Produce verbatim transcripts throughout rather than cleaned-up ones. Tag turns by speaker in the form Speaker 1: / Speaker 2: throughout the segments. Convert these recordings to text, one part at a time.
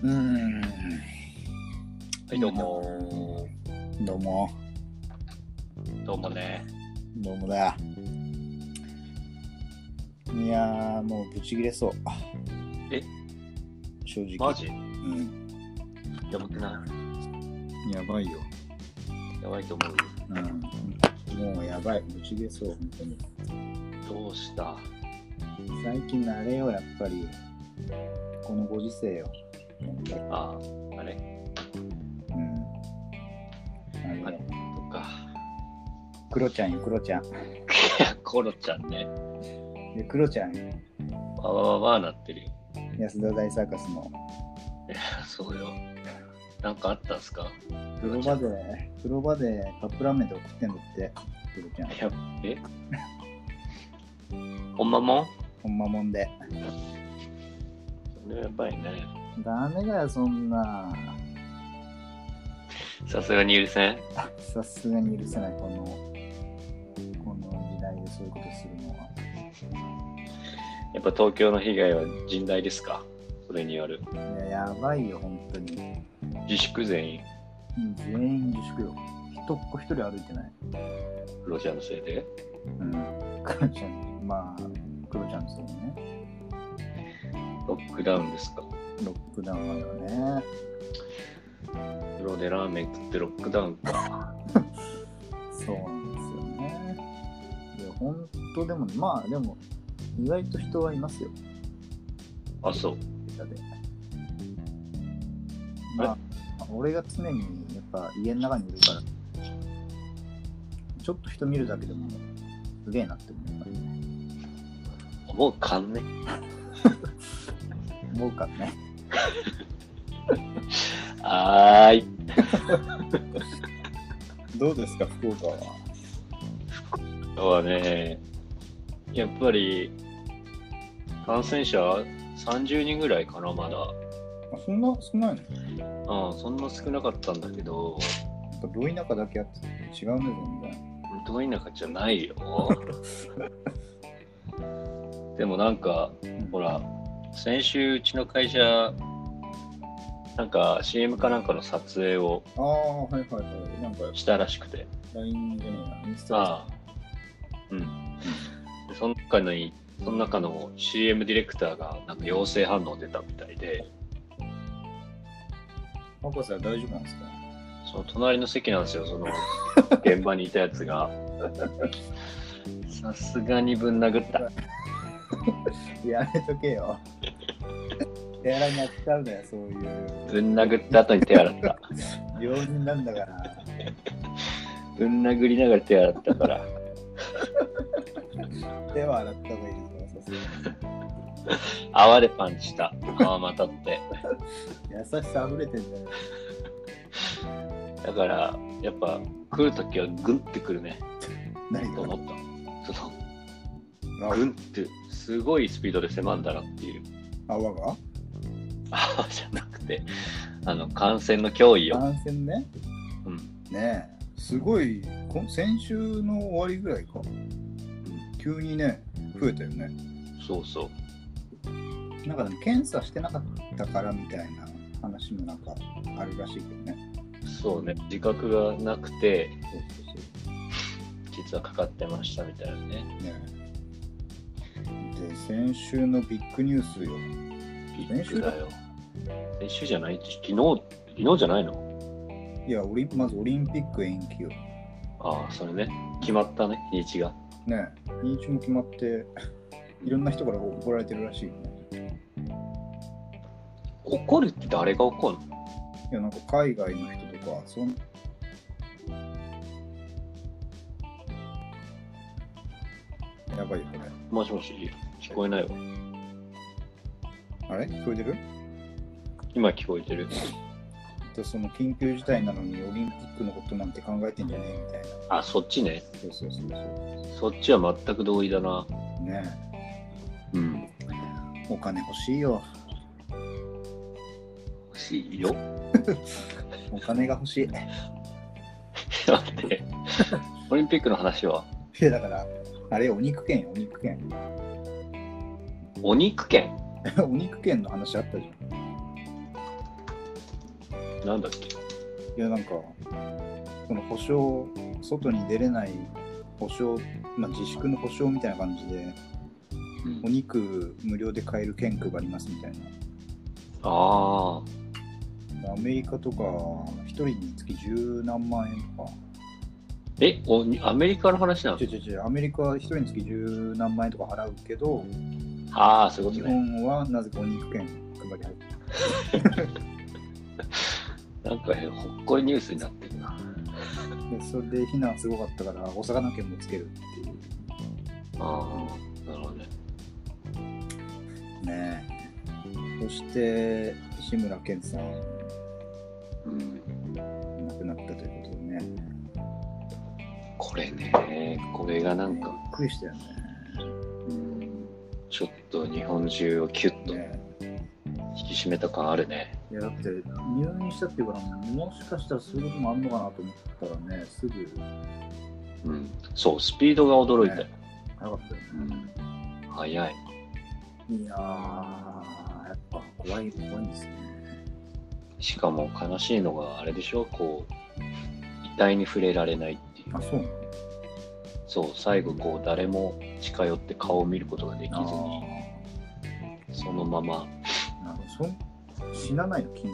Speaker 1: うーん。
Speaker 2: はい、どうも
Speaker 1: どうも。
Speaker 2: ー。どうもね。
Speaker 1: どうもだ。いやー、もうブチギレそう。
Speaker 2: え
Speaker 1: 正直。
Speaker 2: マジ
Speaker 1: うん。
Speaker 2: やばくな
Speaker 1: やばいよ。
Speaker 2: いやばいと思う。
Speaker 1: うん。もうやばい。ブチギレそう、本当に。
Speaker 2: どうした
Speaker 1: 最近慣れよ、やっぱり。このご時世よ。
Speaker 2: ああ、あれ
Speaker 1: うん。あれ
Speaker 2: あれとか。
Speaker 1: クロちゃんよ、クロちゃん。
Speaker 2: いや、コロちゃんね。
Speaker 1: で、クロちゃんよ。
Speaker 2: わわわわなってるよ。
Speaker 1: 安田大サーカスの。
Speaker 2: いや、そうよ。なんかあったんすか
Speaker 1: 風呂場で、風呂場でカップラーメンで送ってんのって、クロちゃん。
Speaker 2: いや、えほんまもん
Speaker 1: ほんまもんで。
Speaker 2: それやばいね。
Speaker 1: ダメだよ、そんな。
Speaker 2: さすがに許せん
Speaker 1: さすがに許せない、この、この時代でそういうことするのは。
Speaker 2: やっぱ東京の被害は甚大ですかそれによる。
Speaker 1: いや、やばいよ、本当に。
Speaker 2: 自粛全員。
Speaker 1: うん、全員自粛よ。一っ子一人歩いてない。
Speaker 2: クロちゃんのせいで。
Speaker 1: うん。クロちゃん、まあ、クロちゃんですよね。
Speaker 2: ロックダウンですか
Speaker 1: ロックダウンまだね。
Speaker 2: 風呂でラーメン食ってロックダウンか。
Speaker 1: そうなんですよね。いや、本当でも、まあ、でも、意外と人はいますよ。
Speaker 2: あ、そう。
Speaker 1: でまあ、俺が常にやっぱ家の中にいるから、ちょっと人見るだけでもすげえなって思うからね。
Speaker 2: 思うかんね。
Speaker 1: 思うからね。
Speaker 2: はーい。
Speaker 1: どうですか、福岡は。
Speaker 2: 今日はね、やっぱり感染者さんじゅうにんぐらいかな、まだ。
Speaker 1: あ、そんな少ないの？
Speaker 2: うん、そんな少なかったんだけど、
Speaker 1: やっぱど田舎だけあって違うね、全然。
Speaker 2: ど田舎じゃないよ。でもなんか、ほら、先週うちの会社、なんか シーエム かなんかの撮影を
Speaker 1: ああ、はいはいはい。なんか
Speaker 2: したらしくて。
Speaker 1: ライン じゃねえな、インスタ
Speaker 2: ああ、うん。でその中に、その中の シーエム ディレクターがなんか陽性反応出たみたいで、
Speaker 1: 博士は大丈夫なんですか？
Speaker 2: その隣の席なんですよ、その現場にいたやつが。さすがにぶん殴った。
Speaker 1: やめとけよ。手洗いに扱うなよ、そういう。
Speaker 2: ぶん殴った後に手洗った。
Speaker 1: 病人なんだから。
Speaker 2: ぶん殴りながら手洗ったから。
Speaker 1: 手は洗った方がいいですよ、さすがに。
Speaker 2: 泡でパンチした。泡またって。
Speaker 1: 優しさ溢れてんだよ。
Speaker 2: だから、やっぱ来るときはグンってくるね。
Speaker 1: 何
Speaker 2: と思った。その
Speaker 1: が
Speaker 2: グンってすごいスピードで迫んだなっていう。
Speaker 1: 泡が
Speaker 2: 泡じゃなくて、あの感染の脅威よ。
Speaker 1: 感染ね。
Speaker 2: うん。
Speaker 1: ねえ。すごい、こ先週の終わりぐらいか。
Speaker 2: うん、
Speaker 1: 急にね、増えたよね。
Speaker 2: そうそう。
Speaker 1: なんかでも検査してなかったからみたいな話もなんかあるらしいけどね。
Speaker 2: そうね。自覚がなくて、
Speaker 1: そうそうそう。
Speaker 2: 実はかかってましたみたいなね。
Speaker 1: ねえ。で、先週のビッグニュースよ。
Speaker 2: ビッグだよ。先週じゃない昨日、昨日じゃないの
Speaker 1: いや、オリまずオリンピック延期よ。
Speaker 2: ああ、それね。決まったね、日にちが。
Speaker 1: ねえ、日にちも決まって、いろんな人から怒られてるらしいよね。
Speaker 2: 怒るって誰が怒るの？
Speaker 1: いや、なんか海外の人とか、そんやばいよ、これ。
Speaker 2: もしもし、聞こえないわ。
Speaker 1: あれ聞こえてる？
Speaker 2: 今聞こえてる。
Speaker 1: でその緊急事態なのにオリンピックのことなんて考えてんじゃねえみたいな。
Speaker 2: あ、そっちね。
Speaker 1: そうそうそう
Speaker 2: そっちは全く同意だな。
Speaker 1: そう。ね
Speaker 2: うん。
Speaker 1: え、お金欲しいよ。
Speaker 2: 欲しいよ。
Speaker 1: お金が欲しい。
Speaker 2: 待って。オリンピックの話は？
Speaker 1: いや、だから、あれ、お肉券よ、お肉券。
Speaker 2: お肉券？
Speaker 1: お肉券の話あったじゃん。
Speaker 2: なんだっけ。
Speaker 1: いやなんかその保証、外に出れない保証、まあ、自粛の保証みたいな感じで、うん、お肉無料で買える券配りますみたいな。
Speaker 2: あ
Speaker 1: あ。アメリカとか一人につき十何万円とか。
Speaker 2: え、おアメリカの話なの？
Speaker 1: 違う違う違う、アメリカは一人につき十何万円とか払うけど、
Speaker 2: ああ、そういうことね。
Speaker 1: 日本はなぜかお肉券配り入って
Speaker 2: なんかほっこりニュースになってるな。
Speaker 1: でそれで避難すごかったからお魚券もつけるっていう。
Speaker 2: ああ、なるほどね。
Speaker 1: ねえ。そして志村けんさん、うん、亡くなったということでね。
Speaker 2: これね、これがなんか、
Speaker 1: びっくりしたよね。
Speaker 2: うん、ちょっと日本中をキュッと引き締めた感あるね。
Speaker 1: いやだって入院したっていうから、もしかしたらそういうこともあるのかなと思ったらね、すぐ。
Speaker 2: うん、そう、スピードが驚いたよ。
Speaker 1: ね、早かったよね。
Speaker 2: うん、早い。
Speaker 1: いやー、やっぱ怖い、怖いんですね。
Speaker 2: しかも悲しいのがあれでしょ、こう、遺体に触れられないっていう。
Speaker 1: あ、そうなの？
Speaker 2: そう、最後こう、誰も近寄って顔を見ることができずに、そのまま。
Speaker 1: なるほど、そ死なないの、金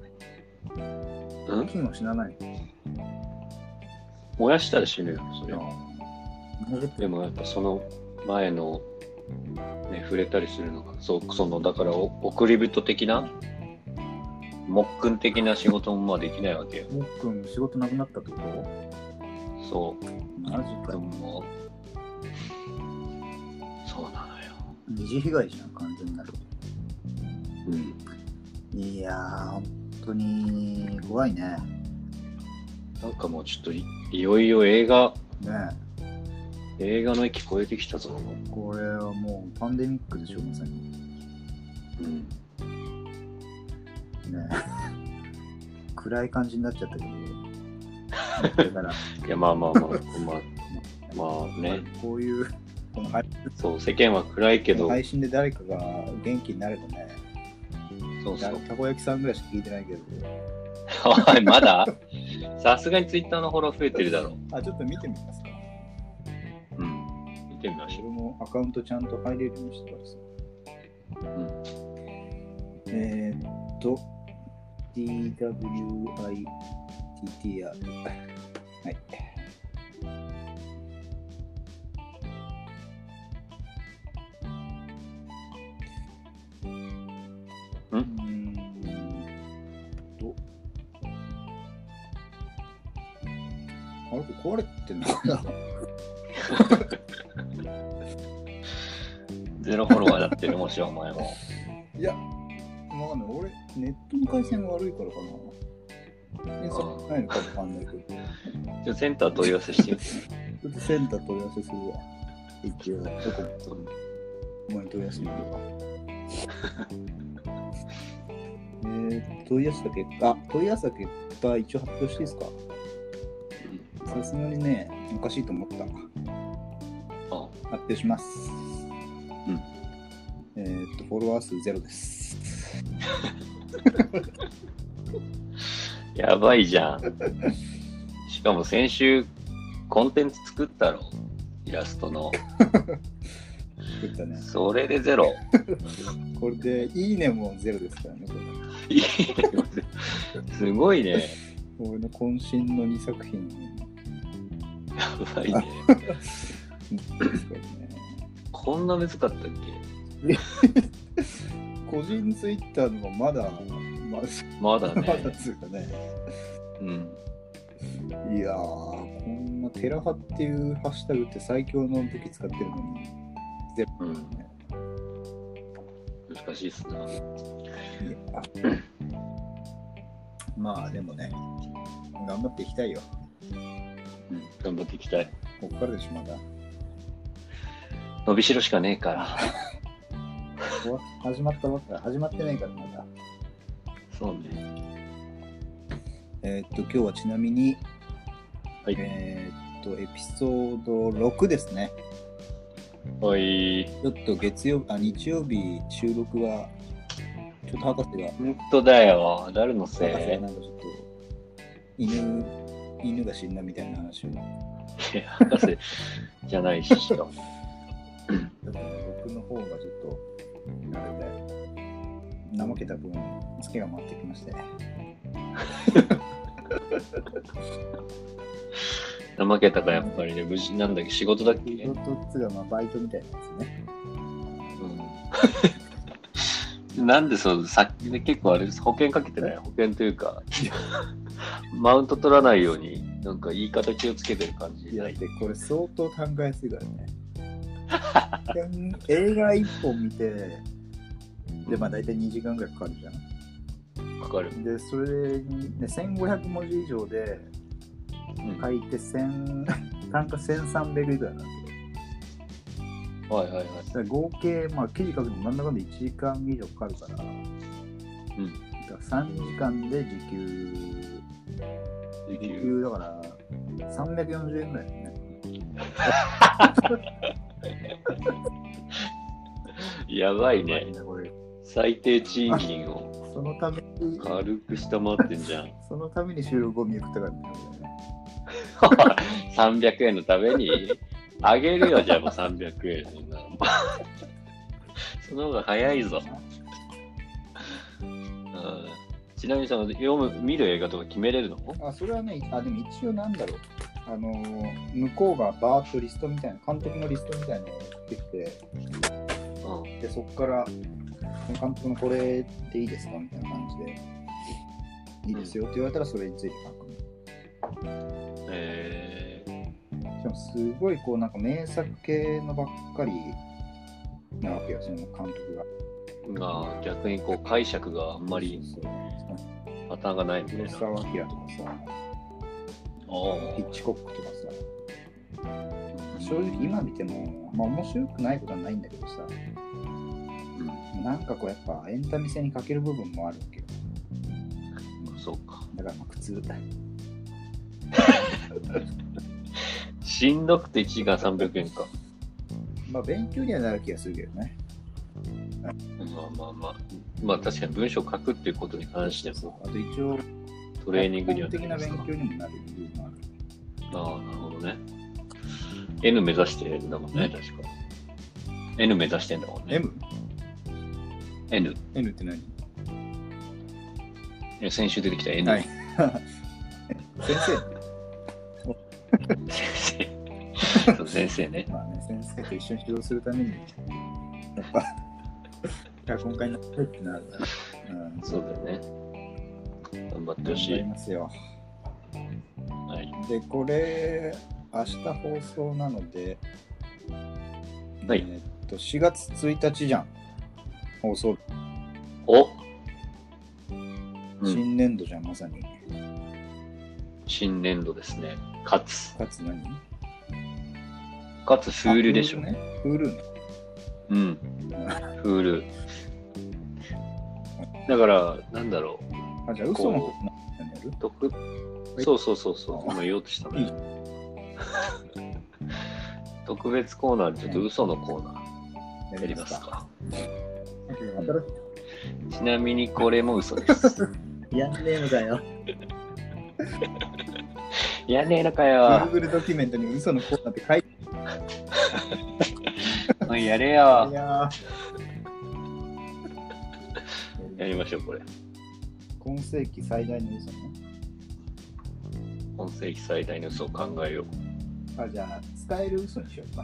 Speaker 1: は。金は死なないの？
Speaker 2: 燃やしたら死ぬよ、それは。でもやっぱその前の、ね、触れたりするのが、そう、その、だから送り人的な、もっくん的な仕事もまあできないわけよ。
Speaker 1: もっくん仕事なくなったってこと？
Speaker 2: そう。
Speaker 1: マジか。
Speaker 2: もそうなのよ。
Speaker 1: 二次被害じゃん、完全になる。
Speaker 2: うん。
Speaker 1: いやー、本当に怖いね。
Speaker 2: なんかもうちょっと い, いよいよ映画、
Speaker 1: ね、
Speaker 2: 映画の域超えてきたぞ。
Speaker 1: これはもうパンデミックでしょ、まさに。
Speaker 2: うん。
Speaker 1: ね暗い感じになっちゃったけど。だから
Speaker 2: いや、まあまあまあ、まあ、まあね。
Speaker 1: こういう、この
Speaker 2: そう、世間は暗いけど。
Speaker 1: 配信で誰かが元気になればね。
Speaker 2: そうそう。
Speaker 1: たこ焼きさんぐらいしか聞いてないけど。
Speaker 2: おい、まださすがにツイッターのフォロー増えてるだろう。
Speaker 1: あ、ちょっと見てみますか。
Speaker 2: うん。見てみましょう。
Speaker 1: 俺もアカウントちゃんと入れるようにしてからさ。うん。えー、っと、ディーダブリューアイティーティーアール。はい。
Speaker 2: ん？
Speaker 1: あれこれ壊れてんのかな
Speaker 2: ゼロフォロワーだってる、もしお前も。
Speaker 1: いや、わかんない。俺、ネットの回線が悪いからかな。検索ないのかわかんないけど。
Speaker 2: じゃあセンター問い合わせしてよ。
Speaker 1: ちょっとセンター問い合わせするわ。一応、どこもお前に問い合わせに行こうか。えー、問い合わせた結果、問い合わせた結果、一応発表していいですか？さすがにね、おかしいと思った。
Speaker 2: ああ、
Speaker 1: 発表します。
Speaker 2: うん。
Speaker 1: えー、っと、フォロワー数ゼロです。
Speaker 2: やばいじゃん。しかも先週、コンテンツ作ったろ、イラストの。
Speaker 1: 作ったね。
Speaker 2: それでゼロ。
Speaker 1: これで、いいねもゼロですからね、こ
Speaker 2: れ。いいねもゼロ。すごいね。
Speaker 1: 俺の渾身のにさく品。
Speaker 2: やばいね。こんな難かったっけ？
Speaker 1: 個人ツイッターのもまだ、
Speaker 2: まだ、まだね。
Speaker 1: まだつうかね。
Speaker 2: うん。
Speaker 1: いやー、こんなテラハっていうハッシュタグって最強の武器使ってるのに、ゼロ、ね。
Speaker 2: うん。難しいっすな。いや
Speaker 1: まあでもね、頑張っていきたいよ。
Speaker 2: うん、頑張っていきたい。
Speaker 1: ここからでしょ、まだ。
Speaker 2: 伸びしろしかねえから。
Speaker 1: 始まったばっか始まってないからまだ。
Speaker 2: そうね。
Speaker 1: えー、っと今日はちなみに、
Speaker 2: はい、
Speaker 1: えー、っとエピソードろくですね。
Speaker 2: はい。
Speaker 1: ちょっと月曜あ日曜日収録はちょっと博士が。
Speaker 2: 本当だよ。誰のせい？
Speaker 1: 博士がなんかちょっと犬、犬が死んだみたいな話を。
Speaker 2: いや、博士じゃないし。僕
Speaker 1: の方がちょっと、あれで、怠けた分、ツケが回ってきまして。
Speaker 2: 怠けたか、やっぱりね。無事なんだっけ、仕事だっけ？
Speaker 1: 仕事っつうか、まあ、バイトみたいなやつね。
Speaker 2: うん、なんでそう、さっきで結構あれです、保険かけてない？保険というか、マウント取らないように、なんか言い方気をつけてる感じ。
Speaker 1: いや、だってこれ相当考えやすいからね。映画一本見て、で、まあ大体にじかんぐらいかかるじゃん。
Speaker 2: かかる。
Speaker 1: で、それに、ね、せんごひゃくもじ以上で書いて、うん、単価せんさんびゃくいくらなんだけ
Speaker 2: ど。はいはいはい。
Speaker 1: だから合計、まあ記事書くのもなんだかんだいちじかん以上かかるから、うん。だからさんじかんで時給、時給、時給だからさんびゃくよんじゅうえんぐらいだよね。
Speaker 2: やばいね。最低賃金を
Speaker 1: そのために
Speaker 2: 軽く下回ってんじゃん。
Speaker 1: そのために収録を見送ったからね。
Speaker 2: さんびゃくえんのためにあげるよ、じゃあもうさんびゃくえん。その方が早いぞ。うん、ちなみにその読む見る映画とか決めれるの？
Speaker 1: あ、それはね、あ、でも一応なんだろう。あのー、向こうがバーッとリストみたいな、監督のリストみたいなのを送ってきて、うん、で、そこから、監督のこれでいいですかみたいな感じで、いいですよって言われたらそれについて書く。
Speaker 2: え
Speaker 1: ー、しかもすごいこうなんか名作系のばっかりなわけよ、その監督
Speaker 2: が。が逆にこう解釈があんまりパターンがないみたいな。
Speaker 1: 黒澤明とかさ、ヒッチコックとかさ、正直今見ても、まあ面白くないことはないんだけどさ、うん、なんかこうやっぱエンタメ性に欠ける部分もあるわけよ。
Speaker 2: そうか。
Speaker 1: だからまあ苦痛だ。
Speaker 2: しんどくていちじかんさんびゃくえんか。
Speaker 1: まあ勉強にはなる気がするけどね。
Speaker 2: まあまあまあ。まあ確かに文章を書くっていうことに関しても。
Speaker 1: あと一応、
Speaker 2: トレーニングには
Speaker 1: 的な勉強にもなる部分もある。
Speaker 2: ああ、なるほどね。N 目指してるんだもんね、確か。N 目指してんだもんね。
Speaker 1: M？N？
Speaker 2: N。
Speaker 1: N って何？
Speaker 2: え、先週出てきた N。
Speaker 1: はい、先
Speaker 2: 生先生。そう、先生ね。
Speaker 1: まあね、先生と一緒に指導するために、やっぱ、脚本家になってってなるから。
Speaker 2: うん、そうだよね。頑張ってほしい。
Speaker 1: 頑張りますよ。
Speaker 2: はい。
Speaker 1: で、これ、明日放送なので、
Speaker 2: はい。
Speaker 1: えー、っと、しがつついたちじゃん。放送。
Speaker 2: お、
Speaker 1: 新年度じゃん、まさに。
Speaker 2: 新年度ですね。かつ。
Speaker 1: かつ何？
Speaker 2: かつフールでしょ。
Speaker 1: ね。フールね。
Speaker 2: うん。フール。だから、なんだろ
Speaker 1: う。あ、じゃあ嘘のこと何やる？
Speaker 2: 特そうそうそうそう。今言おうとしたの。特別コーナーでちょっと嘘のコーナーやりますか。ちなみにこれも嘘です。
Speaker 1: やんねえのかよ。
Speaker 2: やんねえのかよ。
Speaker 1: Google ドキュメントに嘘のコーナーって書いて
Speaker 2: ある。やれよ。
Speaker 1: いや
Speaker 2: やりましょう、これ。
Speaker 1: 今世紀最大の嘘ね。
Speaker 2: 今世紀最大の嘘を考えよう。
Speaker 1: あ、じゃあ、使える嘘にしようか。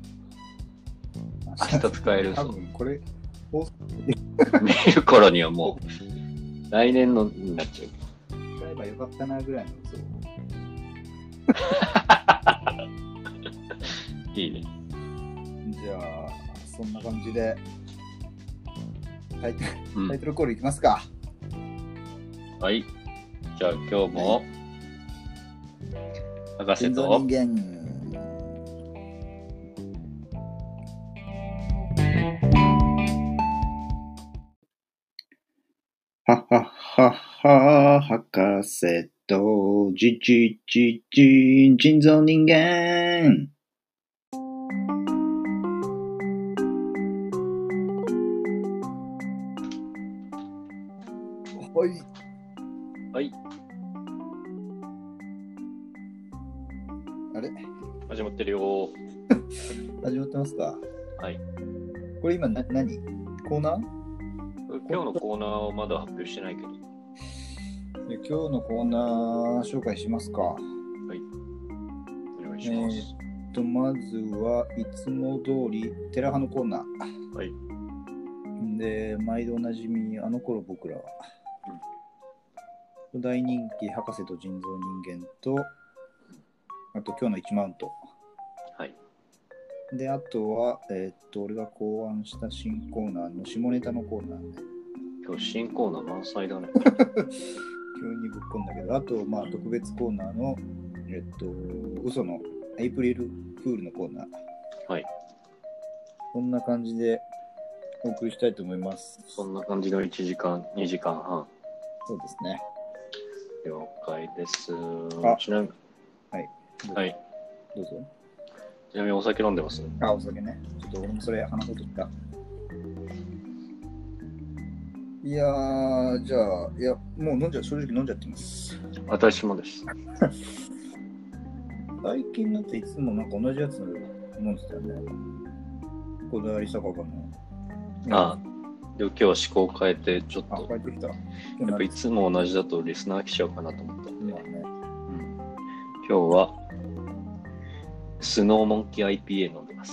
Speaker 2: 明日使える嘘。
Speaker 1: 多分これ、
Speaker 2: 見る頃にはもう、来年のになっちゃう。
Speaker 1: 使えばよかったなぐらいの嘘を。
Speaker 2: いいね。
Speaker 1: じゃあ、そんな感じで、タイトル、タイトルコールいきますか。
Speaker 2: はい。じゃあ今日も、博士と
Speaker 1: 人間はははは博士とじじじじ人造人間。 はい。
Speaker 2: はい。
Speaker 1: あれ
Speaker 2: 始まってるよ。
Speaker 1: 始まってますか？
Speaker 2: はい。
Speaker 1: これ今な何コーナー？
Speaker 2: 今日のコーナーをまだ発表してないけど。
Speaker 1: で今日のコーナー紹介しますか。は
Speaker 2: い。お願いします。
Speaker 1: えー、っと、まずはいつも通り、テラハのコーナー。
Speaker 2: はい。
Speaker 1: で、毎度おなじみ、あの頃僕らは。うん、大人気、博士と人造人間と、あと今日のいちマウント。
Speaker 2: はい。
Speaker 1: で、あとは、えー、っと、俺が考案した新コーナーの下ネタのコーナーね。
Speaker 2: 今日新コーナー満載だね。
Speaker 1: 急にぶっこんだけど、あと、まあ、特別コーナーの、えっと、嘘のエイプリルフールのコーナー。
Speaker 2: はい。
Speaker 1: こんな感じでお送りしたいと思います。
Speaker 2: そんな感じのいちじかん、にじかんはん。
Speaker 1: そうですね。
Speaker 2: 了解です。
Speaker 1: あ
Speaker 2: ちなみに、
Speaker 1: はい。
Speaker 2: はい。
Speaker 1: どうぞ。
Speaker 2: ちなみにお酒飲んでます？
Speaker 1: あ、お酒ね。ちょっと俺もそれ話そうとした。いやー、じゃあ、いや、もう飲んじゃ、正直飲んじゃってます。
Speaker 2: 私もです。
Speaker 1: 最近だっていつもなんか同じやつ飲んでたよね。こだわり酒場の。
Speaker 2: ああ、でも今日は思考変えて、ちょっと。
Speaker 1: あ、変えてきた。や
Speaker 2: っぱいつも同じだとリスナー来ちゃうかなと思ったんで。
Speaker 1: まあね。うん、
Speaker 2: 今日は、スノーモンキー アイピーエー 飲んでます。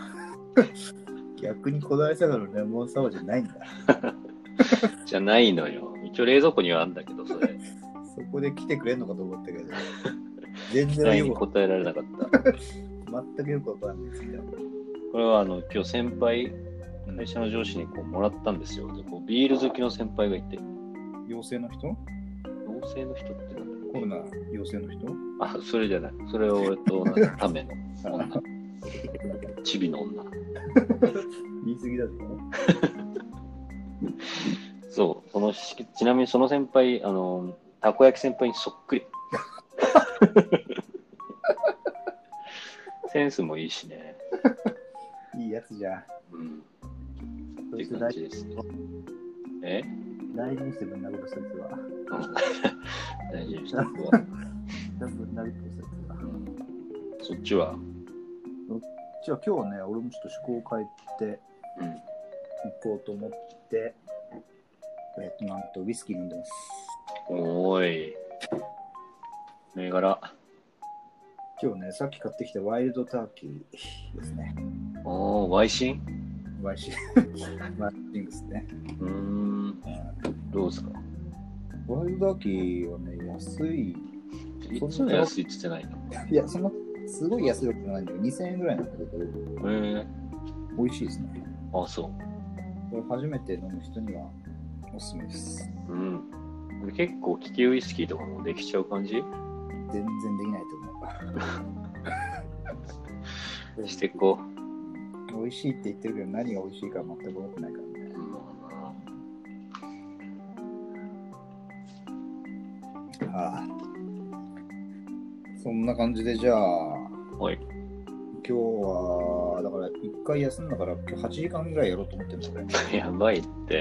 Speaker 1: 逆にこだわり酒場のレモンサワーじゃないんだ。
Speaker 2: じゃないのよ。一応冷蔵庫にはあるんだけど、それ。
Speaker 1: そこで来てくれんのかと思ったけど。全
Speaker 2: 然
Speaker 1: 然
Speaker 2: よく答えられなかった。
Speaker 1: 全くよくわかんないですけど。
Speaker 2: これはあの今日先輩、会社の上司にこうもらったんですよ。でこうビール好きの先輩がいて。
Speaker 1: 陽性の人？
Speaker 2: 陽性の人ってなんだろう？
Speaker 1: コロナ陽性の人？
Speaker 2: あ、それじゃない。それは俺と同じための女。チビの女。
Speaker 1: 言い過ぎだぞ。
Speaker 2: そう、そのちなみにその先輩、あのたこ焼き先輩にそっくり。センスもいいしね。
Speaker 1: いいやつじゃん。
Speaker 2: うん。っていう感じですね。え？
Speaker 1: 大事にしてぶん殴るそいつは。
Speaker 2: 大事にしてぶん殴る
Speaker 1: そいつは。
Speaker 2: そっちは？
Speaker 1: そっちは今日はね、俺もちょっと趣向を変えて、うん、行こうと思って、えっと、なんとウイスキー飲んでます。
Speaker 2: おーい。銘柄。
Speaker 1: 今日ね、さっき買ってきたワイルドターキーですね。
Speaker 2: おー、ワイシン？
Speaker 1: ワイシン。ワイシングスね。
Speaker 2: うーん。どうですか？
Speaker 1: ワイルドターキーはね、安い。
Speaker 2: いつも安いって言ってないの？
Speaker 1: いや、そんな、すごい安いわけじゃないんだけど、にせんえんぐらいなんだけど、へ
Speaker 2: ー、
Speaker 1: 美味しいですね。
Speaker 2: あ、そう。
Speaker 1: これ初めて飲む人にはおすすめです。
Speaker 2: うん。結構利きウイスキーとかもできちゃう感じ？
Speaker 1: 全然できないと思
Speaker 2: う。してこ
Speaker 1: う。美味しいって言ってるけど、何が美味しいか全く分かってないからね。うん、ああ。そんな感じで、じゃあ、
Speaker 2: はい。
Speaker 1: 今日は、だから一回休んだから、今日はちじかんぐらいやろうと思ってるんだ
Speaker 2: ね。やばいって。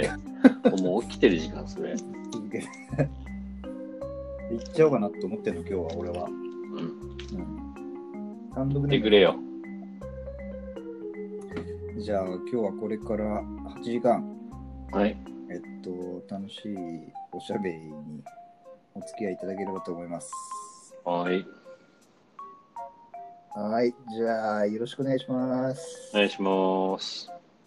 Speaker 2: もう起きてる時間、それ。
Speaker 1: 続けて。行っちゃおうかなと思ってるの、今日は、俺は。うん。うん。単独で。
Speaker 2: 行ってくれよ。
Speaker 1: じゃあ、今日はこれからはちじかん。
Speaker 2: はい。
Speaker 1: えっと、楽しいおしゃべりにお付き合いいただければと思います。
Speaker 2: はい。
Speaker 1: はい。じゃあ、よろしくお願いします。
Speaker 2: お願いします。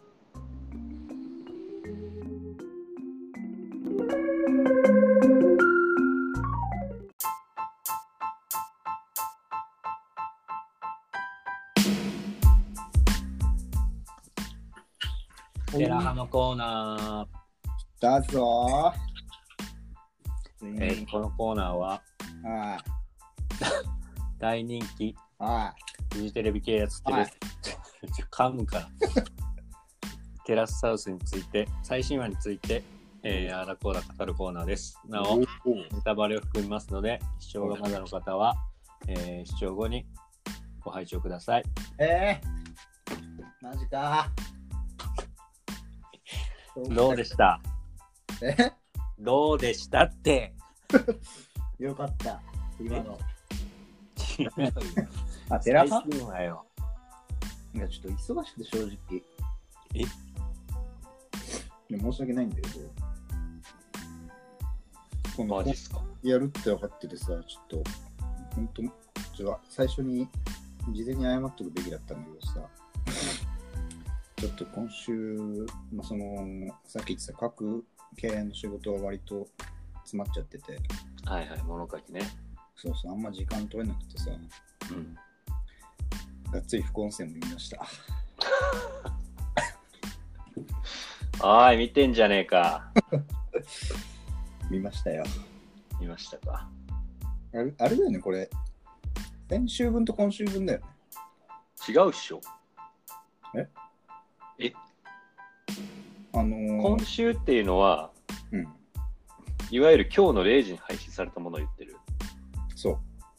Speaker 2: テラハのコーナ
Speaker 1: ー。だぞ
Speaker 2: ー。えー、このコーナーは、
Speaker 1: ああ
Speaker 2: 大人気、
Speaker 1: ああ
Speaker 2: フジテレビ系やつってる、噛むから。テラスハウスについて、最新話について、えー、あらこうだ語るコーナーです。なお、ネタバレを含みますので、視聴がまだの方は、えー、視聴後にご拝聴ください。
Speaker 1: えー、マジか。
Speaker 2: どうでした？
Speaker 1: え
Speaker 3: どうでしたって。
Speaker 1: よかった。今の。
Speaker 3: 違うよ。
Speaker 1: あ、テラハ
Speaker 3: 最近はよ。
Speaker 1: いや、ちょっと忙しくて正直。
Speaker 3: え？
Speaker 1: いや、申し訳ないんだけど。この
Speaker 2: マジっすか？
Speaker 1: やるって分かっててさ、ちょっと、本当ちょっと最初に事前に謝っとくべきだったんだけどさ、ちょっと今週、まあ、その、さっき言ってた各経営の仕事は割と詰まっちゃってて、
Speaker 2: はいはい、物書きね。
Speaker 1: そうそう、あんま時間取れなくてさ、
Speaker 2: うん。
Speaker 1: がっつり副音声も見ました。
Speaker 2: おい、見てんじゃねえか。
Speaker 1: 見ましたよ。
Speaker 2: 見ましたか。
Speaker 1: あれ、あれだよね、これ。先週分と今週分だよね。
Speaker 2: 違うっしょ。
Speaker 1: え
Speaker 2: え
Speaker 1: あのー、
Speaker 2: 今週っていうのは、
Speaker 1: うん。
Speaker 2: いわゆる今日のれいじに配信されたものを言ってる。
Speaker 1: そう。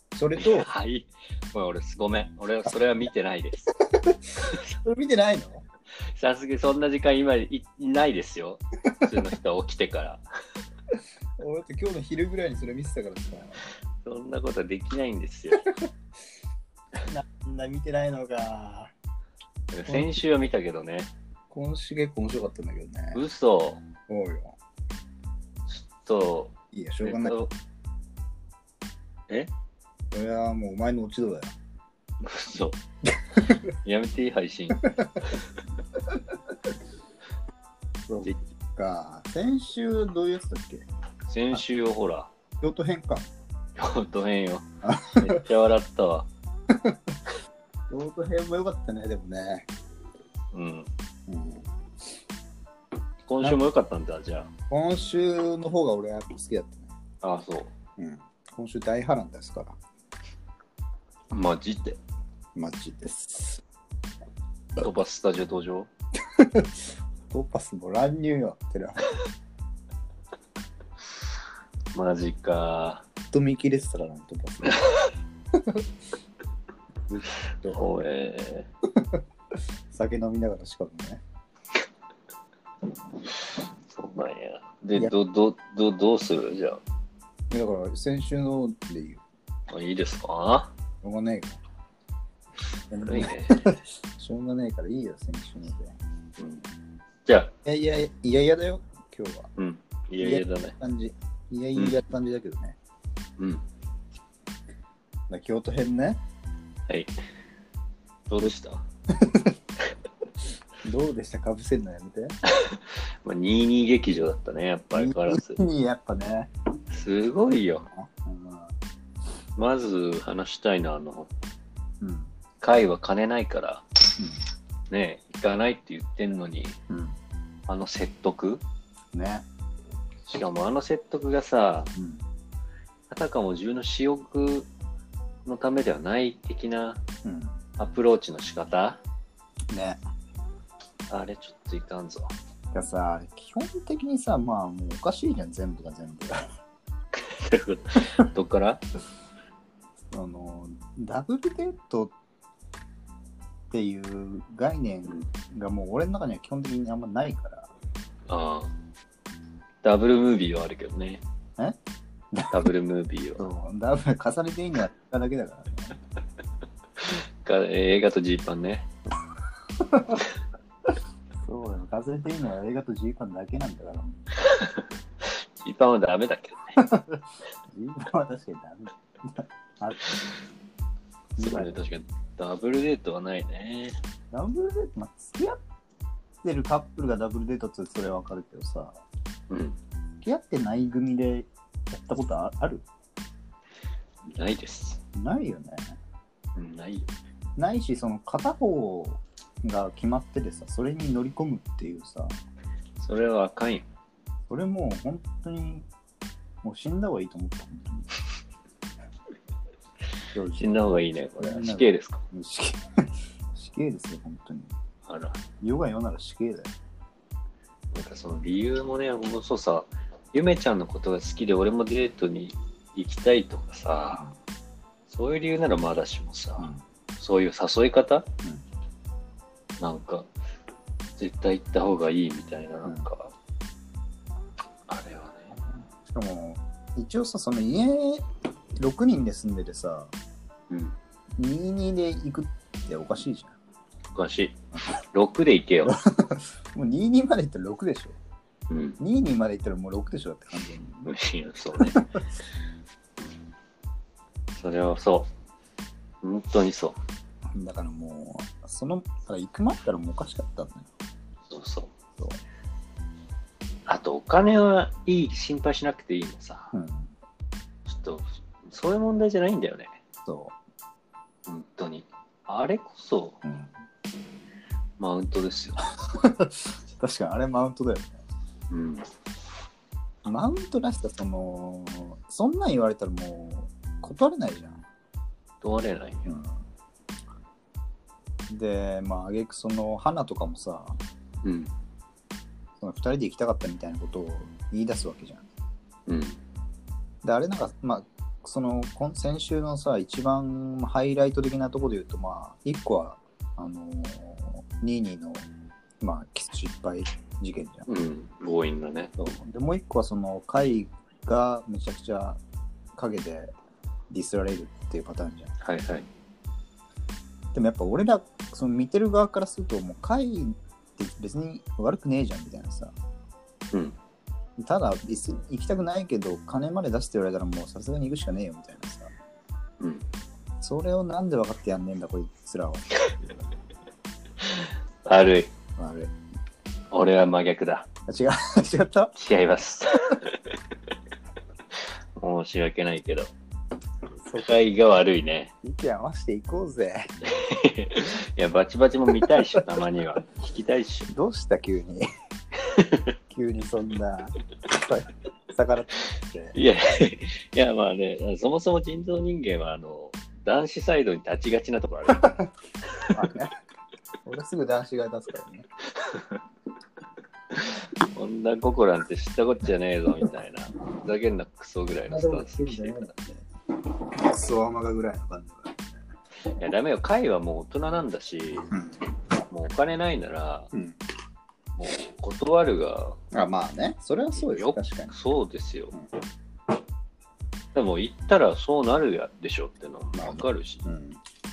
Speaker 1: それと、
Speaker 2: はい。ごめん、俺、ごめん。俺はそれは見てないです。
Speaker 1: それ見てないの？
Speaker 2: さすがにそんな時間今い、いないですよ。普通の人は起きてから。
Speaker 1: 俺だって今日の昼ぐらいにそれ見てたからさ。
Speaker 2: そんなことはできないんですよ。
Speaker 1: なんだ見てないのか。
Speaker 2: 先週は見たけどね。
Speaker 1: 今週結構面白かったんだけどね。
Speaker 2: 嘘。
Speaker 1: おうよ。
Speaker 2: ちょっと。
Speaker 1: いいや、しょうがない。
Speaker 2: え？
Speaker 1: それはもうお前の落ち度だよ。
Speaker 2: 嘘。やめていい配信。
Speaker 1: そうか。先週どういうやつだっけ？
Speaker 2: 先週はほら。
Speaker 1: 京都編か。
Speaker 2: 京都編よ。めっちゃ笑ったわ。
Speaker 1: 京都編も良かったね、でもね。
Speaker 2: うん。
Speaker 1: うん、
Speaker 2: 今週も良かったんだ、じゃあ。
Speaker 1: 今週の方が俺はやっぱ好きだったね。
Speaker 2: ああ、そう。
Speaker 1: うん。今週大波乱ですから。
Speaker 2: マジで。
Speaker 1: マジです。
Speaker 2: トパススタジオ登場。
Speaker 1: トパスの乱入よ、テラ。
Speaker 2: マジか。
Speaker 1: ずっと見切れてたからな、トパス。ずっと。
Speaker 2: おえ
Speaker 1: ー。酒飲みながらしかもね。
Speaker 2: そうなんや。で、ど、ど、ど、どうするじゃあ。
Speaker 1: だから先週のでいいよ。
Speaker 2: あ、いいですか？
Speaker 1: しょうがねえか。
Speaker 2: いいね。
Speaker 1: しょうがねえからいいよ、先週ので。
Speaker 2: うん、じゃあ。
Speaker 1: いやいや、いやいやだよ、今日は。
Speaker 2: うん。いやいやだね。
Speaker 1: 感じ。いやいや感じだけどね。
Speaker 2: うん。
Speaker 1: だ京都編ね。
Speaker 2: はい。どうでした
Speaker 1: どうでしたかぶせんのやめて。
Speaker 2: まあ、にじゅうに劇場だったね、やっぱり変わらず。
Speaker 1: にやっぱね。
Speaker 2: すごいよ。
Speaker 1: うん、
Speaker 2: まず話したいのは、あの、
Speaker 1: うん、
Speaker 2: 会は金ないから、
Speaker 1: うん、
Speaker 2: ねえ、行かないって言ってんのに、
Speaker 1: うん、
Speaker 2: あの説得
Speaker 1: ね。
Speaker 2: しかもあの説得がさ、
Speaker 1: うん、
Speaker 2: あたかも自分の私欲のためではない的な
Speaker 1: うん
Speaker 2: アプローチの仕方、
Speaker 1: ね。
Speaker 2: あれちょっといかんぞ。
Speaker 1: がさ、基本的にさ、まあもうおかしいじゃん、全部が全部。
Speaker 2: どっから
Speaker 1: あの、ダブルデートっていう概念がもう俺の中には基本的にあんまないから。
Speaker 2: ああ。ダブルムービーはあるけどね。
Speaker 1: え
Speaker 2: ダブルムービーは。
Speaker 1: そう、ダブル重ねていいのやっただけだからね。
Speaker 2: 映画とジーパンね。
Speaker 1: そうだよ、重ねていいのは映画とジーパンだけなんだから。
Speaker 2: ジーパンはダメだけどね。
Speaker 1: ジーパンは確かにダメだ。あ
Speaker 2: そうね、確かにダブルデートはないね。
Speaker 1: ダブルデート、まあ、付き合ってるカップルがダブルデートってそれはわかるけどさ、
Speaker 2: うん。
Speaker 1: 付き合ってない組でやったことあある？
Speaker 2: ないです。
Speaker 1: ないよね。
Speaker 2: うん、ないよ。
Speaker 1: ないし、その片方が決まっててさ、それに乗り込むっていうさ、
Speaker 2: それはあかんよ。
Speaker 1: それもう本当にもう死んだ方がいいと思った、本当に。
Speaker 2: 死んだ方がいいね、これは。死刑ですか？
Speaker 1: 死刑死刑ですよ、本当に。
Speaker 2: あら。
Speaker 1: 世が世なら死刑だよ。
Speaker 2: なんかその理由もね、ほんとそうさ、ゆめちゃんのことが好きで俺もデートに行きたいとかさ、そういう理由ならまだしもさ、うん、そういう誘い方、うん、なんか絶対行った方がいいみたいな、なんか、うん、あれはね、
Speaker 1: かも一応さ、その家ろくにんで住んでてさ、
Speaker 2: うん、
Speaker 1: にじゅうにで行くっておかしいじゃん。
Speaker 2: おかしい。ろくで行けよ。
Speaker 1: もうにじゅうにまで行ったらろくでしょ。
Speaker 2: うん、
Speaker 1: にじゅうにまで行ったらもうろくでしょって感じ。
Speaker 2: いや、そうね。それはそう。本当にそう。
Speaker 1: だからもう、その、だから行く前からもうおかしかったんだよ。
Speaker 2: そうそう。
Speaker 1: そう
Speaker 2: あと、お金はいい、心配しなくていいのさ。
Speaker 1: うん、
Speaker 2: ちょっと、そういう問題じゃないんだよね。
Speaker 1: そ
Speaker 2: 本当に。あれこそ、
Speaker 1: う。うん、
Speaker 2: マウントですよ。
Speaker 1: 確かにあれマウントだよね。
Speaker 2: うん。
Speaker 1: マウントらしさ、その、そんなん言われたらもう断れないじゃん。
Speaker 2: 問われないよ。
Speaker 1: うん、で、まあ、あげくその、花とかもさ、
Speaker 2: うん。
Speaker 1: そのふたりで行きたかったみたいなことを言い出すわけじゃん。
Speaker 2: うん。
Speaker 1: で、あれなんか、まあ、その、今先週のさ、一番ハイライト的なところで言うと、まあ、いっこは、あのー、ニーニーの、まあ、キス失敗事件じゃん。
Speaker 2: うん、強引なね。
Speaker 1: そうで、もう一個はその、カイがめちゃくちゃ陰でディスられるっていうパターンじゃん。
Speaker 2: はいはい。
Speaker 1: でもやっぱ俺ら、その見てる側からすると、もうカイって別に悪くねえじゃんみたいなさ。
Speaker 2: うん。
Speaker 1: ただ、行きたくないけど、金まで出して言われたらもうさすがに行くしかねえよみたいなさ。
Speaker 2: うん。
Speaker 1: それをなんで分かってやんねえんだ、こいつらは。
Speaker 2: 悪い。
Speaker 1: 悪い。
Speaker 2: 俺は真逆だ。
Speaker 1: 違う、違った？
Speaker 2: 違います。申し訳ないけど。世界が悪いね。
Speaker 1: 息合わせていこうぜ。
Speaker 2: いや、バチバチも見たいっしょ、たまには。聞きたいっしょ。
Speaker 1: どうした急に。急にそんな、逆らって。
Speaker 2: いや、いや、まあね、そもそも人造人間は、あの、男子サイドに立ちがちなところある。
Speaker 1: まあね、俺すぐ男子が立つからね。
Speaker 2: 女心なんて知ったこっちゃねえぞみたいな、ふざけんなクソぐらいのスタンス来てるからね。
Speaker 1: クソアマガぐらいの感じだね。
Speaker 2: いや、ダメよ、カイはもう大人なんだし、
Speaker 1: うん、
Speaker 2: もうお金ないなら、
Speaker 1: うん、
Speaker 2: もう断るが。
Speaker 1: あ、まあね、それはそうよ、確かに。
Speaker 2: そうですよ。
Speaker 1: うん、
Speaker 2: でも言ったらそうなるやでしょってのわかるし。
Speaker 1: まあね、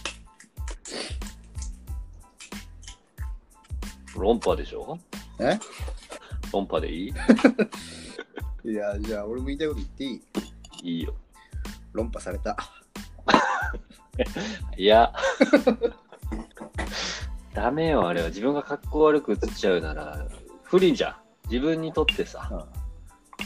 Speaker 2: うん、論破でしょ？
Speaker 1: え？
Speaker 2: 論破でいい？
Speaker 1: いや、じゃあ俺も言いたいこと言っていい？
Speaker 2: いいよ。
Speaker 1: 論破された。
Speaker 2: いや。ダメよ、あれは。自分が格好悪く映っちゃうなら、不利じゃん。自分にとってさ、うん、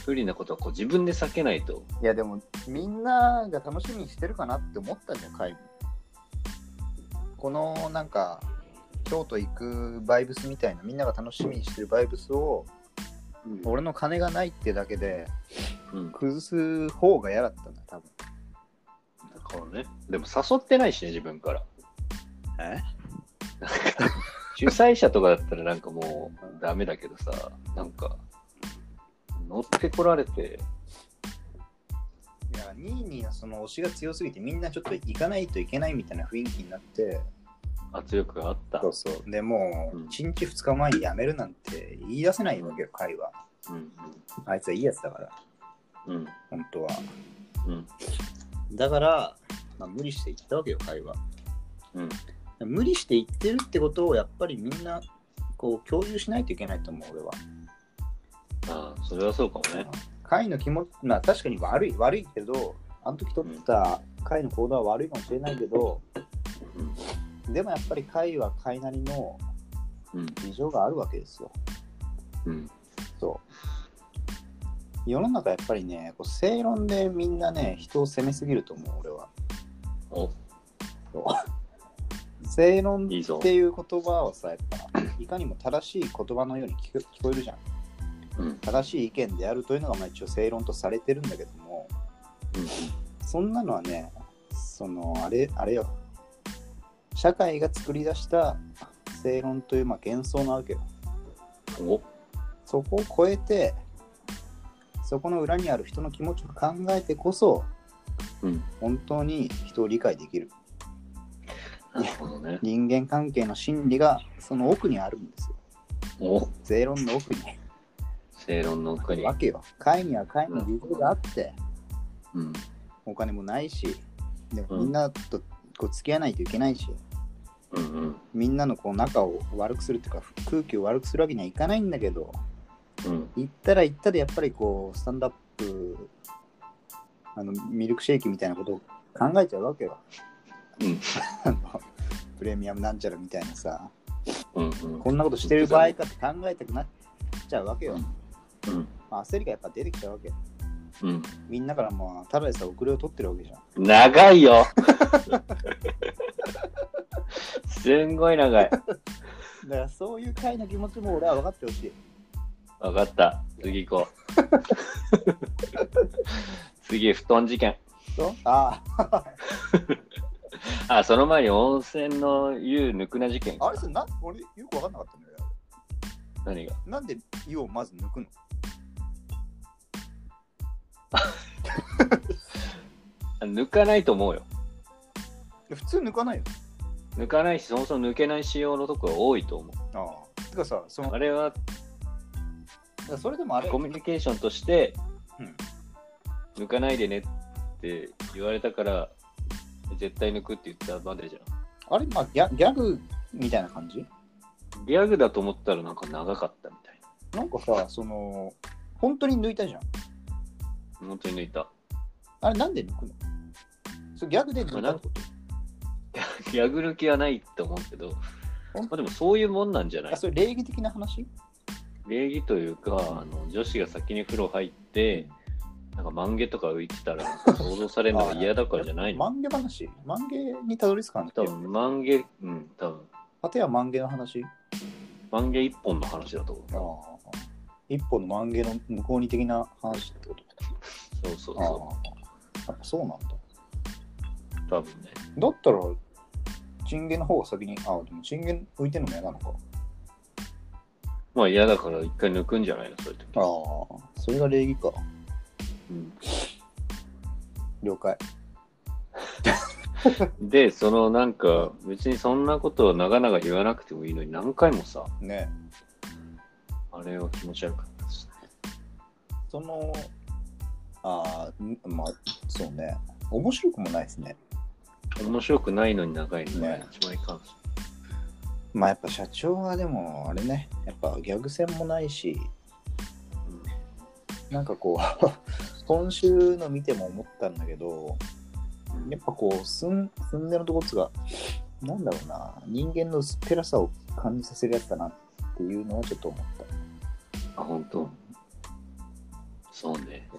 Speaker 2: 不利なことはこう自分で避けないと。
Speaker 1: いや、でも、みんなが楽しみにしてるかなって思ったんじゃん、会議。この、なんか、京都行くバイブスみたいな、みんなが楽しみにしてるバイブスを、うん、俺の金がないってだけで、うん、崩す方が嫌だったんだ、多分。
Speaker 2: だからね。でも誘ってないしね、自分から。
Speaker 1: え？
Speaker 2: なんか主催者とかだったらなんかもうダメだけどさ、なんか乗ってこられて、
Speaker 1: いや、ニーニーのその推しが強すぎてみんなちょっと行かないといけないみたいな雰囲気になって
Speaker 2: 圧力があった。
Speaker 1: そうそう。でもういちにちふつかまえに辞めるなんて言い出せないわけよ、会は、うんうん、あいつはいいやつだから、うん、本当は、うん、だから、まあ、無理して行ったわけよ、会は、うん、無理して言ってるってことをやっぱりみんなこう共有しないといけないと思う、俺は。
Speaker 2: ああ、それはそうかもね。
Speaker 1: 会の気持ち、まあ確かに悪い、悪いけど、あの時取った会の行動は悪いかもしれないけど、うん、でもやっぱり会は会なりの事情があるわけですよ。うん。そう。世の中やっぱりね、こう正論でみんなね、人を責めすぎると思う、俺は。おそう正論っていう言葉をさ、やっぱいかにも正しい言葉のように聞こ、聞こえるじゃん、うん、正しい意見であるというのがまあ一応正論とされてるんだけども、うん、そんなのはね、そのあれあれよ、社会が作り出した正論というまあ幻想なわけよ。おそこを超えて、そこの裏にある人の気持ちを考えてこそ、うん、本当に人を理解できる。なるほどね、人間関係の心理がその奥にあるんですよ。お正論の奥に。
Speaker 2: 正論の奥に。
Speaker 1: わけよ。会には会の理由があって、
Speaker 2: うん、
Speaker 1: お金もないし、でもみんなとこう付き合わないといけないし、
Speaker 2: うんうん、
Speaker 1: みんなのこう仲を悪くするっていうか空気を悪くするわけにはいかないんだけど、
Speaker 2: うん、
Speaker 1: 行ったら行ったでやっぱりこうスタンドアップあのミルクシェイキみたいなことを考えちゃうわけよ。うん、プレミアムなんちゃらみたいなさ、うんうん、こんなことしてる場合かって考えたくなっちゃうわけよ。うんうん、まあ、焦りがやっぱ出てきちゃうわけ。うん、みんなからまあただでさ遅れを取ってるわけじゃん。
Speaker 2: 長いよ。すんごい長い。
Speaker 1: だからそういう回の気持ちも俺は分かってほしい。
Speaker 2: 分かった。次行こう。次布団事件。
Speaker 1: そう？ああ。
Speaker 2: あ、その前に温泉の湯抜くな事件。
Speaker 1: あれそれな、俺よく分かんなかったんだよ。
Speaker 2: 何が？
Speaker 1: なんで湯をまず抜くの？
Speaker 2: 抜かないと思うよ。
Speaker 1: 普通抜かないよ。
Speaker 2: 抜かないし、そもそも抜けない仕様のとこが多いと思う。
Speaker 1: ああ。てかさ、その
Speaker 2: あれは
Speaker 1: それでもあれ
Speaker 2: コミュニケーションとして、うん、抜かないでねって言われたから絶対抜くって言ったまでじゃ
Speaker 1: ん。あれ、まあ、ギャ、ギャグみたいな感じ？
Speaker 2: ギャグだと思ったらなんか長かったみたい
Speaker 1: な。なんかさ、その本当に抜いたじゃん。
Speaker 2: 本当に抜いた。
Speaker 1: あれなんで抜くの？それギャグで抜いたってこと？
Speaker 2: ギャグ抜きはないと思うけど、まあ、でもそういうもんなんじゃない？
Speaker 1: あ、それ礼儀的な話？
Speaker 2: 礼儀というか、あの女子が先に風呂入って、なんか満毛とか浮いてたら想像されるのが嫌だからじゃないの？
Speaker 1: 満毛話？満毛にたどり着かなくて。
Speaker 2: 多分満毛、うん、多分。
Speaker 1: あては満毛の話？
Speaker 2: 満毛一本の話だと思
Speaker 1: う。ああ。一本の満毛の向こうに的な話ってこと？
Speaker 2: そうそうそう。
Speaker 1: やっぱそうなんだ。
Speaker 2: 多分ね。
Speaker 1: だったら、チンゲの方が先に、あ、でもチンゲ浮いてるのも嫌なのか。
Speaker 2: まあ嫌だから一回抜くんじゃないの、そういう時。
Speaker 1: ああ、それが礼儀か。うん。了解。
Speaker 2: で、そのなんか、別にそんなことを長々言わなくてもいいのに何回もさ、
Speaker 1: ね。
Speaker 2: あれは気持ち悪かったですね。
Speaker 1: その、ああ、まあ、そうね。面白くもないですね。
Speaker 2: 面白くないのに長いのね。一番いかんし。
Speaker 1: まあやっぱ社長はでもあれね、やっぱギャグ戦もないし、うん、なんかこう今週の見ても思ったんだけど、やっぱこうすんすんでのとこつがなんだろうな、人間の薄っぺらさを感じさせるやつだなっていうのはちょっと思った。
Speaker 2: あ、本当。そうね。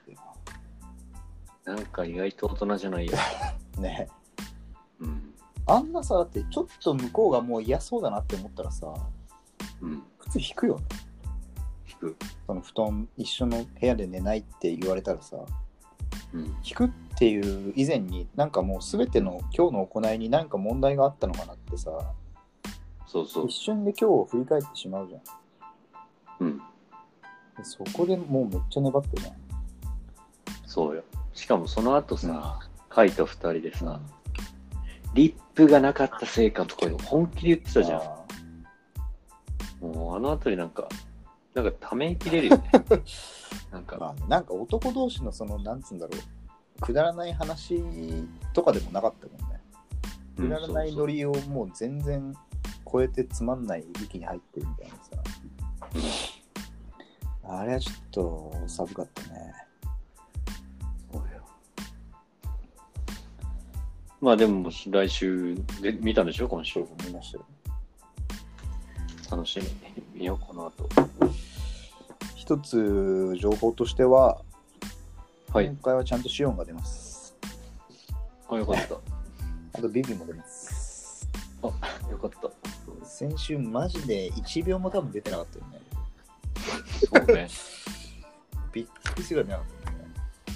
Speaker 2: なんか意外と大人じゃないよ。
Speaker 1: ね。
Speaker 2: うん。
Speaker 1: あんなさ、だってちょっと向こうがもう嫌そうだなって思ったらさ、
Speaker 2: うん、
Speaker 1: 普通引くよね。
Speaker 2: 引く。
Speaker 1: その布団一緒の部屋で寝ないって言われたらさ、
Speaker 2: うん、
Speaker 1: 引くっていう以前になんかもう全ての今日の行いに何か問題があったのかなってさ、
Speaker 2: そうそう。
Speaker 1: 一瞬で今日を振り返ってしまうじゃん。
Speaker 2: うん。
Speaker 1: でそこでもうめっちゃ粘ってるじゃん。
Speaker 2: そうよ。しかもその後さ、カイと二人でさ、うん、リップがなかったせいかとか本気で言ってたじゃん。もうあのあたりなんか、なんかため息出るよね。なんか、
Speaker 1: まあ、なんか男同士のその、なんつうんだろう、くだらない話とかでもなかったもんね。くだらないノリをもう全然超えてつまんない域に入ってるみたいなさ。うん、あれはちょっと寒かったね。
Speaker 2: まあでも来週で見たんでしょ、今週。
Speaker 1: 見ましたよ。
Speaker 2: 楽しみ見よう、この後。
Speaker 1: 一つ情報としては、
Speaker 2: はい、
Speaker 1: 今回はちゃんとシオンが出ます。
Speaker 2: あ、よかった。
Speaker 1: あとビビも出ます。
Speaker 2: あ、よかった。
Speaker 1: 先週マジでいちびょうも多分出てなかったよね。
Speaker 2: そうね。
Speaker 1: びっくりするぐらい出なかったよね。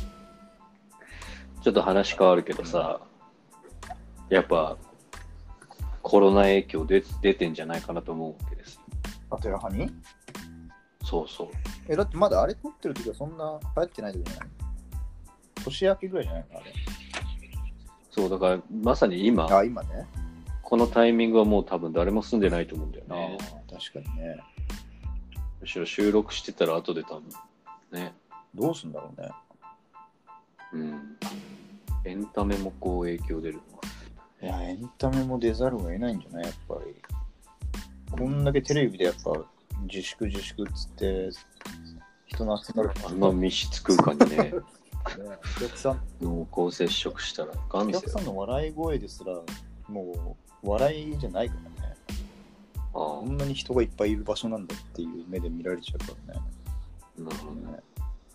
Speaker 2: ちょっと話変わるけどさ、やっぱコロナ影響で出てんじゃないかなと思うわけです。
Speaker 1: あとやはに？
Speaker 2: そうそう。
Speaker 1: え、だってまだあれ撮ってる時はそんな流行ってない時じゃない？年明けぐらいじゃないのあれ。
Speaker 2: そうだからまさに今。
Speaker 1: あ、今ね。
Speaker 2: このタイミングはもう多分誰も住んでないと思うんだよね。
Speaker 1: ああ、確かにね。
Speaker 2: むしろ収録してたら後で多分ね。
Speaker 1: どうすんだろうね。
Speaker 2: うん。エンタメもこう影響出る
Speaker 1: の。いや、エンタメも出ざるを得ないんじゃないやっぱり。こんだけテレビでやっぱ自粛自粛っつって人の集まる。
Speaker 2: あんな密室空間にね。
Speaker 1: お客さん
Speaker 2: 濃厚接触したらガンですよ。
Speaker 1: お客さんの笑い声ですらもう笑いじゃないからね。ああ、こんなに人がいっぱいいる場所なんだっていう目で見られちゃうからね。
Speaker 2: なるほどね。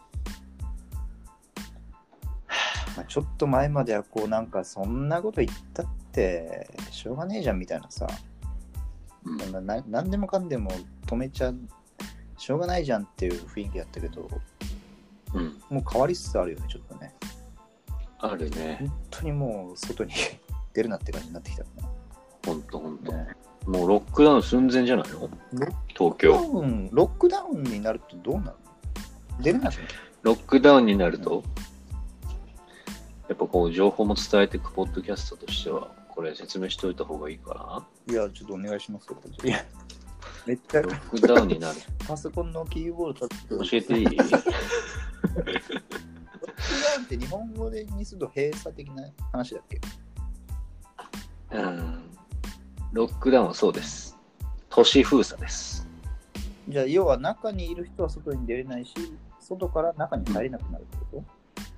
Speaker 1: まあ、ちょっと前まではこうなんかそんなこと言ったってしょうがねえじゃんみたいなさ、うん、なな何でもかんでも止めちゃしょうがないじゃんっていう雰囲気やったけど、うん、もう変わりつつあるよねちょっとね。
Speaker 2: あるね。
Speaker 1: 本当にもう外に出るなって感じになってきたね。
Speaker 2: ほんとほんと、ね、もうロックダウン寸前じゃないの東京。ロックダウン、
Speaker 1: ロックダウンになるとどうなるの？出れなくなる？
Speaker 2: ロックダウンになると、うん、やっぱこう情報も伝えていくポッドキャストとしてはこれ説明しておいた方がいいか
Speaker 1: な。いやちょっとお願いしますよ。いやめっちゃ
Speaker 2: ロックダウンになる。
Speaker 1: パソコンのキーボード
Speaker 2: 教えていい？ロックダ
Speaker 1: ウンって日本語でにすると閉鎖的な話だっけ？
Speaker 2: うん。ロックダウンはそうです。都市封鎖です。
Speaker 1: じゃあ要は中にいる人は外に出れないし、外から中に入れなくなるってこと？うん、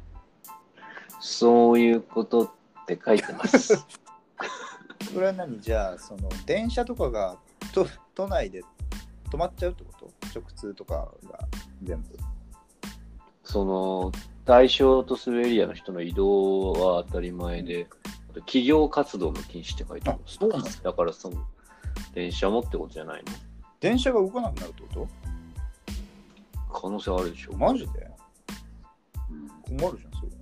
Speaker 2: そういうことって書いてます。
Speaker 1: これは何？じゃあその電車とかが都、都内で止まっちゃうってこと？直通とかが全部。そ
Speaker 2: の対象とするエリアの人の移動は当たり前で、企業活動も禁止って書いてある。
Speaker 1: そうなんです。
Speaker 2: だからその電車もってことじゃないの？
Speaker 1: 電車が動かなくなるってこと？
Speaker 2: 可能性あるでしょ。
Speaker 1: マジで？うん、困るじゃんそれ。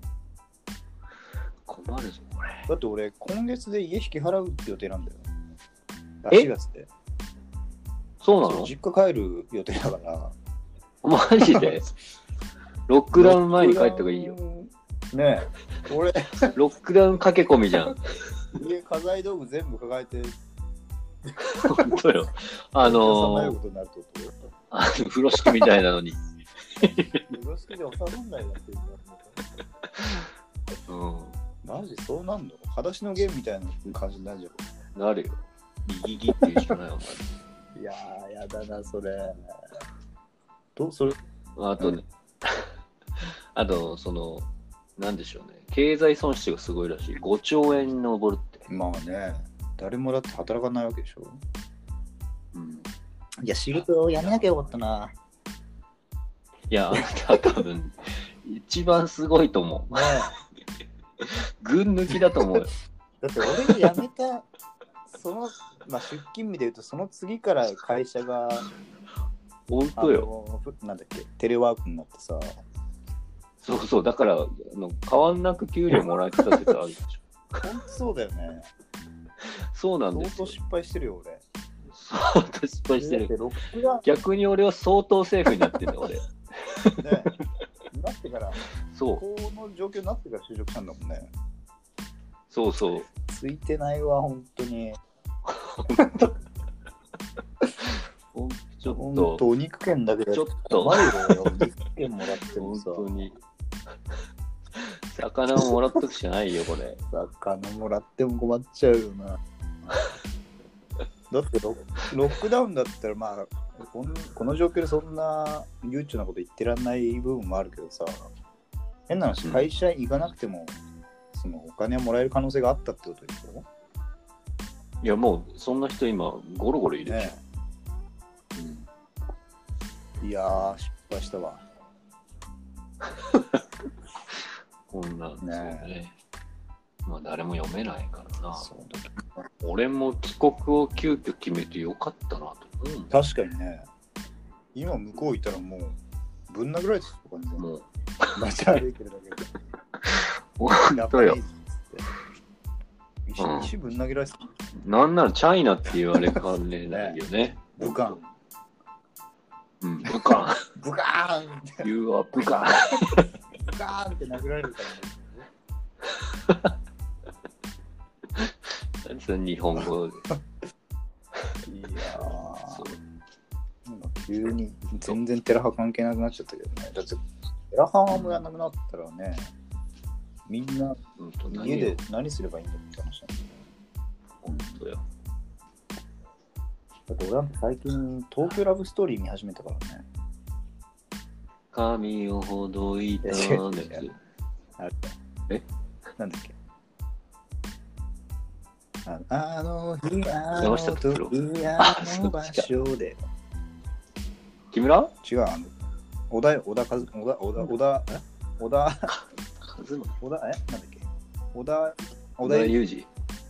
Speaker 2: 困るぞこれ。
Speaker 1: だって俺今月で家引き払うって予定なんだよ。しがつで。
Speaker 2: そうなの？
Speaker 1: 実家帰る予定だから。
Speaker 2: マジで？ロックダウン前に帰った方がいいよ。
Speaker 1: ねえ、俺
Speaker 2: ロックダウン駆け込みじゃん。
Speaker 1: 家家財道具全部抱えて。
Speaker 2: 本当よ。あのー、あの風呂敷みたいなのに。
Speaker 1: 風呂敷で収まんないなって言う。うん。マジそうなんの？裸足のゲームみたいな感じになるじゃん。
Speaker 2: なるよ。ギギギって言うしかないわ。
Speaker 1: いやー、やだな、それ。どそれ
Speaker 2: あとね、あと、その、なんでしょうね。経済損失がすごいらしい。ごちょうえんに上るって。
Speaker 1: まあね、誰もだって働かないわけでしょ。うん。いや、仕事を辞めなきゃよかったな。
Speaker 2: いや、あなた多分、一番すごいと思う。ね群抜きだと思うよ。
Speaker 1: だって俺が辞めた、その、まあ、出勤日で言うと、その次から会社が、
Speaker 2: 本当よ。
Speaker 1: なんだっけ、テレワークになってさ。
Speaker 2: そうそう、だからあの変わんなく給料もらえてた説あるでしょ。
Speaker 1: 本当そうだよね。
Speaker 2: そうなんですよ。
Speaker 1: 相当失敗してるよ、俺。
Speaker 2: 相当失敗してる。逆に俺は相当セーフになってるんだ、俺。ね
Speaker 1: なってから、
Speaker 2: そう。
Speaker 1: この状況になってから就職したんだもんね。
Speaker 2: そうそう。
Speaker 1: ついてないわ、本当に。
Speaker 2: ちょっと、
Speaker 1: ほんとお肉券だけで
Speaker 2: ちょっと
Speaker 1: 困るよ、お肉券もらってもさ。
Speaker 2: 本当に。魚ももらっとくしかないよ、これ。
Speaker 1: 魚もらっても困っちゃうよな。だってロ、ロックダウンだったら、まあこの、この状況でそんな悠長なこと言ってらんない部分もあるけどさ、変な話、うん、会社行かなくても、そのお金をもらえる可能性があったってことでしょ？
Speaker 2: いや、もう、そんな人今、ゴロゴロいるでしょ。ね
Speaker 1: うん、いやー、失敗したわ。
Speaker 2: こんな、ね、そうね。まあ、誰も読めないからな。そうだね、俺も帰国を急遽決めてよかったなと思う。
Speaker 1: 確かにね。今向こういたらもう、ぶん殴られてたとかね。もう、街歩いてるだけで。
Speaker 2: 本当よ。
Speaker 1: 石、石ぶん投げられてた。
Speaker 2: なんならチャイナって言われかねないよね。
Speaker 1: 武漢。
Speaker 2: うん、武漢。
Speaker 1: ブカーンって。
Speaker 2: 言うわ、武漢。
Speaker 1: ブカーンって殴られるから
Speaker 2: ね。何それ日本語で。
Speaker 1: いやー。 急に全然テラハ関係なくなっちゃったけどね。だってテラハもやんなくなったらね、みんな家で何すればいいんだって話なんだよね。
Speaker 2: 本当よ。
Speaker 1: だって俺なんか最近東京ラブストーリー見始めたからね。
Speaker 2: 髪をほどいたやつ。
Speaker 1: あれ
Speaker 2: え
Speaker 1: なんだっけああの日あの
Speaker 2: 山下達郎
Speaker 1: 時あの場所で
Speaker 2: 木村
Speaker 1: 違うあの小田小田和小田小田小田え小田小田えなんだっけ小田
Speaker 2: 小田裕二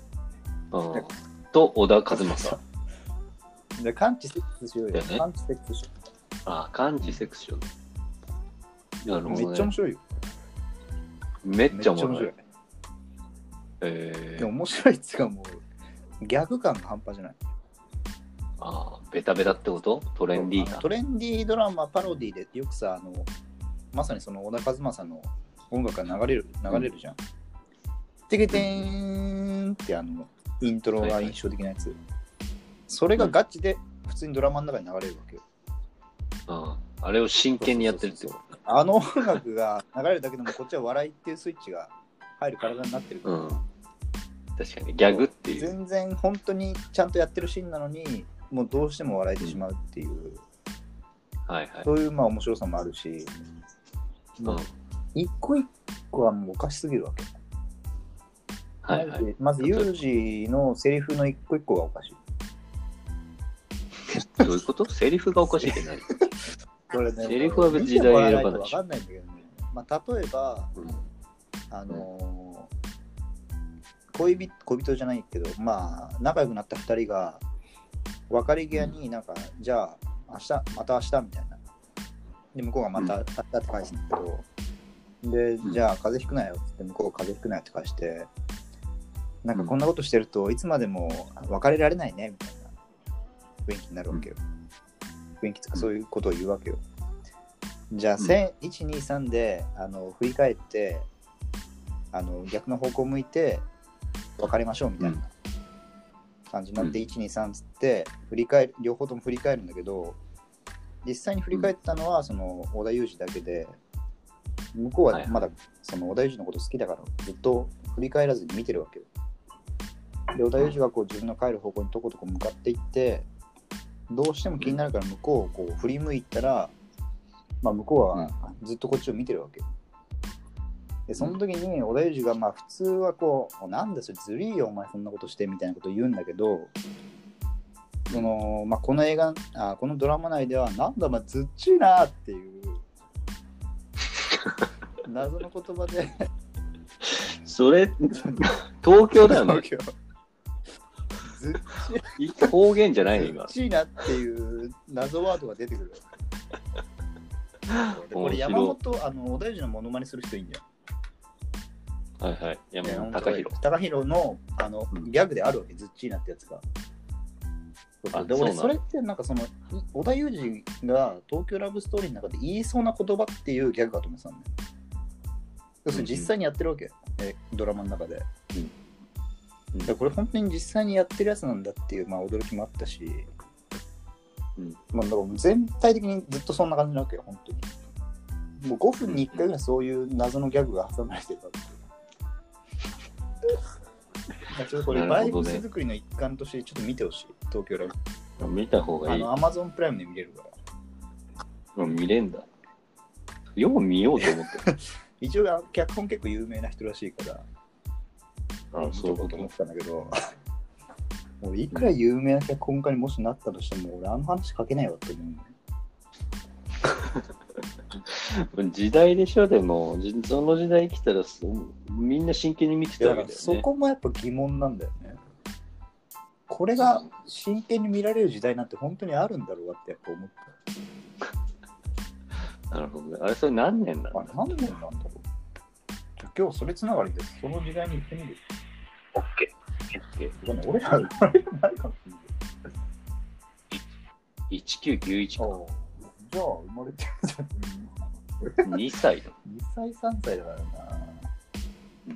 Speaker 2: と小田和正
Speaker 1: でカンチセックスしようよ、
Speaker 2: ね、
Speaker 1: カンチセックスしよう
Speaker 2: ああカンチセックスしようなるほど、ね、
Speaker 1: めっちゃ面白いよ
Speaker 2: めっちゃ面白い。
Speaker 1: 白い
Speaker 2: えー、
Speaker 1: でも面白いっつうかもうギャグ感が半端じゃない。
Speaker 2: ああ、ベタベタってこと？トレンディーな。
Speaker 1: トレンディードラマパロディでよくさ、あのまさにその小田和正の音楽が流れる流れるじゃん。てけてーんってあのイントロが印象的なやつ。はいはい、それがガチで普通にドラマの中に流れるわけよ。
Speaker 2: ああ、あれを真剣にやってるってこと？
Speaker 1: あの音楽が流れるだけでもこっちは笑いっていうスイッチが入る体になってるから、うん、
Speaker 2: 確かにギャグっていう
Speaker 1: 全然本当にちゃんとやってるシーンなのにもうどうしても笑えてしまうっていう、うん、
Speaker 2: はいはい、
Speaker 1: そういうまあ面白さもあるし、うん、一個一個はもうおかしすぎるわけ、はいはい、まずユージのセリフの一個一個がおかしい。
Speaker 2: どういうこと？セリフがおかしいって何？
Speaker 1: これね、
Speaker 2: セリフは別に時代選ばない
Speaker 1: し。わかんないんだけどね。まあ、例えば、うん、あのー、恋人、恋人じゃないけど、まあ、仲良くなったふたりが、別れ際になんか、うん、じゃあ、明日、また明日みたいな。で、向こうがまた明日って返すんだけど、うん、で、じゃあ、風邪ひくなよって向こうが風邪ひくなよって返して、なんかこんなことしてるといつまでも別れられないねみたいな雰囲気になるわけよ。雰囲気とかそういうことを言うわけよ。じゃあ、うん、いちにさんであの振り返ってあの逆の方向を向いて別れましょうみたいな感じになって、うん、いちにさんつって振り返る両方とも振り返るんだけど、実際に振り返ったのはその織田裕二だけで、向こうはまだその織田裕二のこと好きだからずっと振り返らずに見てるわけよ。で織田裕二がこう自分の帰る方向にとことこ向かっていって、どうしても気になるから向こうをこう振り向いたら、まあ、向こうはずっとこっちを見てるわけよ。でその時に織田裕二がまあ普通はこうなんだそれずるいよお前そんなことしてみたいなことを言うんだけど、その、まあ、この映画あこのドラマ内ではなんだお前ずっちいなっていう謎の言葉で
Speaker 2: それ東京だよね。東京
Speaker 1: ずっ
Speaker 2: ち方言じゃないの今。
Speaker 1: ずっちいなっていう謎ワードが出てくる。これ山本あの織田裕二のモノマネする人いいんだよ。
Speaker 2: はいはい。山本貴弘。
Speaker 1: 貴弘のあの、うん、ギャグであるわけ、ずっちいなってやつが。そうで俺それってなんかその織田裕二が東京ラブストーリーの中で言いそうな言葉っていうギャグかと思ってたんだよ。要するに実際にやってるわけ、うん、えドラマの中で。うんだからこれ本当に実際にやってるやつなんだっていう、まあ、驚きもあったし、うんまあ、だから全体的にずっとそんな感じなわけよ本当に。もうごふんにいっかいぐらいそういう謎のギャグが挟まれてたっていうちょっとこれバイブス作りの一環としてちょっと見てほしい、東京ラブ。
Speaker 2: 見た方がいい。
Speaker 1: あの Amazon プライムで見れるから。
Speaker 2: 見れんだ。よう見ようと思って
Speaker 1: 一応脚本結構有名な人らしいから
Speaker 2: ああそういうこと
Speaker 1: 思ったんだけどもういくら有名な脚本家にもしなったとしても、俺あの話書けないわって思
Speaker 2: う、ね、時代でしょ。でもその時代来たらみんな真剣に見てたわけだよね。
Speaker 1: そこもやっぱ疑問なんだよね。これが真剣に見られる時代なんて本当にあるんだろうわってやっぱ思った
Speaker 2: なるほどね。あれそれ何年なの？
Speaker 1: あ何年なんだろう。今日それつながりでその時代に行ってみる。
Speaker 2: オッケー。
Speaker 1: 俺ら生まれてないかもしれない。
Speaker 2: いちきゅうきゅういちか。
Speaker 1: じゃあ生まれてるじゃん。
Speaker 2: にさいだ。
Speaker 1: にさいさんさいだからな。うん。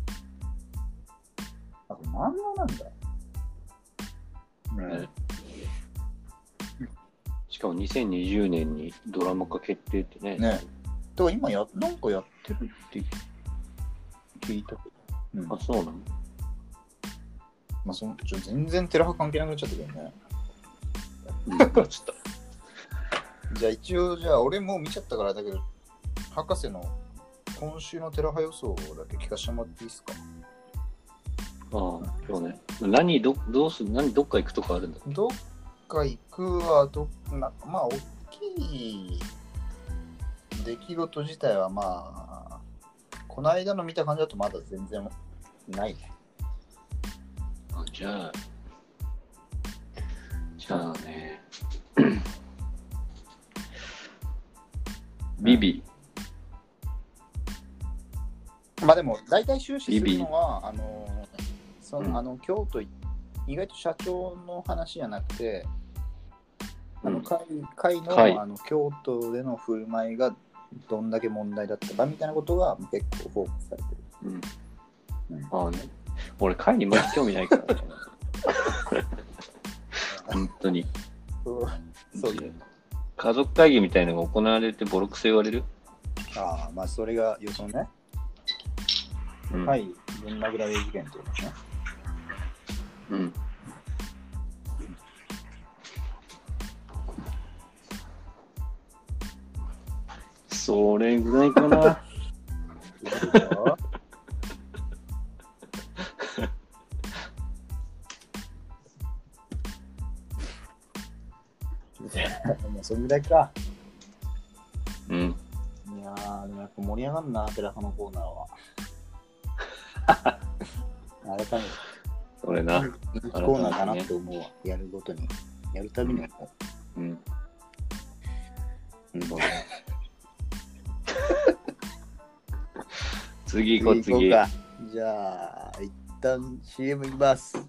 Speaker 1: あと漫画なんだ。
Speaker 2: ね。しかもにせんにじゅうねんにドラマ化決定ってね。
Speaker 1: ね。だから今や、なんかやってるって聞いた。うん、
Speaker 2: あ、そうなの？
Speaker 1: まあそのちょ全然テラハ関係なくなっちゃったけどね。
Speaker 2: うん、ちょっと。
Speaker 1: じゃあ一応、じゃあ俺もう見ちゃったからだけど、博士の今週のテラハ予想だけ聞かせてもらっていいですか？
Speaker 2: ああ、そうね。何、ど、どうする、何、どっか行くとかあるんだっけ？
Speaker 1: どっか行くはど、なまあ、大きい出来事自体はまあ、この間の見た感じだとまだ全然ないね。
Speaker 2: あ、じゃあ、じゃあね、ビビ。
Speaker 1: まあでも、大体終始するのは、あの、その、うん、あの京都、意外と社長の話じゃなくて、あの会、会の、はい、あの京都での振る舞いがどんだけ問題だったかみたいなことが結構フォーカスされてる。
Speaker 2: うん。うん、ああね。俺、会にまず興味ないからね。本当に。
Speaker 1: そうそういう。
Speaker 2: 家族会議みたいなのが行われてボロクソ言われる？
Speaker 1: ああ、まあそれが予想ね。うん、はい、ぶん殴られ事件ってことですね。
Speaker 2: うん。それぐらいかな。
Speaker 1: もうそれぐらいか。
Speaker 2: うん。
Speaker 1: いやー、でもやっぱ盛り上がるな、テラハのコーナーは。改めて。
Speaker 2: それな。
Speaker 1: 人気コーナーかなって思うわ。やるごとに。やるたびに思
Speaker 2: う。うん。
Speaker 1: うん。
Speaker 2: 次行こう、次。
Speaker 1: 次行こうか。じゃあ、一旦 シーエム いきます。はい。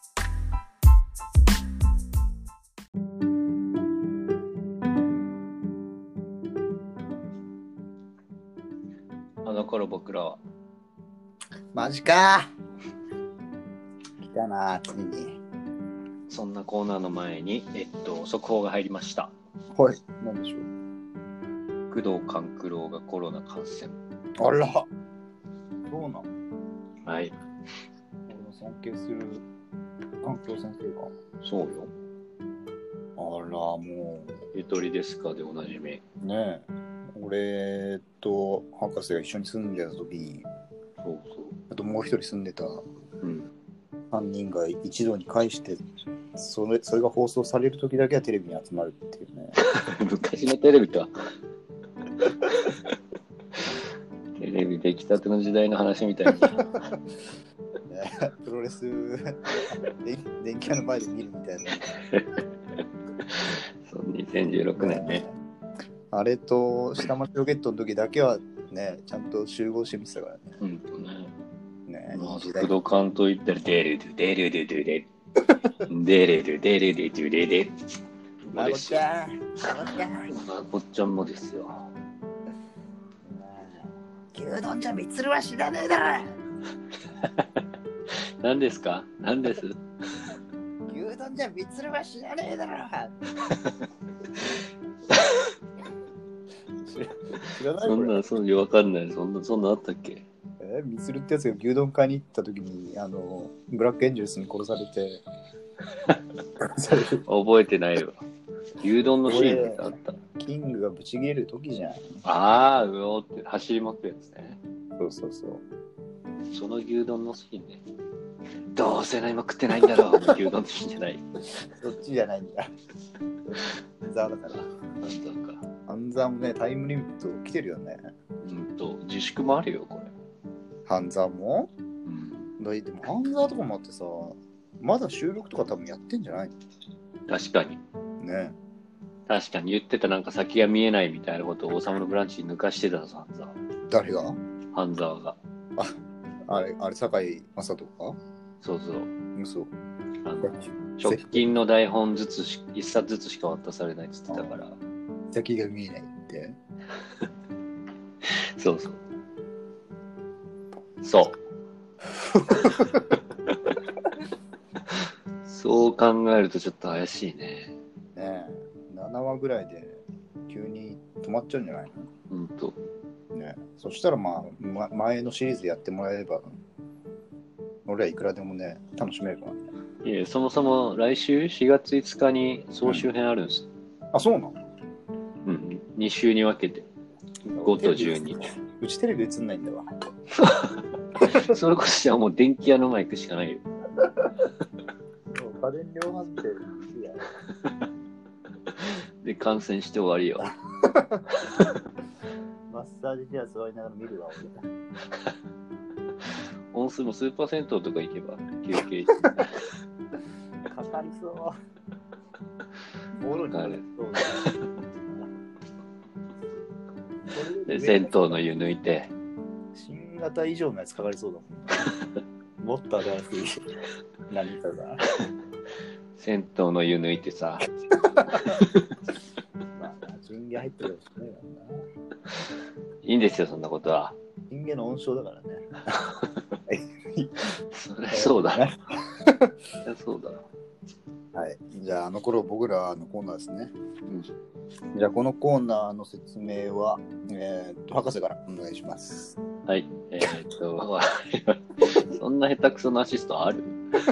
Speaker 2: あの頃僕らは。
Speaker 1: マジか。来たな、ついに。
Speaker 2: そんなコーナーの前に、えっと、速報が入りました。
Speaker 1: はい、なんでしょう。
Speaker 2: 工藤官九郎がコロナ感染。
Speaker 1: あら、そうなの？
Speaker 2: はい。
Speaker 1: 俺の尊敬する官九郎先生が。
Speaker 2: そうよ。
Speaker 1: あら、もう。
Speaker 2: ゆとりですかでおなじみ。
Speaker 1: ねえ。俺と博士が一緒に住んでた時に、
Speaker 2: そうそう。
Speaker 1: あともう一人住んでた
Speaker 2: うん。
Speaker 1: さんにんが一堂に会して、それ、それが放送される時だけはテレビに集まるっていうね。
Speaker 2: 昔のテレビか。テレビ出来たての時代の話みたいな。
Speaker 1: プロレス電気屋の前で見るみたいな。
Speaker 2: そう、にせんじゅうろくねんね。
Speaker 1: あれと下町ロケットの時だけはね、ちゃんと集合して見てたからね。
Speaker 2: うんとね。
Speaker 1: ね、
Speaker 2: まあ、工藤官と言ったらデルドゥデルドゥデルデデルドゥデルドゥデルデ
Speaker 1: まこちゃん、
Speaker 2: まこちゃんもですよ。
Speaker 1: 牛丼じゃみつるは知らねえだろ。
Speaker 2: 何ですか？何です？
Speaker 1: 牛丼じゃみつるは知らねえだろ。知らない？
Speaker 2: そんな、そんなわかんない。そんな、そんなあったっけ？
Speaker 1: えー、ミツルってやつが牛丼買いに行った時にあのブラックエンジェルスに殺されて
Speaker 2: 覚えてないわ。牛丼のシーンってあった？
Speaker 1: キングがブチ切れる時じゃん。
Speaker 2: ああ、うおーって走り回ってやつね。
Speaker 1: そうそうそう。
Speaker 2: その牛丼のシーンね。どうせ何も食ってないんだろう。牛丼のシーンじゃない。
Speaker 1: そっちじゃないんだ。ザーだから。
Speaker 2: なんだか。
Speaker 1: ハンザーもね、タイムリミット来てるよね。
Speaker 2: うんと、自粛もあるよ、これ。
Speaker 1: ハンザーも？
Speaker 2: うん。
Speaker 1: だでもハンザーとかもあってさ、まだ収録とか多分やってんじゃないの？
Speaker 2: 確かに。
Speaker 1: ね。
Speaker 2: 確かに言ってたなんか先が見えないみたいなことを王様のブランチに抜かしてたぞ、ハンザー。
Speaker 1: 誰が？
Speaker 2: ハンザーが。
Speaker 1: あ、あれ、あれ、堺雅人か？
Speaker 2: そうそう。
Speaker 1: 嘘。
Speaker 2: あの、直近の台本ずつし、一冊ずつしか渡されないって言ってたから。
Speaker 1: 先が見えないって。
Speaker 2: そうそう。そう。そう考えるとちょっと怪しいね。
Speaker 1: なわぐらいで急に止まっちゃうんじゃない
Speaker 2: の？うんと。
Speaker 1: ね、そしたらまあ、ま、前のシリーズやってもらえれば、俺はいくらでもね、楽しめるからね。
Speaker 2: いや、そもそも来週しがついつかに総集編あるんです。
Speaker 1: うん、あ、そうなの？
Speaker 2: うん、に週に分けて。ごとじゅうに。
Speaker 1: うちテレビ映んないんだわ。
Speaker 2: それこそじゃあもう電気屋のマイクしかないよ。
Speaker 1: 家電量販店
Speaker 2: で感染して終わりよ。
Speaker 1: マッサージチェア座りながら見るわ俺。
Speaker 2: 音数もスーパー銭湯とか行けば休憩
Speaker 1: かかりそう。おろにかかりそうだ。
Speaker 2: で銭湯の湯抜いて
Speaker 1: 新型以上のやつかかりそうだもん。もっと新しい何かが。
Speaker 2: 銭湯の湯抜いてさ。
Speaker 1: まあ、チンゲ入ってるかもしれないからな。
Speaker 2: いいんですよ、そんなことは。
Speaker 1: チンゲの温床だからね。
Speaker 2: そりゃそうだ。そりゃそうだ。
Speaker 1: はい。じゃあ、あの頃僕らのコーナーですね。うん、じゃあ、このコーナーの説明は、えー、っと、博士からお願いします。
Speaker 2: はい。えー、っと、そんな下手くそなアシストある？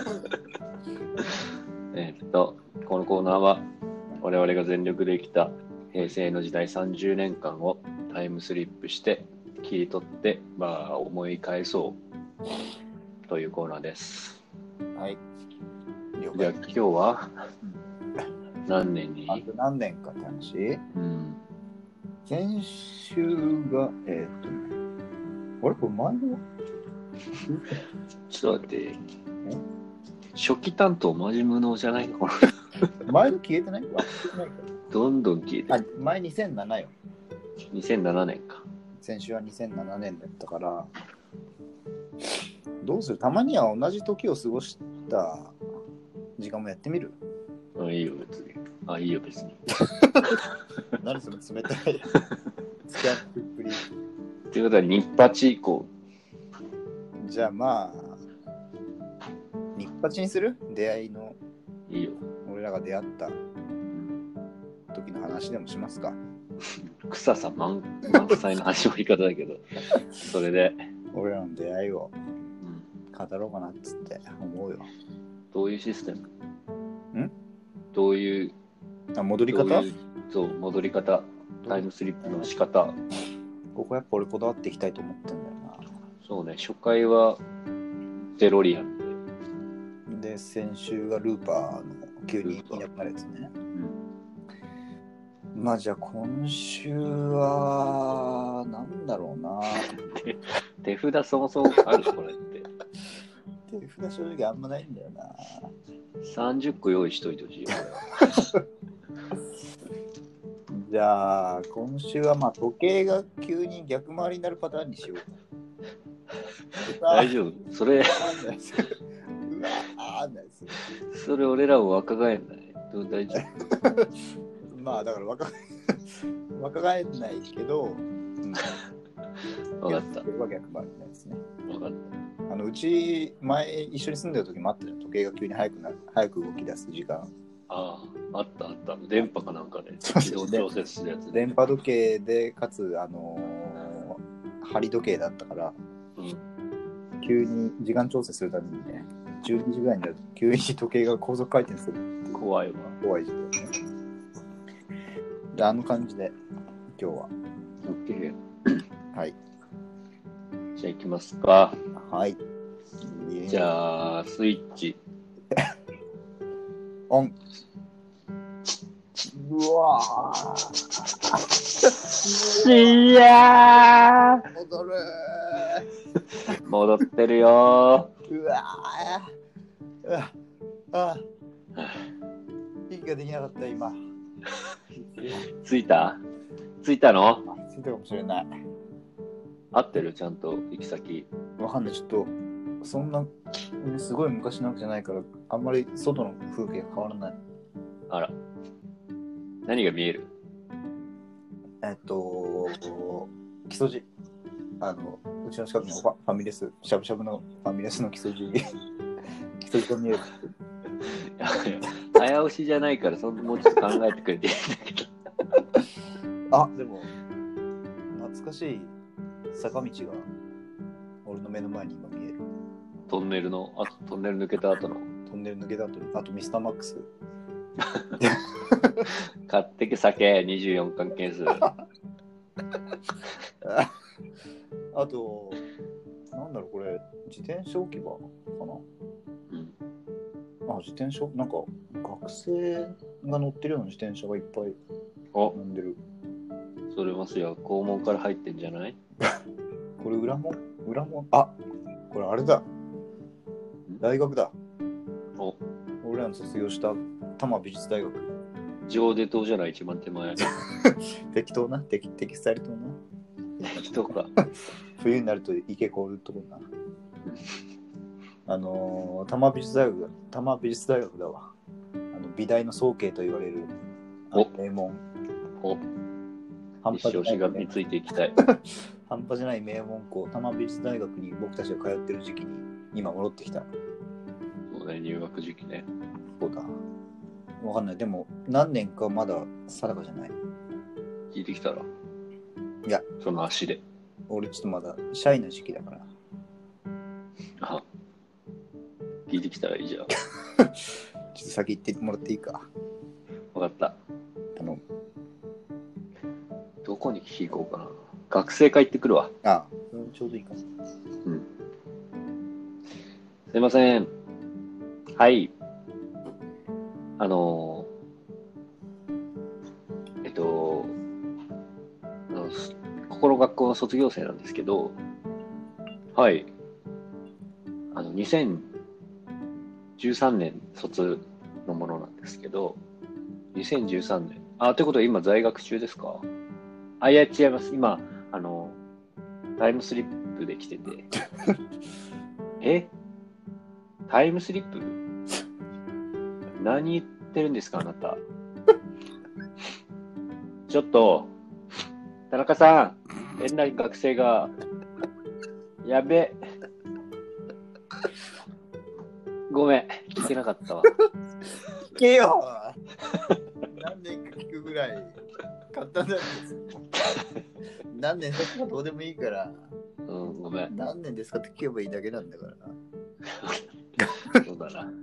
Speaker 2: えっと、このコーナーは我々が全力で生きた平成の時代さんじゅうねんかんをタイムスリップして切り取って、まあ、思い返そうというコーナーです。
Speaker 1: はい。
Speaker 2: じゃあ今日は何年に？
Speaker 1: あと何年かって話？
Speaker 2: うん。
Speaker 1: 先週が、えー、っとね、あれこれ前の
Speaker 2: ちょっと待って。初期担当マジ無能じゃないの？
Speaker 1: 前の消えてない？
Speaker 2: どんどん消えてる。
Speaker 1: あ、前にせんななよ。
Speaker 2: にせんななねんか。
Speaker 1: 先週はにせんななねんだったから、どうする？たまには同じ時を過ごした時間もやってみる？
Speaker 2: あ、いいよ別に。あ、いいよ別に。
Speaker 1: 何その冷たいスキャンプっぷり。
Speaker 2: ということは日八以降。
Speaker 1: じゃあまあ日八にする？出会いの。
Speaker 2: いいよ。
Speaker 1: 俺らが出会った時の話でもしますか？
Speaker 2: 臭さ満満載の始まり方だけど、それで
Speaker 1: 俺らの出会いを語ろうかなっつって思うよ。
Speaker 2: どういうシステム？
Speaker 1: ん？
Speaker 2: どういう
Speaker 1: あ戻り方？
Speaker 2: どういうそう戻り方、タイムスリップの仕方。
Speaker 1: ここやっぱ俺こだわっていきたいと思ってんだよな。
Speaker 2: そうね、初回はデロリアン
Speaker 1: で、で先週がルーパーの急にいなくなるやつね。うん、まあじゃあ今週はなんだろうな。
Speaker 2: 手札そもそもあるこれって。
Speaker 1: 手札正直あんまないんだよな。
Speaker 2: さんじゅっこ用意しといてほしいよ。
Speaker 1: じゃあ今週はまあ時計が急に逆回りになるパターンにしよう。
Speaker 2: 大丈夫？それうわ
Speaker 1: あんない
Speaker 2: それ俺らを若返んない？どう大丈夫？
Speaker 1: まあだから若若返んないけど、うん、
Speaker 2: 分かった。
Speaker 1: 時計は逆回りないですね。
Speaker 2: 分かった。
Speaker 1: あのうち前一緒に住んでる時もあったじゃん。時計が急に早くなる早く動き出す時間。
Speaker 2: ああ、あったあった。電波かなんかで自動調節するやつ、ね。
Speaker 1: 電波時計でかつあのー、針時計だったから、うん、急に時間調整するためにね、じゅうにじぐらいになると急に時計が高速回転するっていう
Speaker 2: 怖いわ。
Speaker 1: 怖い時間ね。であの感じで今日は。
Speaker 2: OK。
Speaker 1: はい。
Speaker 2: じゃあ行きますか。
Speaker 1: はい。
Speaker 2: じゃあスイッチ。
Speaker 1: オン。うわー。
Speaker 2: いやー。
Speaker 1: 戻る
Speaker 2: ー。戻ってるよ
Speaker 1: ー。うわー。うわあ。息ができなかった今。
Speaker 2: ついた？ついたの？
Speaker 1: ついたかもしれない。
Speaker 2: 合ってる？ちゃんと行き先。
Speaker 1: わかんない。ちょっとそんなすごい昔のわけじゃないからあんまり外の風景が変わらない。
Speaker 2: あら。何が見える？
Speaker 1: えっと木曽路。あのうちの近くのファ、ファミレス、しゃぶしゃぶのファミレスの木曽路木曽路が見える。
Speaker 2: 早押しじゃないからそんもうちょっと考えてくれていいんだけど。
Speaker 1: あ、でも懐かしい坂道が俺の目の前に今見える。
Speaker 2: トンネルのあトンネル抜けた後の
Speaker 1: トンネル抜けた後に、あとミスターマックス。
Speaker 2: 買ってけ酒にじゅうよんかん件数。
Speaker 1: あとなんだろうこれ自転車置き場かな。
Speaker 2: うん。
Speaker 1: あ、自転車なんか学生が乗ってるような自転車がいっぱい
Speaker 2: お
Speaker 1: 乗んでる。
Speaker 2: それますよ校門から入ってんじゃない？
Speaker 1: これ裏門裏門あこれあれだ大学だ。
Speaker 2: お
Speaker 1: 俺らの卒業した多摩美術大学。
Speaker 2: 上出島じゃない一番手前。
Speaker 1: 適当な適適スタイルとな。
Speaker 2: 適当か。
Speaker 1: 冬になると池凍るとこな。あのー、多摩美術大学だ。多摩美術大学だわ。あの美大の総慶と言われる
Speaker 2: お
Speaker 1: 名門。
Speaker 2: お
Speaker 1: 半端じゃない、
Speaker 2: 一生しがみついていきたい。
Speaker 1: 半端じゃない名門校、多摩美術大学に僕たちが通ってる時期に今戻ってきた。
Speaker 2: そうね、入学時期ね。
Speaker 1: そうだ。わかんない。でも何年かまだ定かじゃない。
Speaker 2: 聞いてきたら。
Speaker 1: いや、
Speaker 2: その足で。
Speaker 1: 俺ちょっとまだシャイな時期だから。
Speaker 2: あ、聞いてきたらいいじゃん。
Speaker 1: ちょっと先行ってもらっていいか。
Speaker 2: わかった。
Speaker 1: 頼む。
Speaker 2: どこに聞こうかな。学生会行ってくるわ。
Speaker 1: ああ、ちょうどいいかな。
Speaker 2: うん。すいません。はい。あのー、えっと、あの心学校の卒業生なんですけど、はい。あの、にせんじゅうさんねん卒のものなんですけど、にせんじゅうさんねん。あ、ってことは今在学中ですか？あ、いや、違います。今、あの、タイムスリップで来てて。え？タイムスリップ？何言ってるんですか、あなた。ちょっと、田中さん、変な学生が、やべ。ごめん、聞けなかったわ。
Speaker 1: 聞けよ何年か聞くぐらい簡単なんです。何年経つかどうでもいいから。
Speaker 2: うん、ごめん。
Speaker 1: 何年ですかって聞けばいいだけなんだからな。
Speaker 2: そうだな。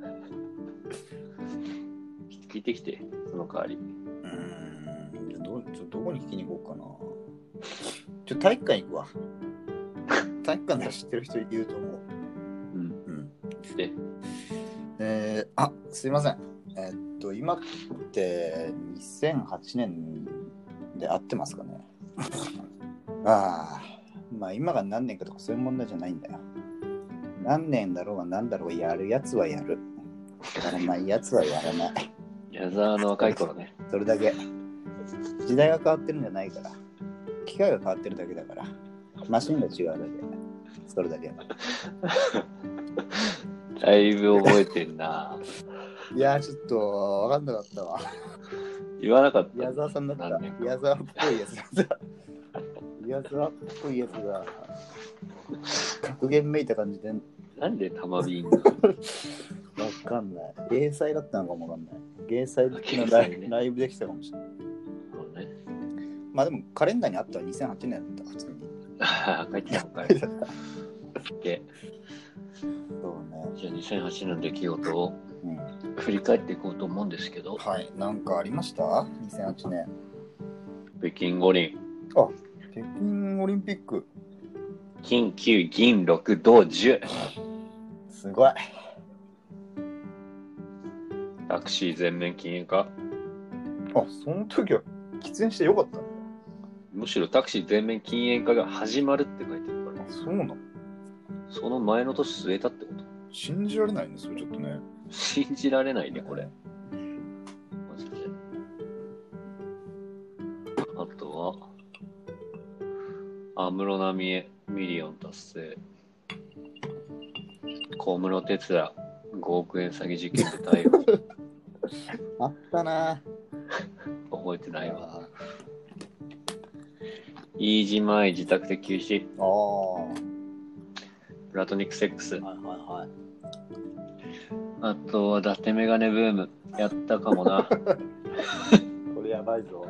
Speaker 2: 聞いてきて、その代わり。
Speaker 1: うーん、じゃあど、ちょどこに聞きに行こうかな。ちょ体育館行くわ。体育館で知ってる人いると思う。
Speaker 2: うん。
Speaker 1: うん。
Speaker 2: で、
Speaker 1: えー、あ、すいません。えー、っと、今ってにせんはちねんで合ってますかね。ああ、まあ今が何年かとかそういう問題じゃないんだよ。何年だろうが何だろうがやるやつはやる。やらないやつはやらない。
Speaker 2: 矢沢の若い頃ね。
Speaker 1: それだけ。時代が変わってるんじゃないから。機械が変わってるだけだから。マシンが違うだけ。それだけ。
Speaker 2: だいぶ覚えてんな。
Speaker 1: いやーちょっと分かんなかったわ。
Speaker 2: 言わなかった。
Speaker 1: 矢沢さんだった。
Speaker 2: 何年か
Speaker 1: 矢沢っぽいやつだった。矢沢っぽいやつが格言めいた感じで。
Speaker 2: なんでタマビンが
Speaker 1: わかんない。芸祭だったのかもわかんない。芸祭のライブ、ね、ライブできたかもしれない。
Speaker 2: そうね。
Speaker 1: まあでもカレンダーにあったらにせんはちねんだった普通に。
Speaker 2: 書いてたのかい。で、
Speaker 1: そうね。
Speaker 2: じゃあにせんはちねんの出来事を
Speaker 1: うん
Speaker 2: 振り返っていこうと思うんですけど。
Speaker 1: はい。なんかありました？にせんはちねん。
Speaker 2: 北京五輪。
Speaker 1: あ、北京オリンピック。
Speaker 2: 金きゅう、銀ろく、銅じゅう。
Speaker 1: すごい。
Speaker 2: タクシー全面禁煙か。
Speaker 1: あ、その時は喫煙してよかったの？
Speaker 2: むしろタクシー全面禁煙化が始まるって書いてるから。
Speaker 1: そうなの？そ
Speaker 2: の前の年据えたってこと？
Speaker 1: 信じられないね、それちょっとね。
Speaker 2: 信じられないね、これ。マジで。あとは、安室奈美恵ミリオン達成。小室哲哉ごおくえん詐欺事件で逮捕。
Speaker 1: あったな。
Speaker 2: 覚えてないわ。飯島愛自宅で休止。
Speaker 1: ああ。
Speaker 2: プラトニックセックス。
Speaker 1: はいはいはい。
Speaker 2: あとは、伊達メガネブーム。 やったかもな。
Speaker 1: これやばいぞ。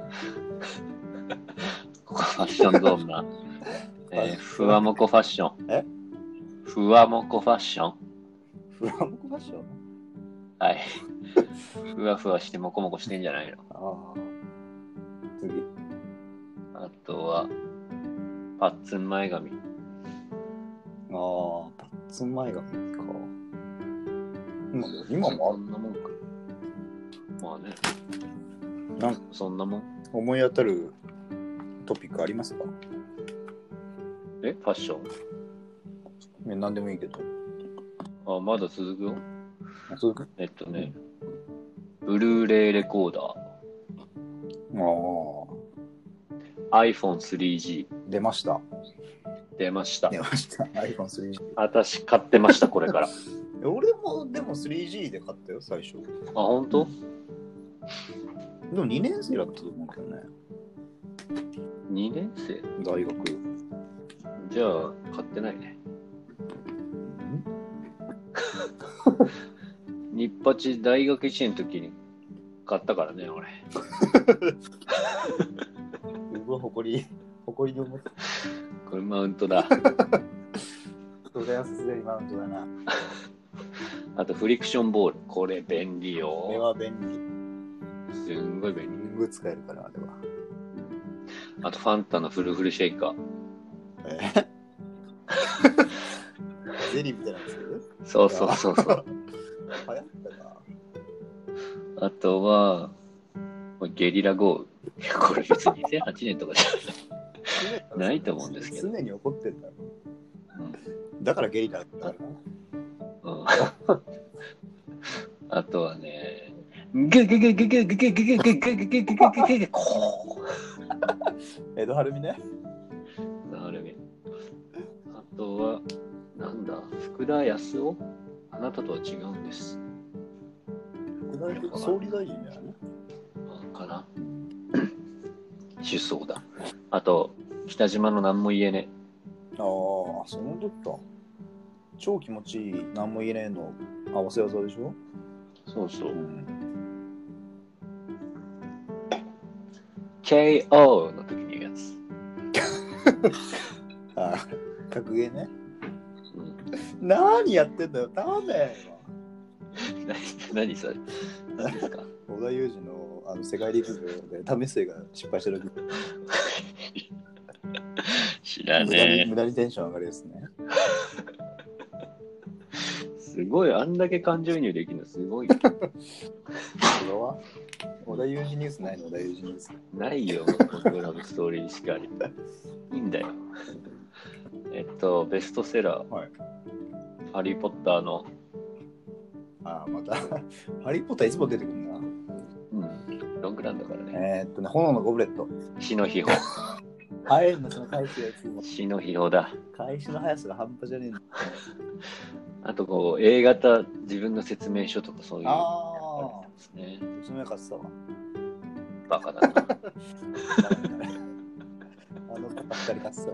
Speaker 2: ここファッションゾーンな。えー、ふわもこファッション。
Speaker 1: え
Speaker 2: ふわもこファッション。
Speaker 1: ふわもこファッション
Speaker 2: はい。ふわふわしてもこもこしてんじゃないの。
Speaker 1: ああ。次。
Speaker 2: あとは、パッツン前髪。
Speaker 1: ああ、パッツン前髪か。今も今も
Speaker 2: そんなもんか。まあね。
Speaker 1: なんか
Speaker 2: そんなもん。
Speaker 1: 思い当たるトピックありますか？
Speaker 2: え、ファッション？
Speaker 1: え、何でもいいけど。
Speaker 2: あ、まだ続くよ。
Speaker 1: あ、続く？
Speaker 2: えっとね、ブルーレイレコーダー。
Speaker 1: ああ。
Speaker 2: アイフォンスリージー。
Speaker 1: 出ました。
Speaker 2: 出ました。
Speaker 1: 出ました。アイフォンスリージー。
Speaker 2: 私買ってました、これから。
Speaker 1: 俺もでも スリージー で買ったよ、最初。
Speaker 2: あ、ほんと？
Speaker 1: でもにねん生だったと思うけどね。
Speaker 2: にねん生？
Speaker 1: 大学。
Speaker 2: じゃあ、買ってないね。日八大学いちねんの時に買ったからね、俺。
Speaker 1: うわ、誇り、誇りに思って。
Speaker 2: これマウントだ。
Speaker 1: それはすでにマウントだな。
Speaker 2: あと、フリクションボール。これ便利よ。
Speaker 1: これは便利。
Speaker 2: すんごい便利。
Speaker 1: すぐ使えるから、あれは。
Speaker 2: あと、ファンタのフルフルシェイカー。
Speaker 1: えゼリーみたいなやつ？
Speaker 2: そうそうそうそう。
Speaker 1: 流行ったな。
Speaker 2: あとは、ゲリラ豪雨。これ別ににせんはちねんとかじゃないと思うんですけど。
Speaker 1: 常に起こってんだろ。
Speaker 2: うん、
Speaker 1: だからゲリラだからな。
Speaker 2: うん、あとはね、ゲゲゲゲゲゲゲゲゲゲゲゲゲゲゲゲコ
Speaker 1: 江戸晴美ね。
Speaker 2: なるみ。あとは、なんだ、福田康夫？あなたとは違うんです。
Speaker 1: 総理大臣だよね。
Speaker 2: かな。首相だ。あと、北島の何も言えね
Speaker 1: ああ、その時か。超気持ちいい、何も言えねえの合わせ技でしょ？
Speaker 2: そうそう。
Speaker 1: うん、
Speaker 2: ケーオー の時に言うやつ。
Speaker 1: ああ、格ゲーね。
Speaker 2: うん、
Speaker 1: 何やってんだよ、ダメ
Speaker 2: 何それ？何ですか？
Speaker 1: 織田裕二のあの世界陸上で為末が失敗した時
Speaker 2: 知らねえ。
Speaker 1: 無駄にテンション上がるやつね。
Speaker 2: すごい、あんだけ感情移入できるのすごい。
Speaker 1: これは織田裕二ニュースないの？織田裕二ニュース
Speaker 2: ないよ、僕らのストーリーしかり。いいんだよ。えっと、ベストセラー。
Speaker 1: はい、
Speaker 2: ハリー・ポッターの。
Speaker 1: ああ、また、ハリー・ポッターいつも出てくるな。
Speaker 2: うん、ロングランだからね。
Speaker 1: えー、っとね、炎のゴブレット。
Speaker 2: 死の秘宝。
Speaker 1: 早いの、その返すやつも。
Speaker 2: 死の秘宝だ。
Speaker 1: 返しの速さが半端じゃねえんだ。
Speaker 2: あと、こう、A 型自分の説明書とかそういう。
Speaker 1: ああ、
Speaker 2: ですね。
Speaker 1: うちの親買ってたわ。
Speaker 2: バカだな。
Speaker 1: あのパパ二人買ってたわ。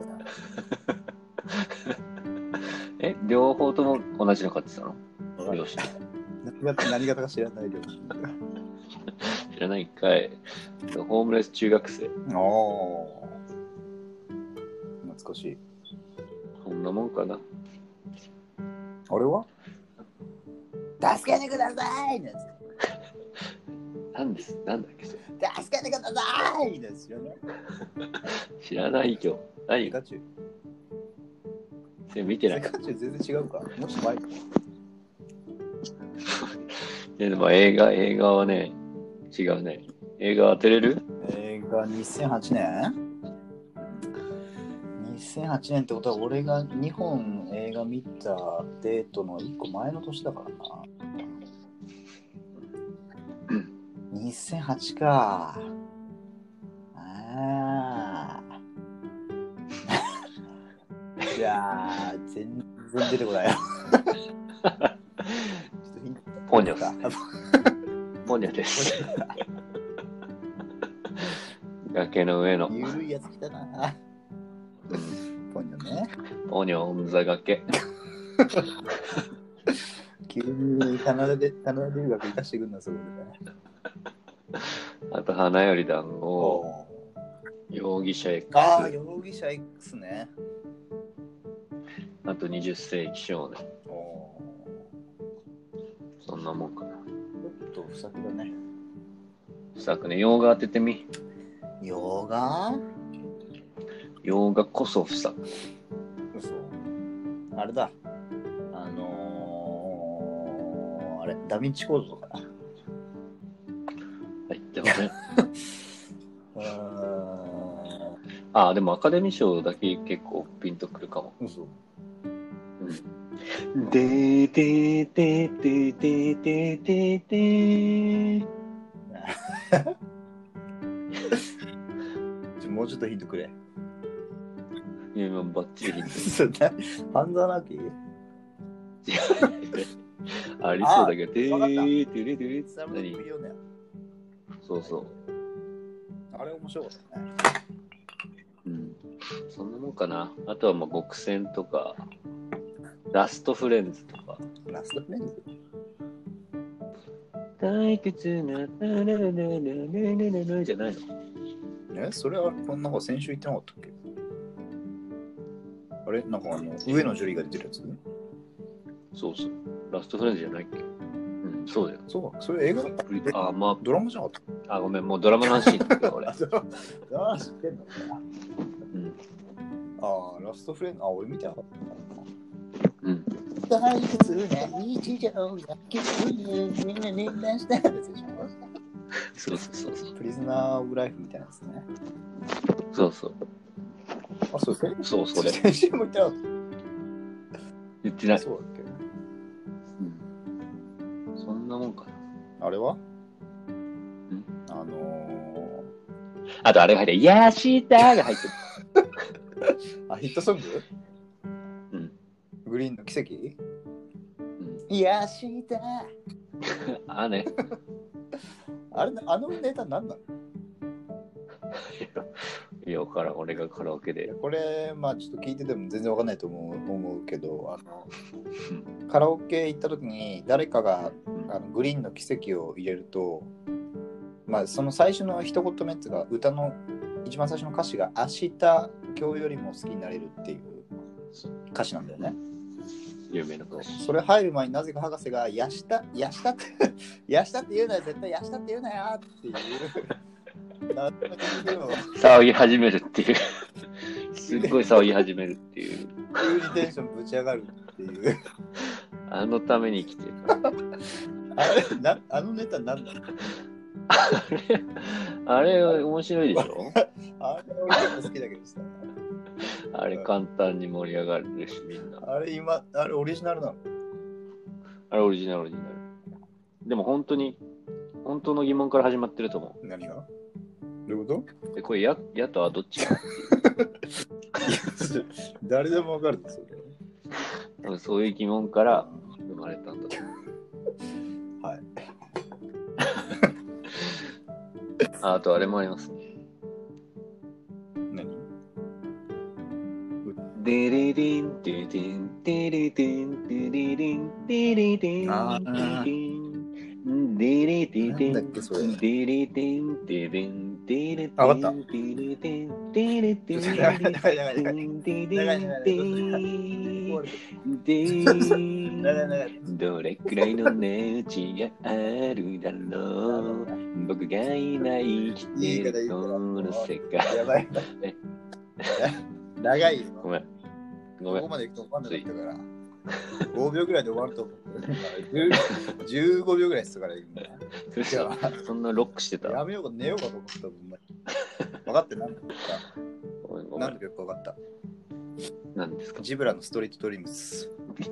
Speaker 2: え、両方とも同じの買ってたの？両親。
Speaker 1: 何型何型か知らないけど。
Speaker 2: 知らないんかい。ホームレス中学生。
Speaker 1: ああ。懐かしい。
Speaker 2: こんなもんかな。
Speaker 1: あれは助けてくださいです。
Speaker 2: なんです、なんだっけそれ。
Speaker 1: 助けてくださいですよね。
Speaker 2: 知らないよ。何？
Speaker 1: ピカチュウ。
Speaker 2: それ見てない。
Speaker 1: ピカチュウ全然違うか。もし前。
Speaker 2: でも映画、映画はね、違うね。映画当てれる？
Speaker 1: 映画にせんはちねん ?にせんはち 年ってことは俺がにほん映画見たデートのいっこまえの年だからな。にせんはちか。ああ。いやー、全然出てこないよ。
Speaker 2: ポニョか。ポニョです。崖の上の。
Speaker 1: ゆるいやつ来たな。ポニョね。
Speaker 2: ポニョオンザ崖。
Speaker 1: 急に棚田で棚田留学行かしてくんな、そこでね。
Speaker 2: あと、花より団子、容疑者 X。
Speaker 1: ああ、容疑者 X ね。
Speaker 2: あと、にじゅっ世紀少年。
Speaker 1: お
Speaker 2: そんなもんかな。
Speaker 1: ちょっと不作だね。
Speaker 2: 不作ね、洋画当ててみ。
Speaker 1: 洋画
Speaker 2: 洋画こそ不作。
Speaker 1: 嘘。あれだ。あのー、あれ、ダヴィンチコードとかだ。
Speaker 2: はい、でもね。
Speaker 1: うーん。
Speaker 2: ああ、でもアカデミー賞だけ結構ピンとくるかも。
Speaker 1: 嘘。
Speaker 2: うん。でーでーでーでーでーでーでーでー。
Speaker 1: もうちょっとヒントくれ。
Speaker 2: いや、今バッチリヒント。
Speaker 1: そんな、半沢直樹
Speaker 2: ありそうだけど、で
Speaker 1: わかった
Speaker 2: ーでーでー
Speaker 1: スラムダンクミリオネア。
Speaker 2: そうそう。
Speaker 1: あれ面白かったね。
Speaker 2: うん。そんなもんかな。あとはまあ極戦とか、ラストフレンズとか。
Speaker 1: ラストフレンズ
Speaker 2: 退屈な、ララララララララじゃないの？
Speaker 1: え、それはこんな方先週言ってなかったっけ？あれなんかあの、上野樹里が出てるやつ？
Speaker 2: そうそう。ラストフレンズじゃないっけ？うん、そうだよ。
Speaker 1: そうか、それ映画だった
Speaker 2: あ、まあ、
Speaker 1: ドラマじゃなかっ
Speaker 2: あ、ごめん、もうドラマの話になってる俺。
Speaker 1: たドラマ知ってんの？
Speaker 2: うん。
Speaker 1: ああ、ラストフレンズ、あ、俺見てなかった。
Speaker 2: うん。
Speaker 1: 退屈な日常やけどみんな連弾したやつでしょ？
Speaker 2: そうそうそうそう。
Speaker 1: プリズナー・オブ・ライフみたいなやつね。
Speaker 2: そうそう。
Speaker 1: あ、そう、それ
Speaker 2: そうそれ。
Speaker 1: 先週も言ってなかった。
Speaker 2: 言ってない。
Speaker 1: そうだっけ？
Speaker 2: うん。そんなもんかな。
Speaker 1: あれは
Speaker 2: ん
Speaker 1: あの
Speaker 2: あとあれが入ってる。ヤシタが入ってる。
Speaker 1: ー、あ、ヒットソング？
Speaker 2: うん。
Speaker 1: グリーンの奇跡？
Speaker 2: うん。
Speaker 1: いやした
Speaker 2: あね。
Speaker 1: あれ、あのネタ何なの？
Speaker 2: いや、からん俺がカラオケで。
Speaker 1: これ、まあちょっと聞いてても全然わかんないと思う、思うけど、あの、カラオケ行った時に誰かがあのグリーンの奇跡を入れると、まあその最初の一言目っていうか、歌の一番最初の歌詞が明日今日よりも好きになれるっていう歌詞なんだよね。
Speaker 2: 有名な歌詞。
Speaker 1: それ入る前になぜか博士がやしたやしたってやしたって言うなよ、絶対やしたって言うなよっていう
Speaker 2: 騒ぎ始めるっていうすっごい騒ぎ始めるっていう
Speaker 1: 急にテンションぶち上がるっていう
Speaker 2: あのために生きてる
Speaker 1: あれなあのネタなんだ
Speaker 2: あれあれ面白いでしょ
Speaker 1: あれ俺結構好きだけどさ
Speaker 2: あれ簡単に盛り上がるしみんな
Speaker 1: あれ今あれオリジナルなの？
Speaker 2: あれオリジナルオリジナルでも本当に本当の疑問から始まってると思う。
Speaker 1: 何が？どういうこ
Speaker 2: と？これややとはどっちか
Speaker 1: 誰でもわかるんですよね。
Speaker 2: 多分そういう疑問から生まれたんだと思
Speaker 1: う。はい。
Speaker 2: あ, あとあれもありますね。
Speaker 1: 何？
Speaker 2: デレリンデレリンデレリンデレリンデレリン
Speaker 1: あ
Speaker 2: デレレデ
Speaker 1: なんだっけそれ。
Speaker 2: デレデンデレンデレデン
Speaker 1: あ、わかった。
Speaker 2: デレデンデレデンデレデンデレデンデンどれくらいの値打ちがあるだろう僕が今生きてるこの世界。
Speaker 1: やばい。長いよ。
Speaker 2: ごめん。ごめん。
Speaker 1: ここまで行くと分かんなかったから。ごびょうぐらいで終わると思ってじゅうごびょうぐらいですから今。
Speaker 2: そんなロックしてた。
Speaker 1: やめようか寝ようかと思ったもん。分かって何だった？
Speaker 2: ごめんごめん。
Speaker 1: 何の曲か分かった？
Speaker 2: 何ですか？
Speaker 1: ジブラのストリートドリームス。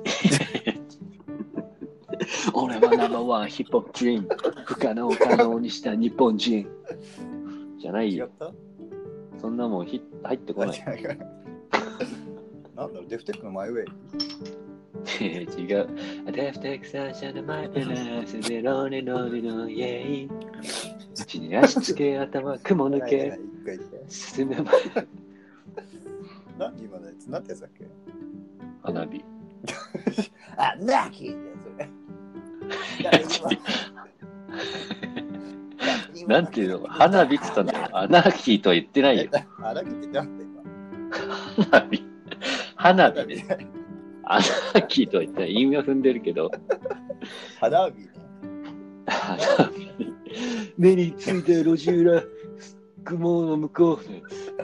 Speaker 2: 俺はナンバーワンヒップホップドリーム不可能を可能にした日本人じゃないよ。そんなもんヒット入ってこない。
Speaker 1: なんだろう、デフテックのマイウェイ。
Speaker 2: 違う。デフテックサンシャインのマイペナスでロネロネのイェイ。地に足つけ頭雲抜け。進めま
Speaker 1: 何今のやつ？何てやつだっけ？
Speaker 2: 花火。
Speaker 1: あ、ナキーそれ。
Speaker 2: なんていうの、花火って言ったんだよ。アナーキーとは言ってないよ。
Speaker 1: アナーキーって言ってなかった今。
Speaker 2: 花火。花火ね。アナーキーとは言ってない。韻は踏んでるけど。
Speaker 1: 花火ね。
Speaker 2: 花火。目についた路地裏、雲の向こう。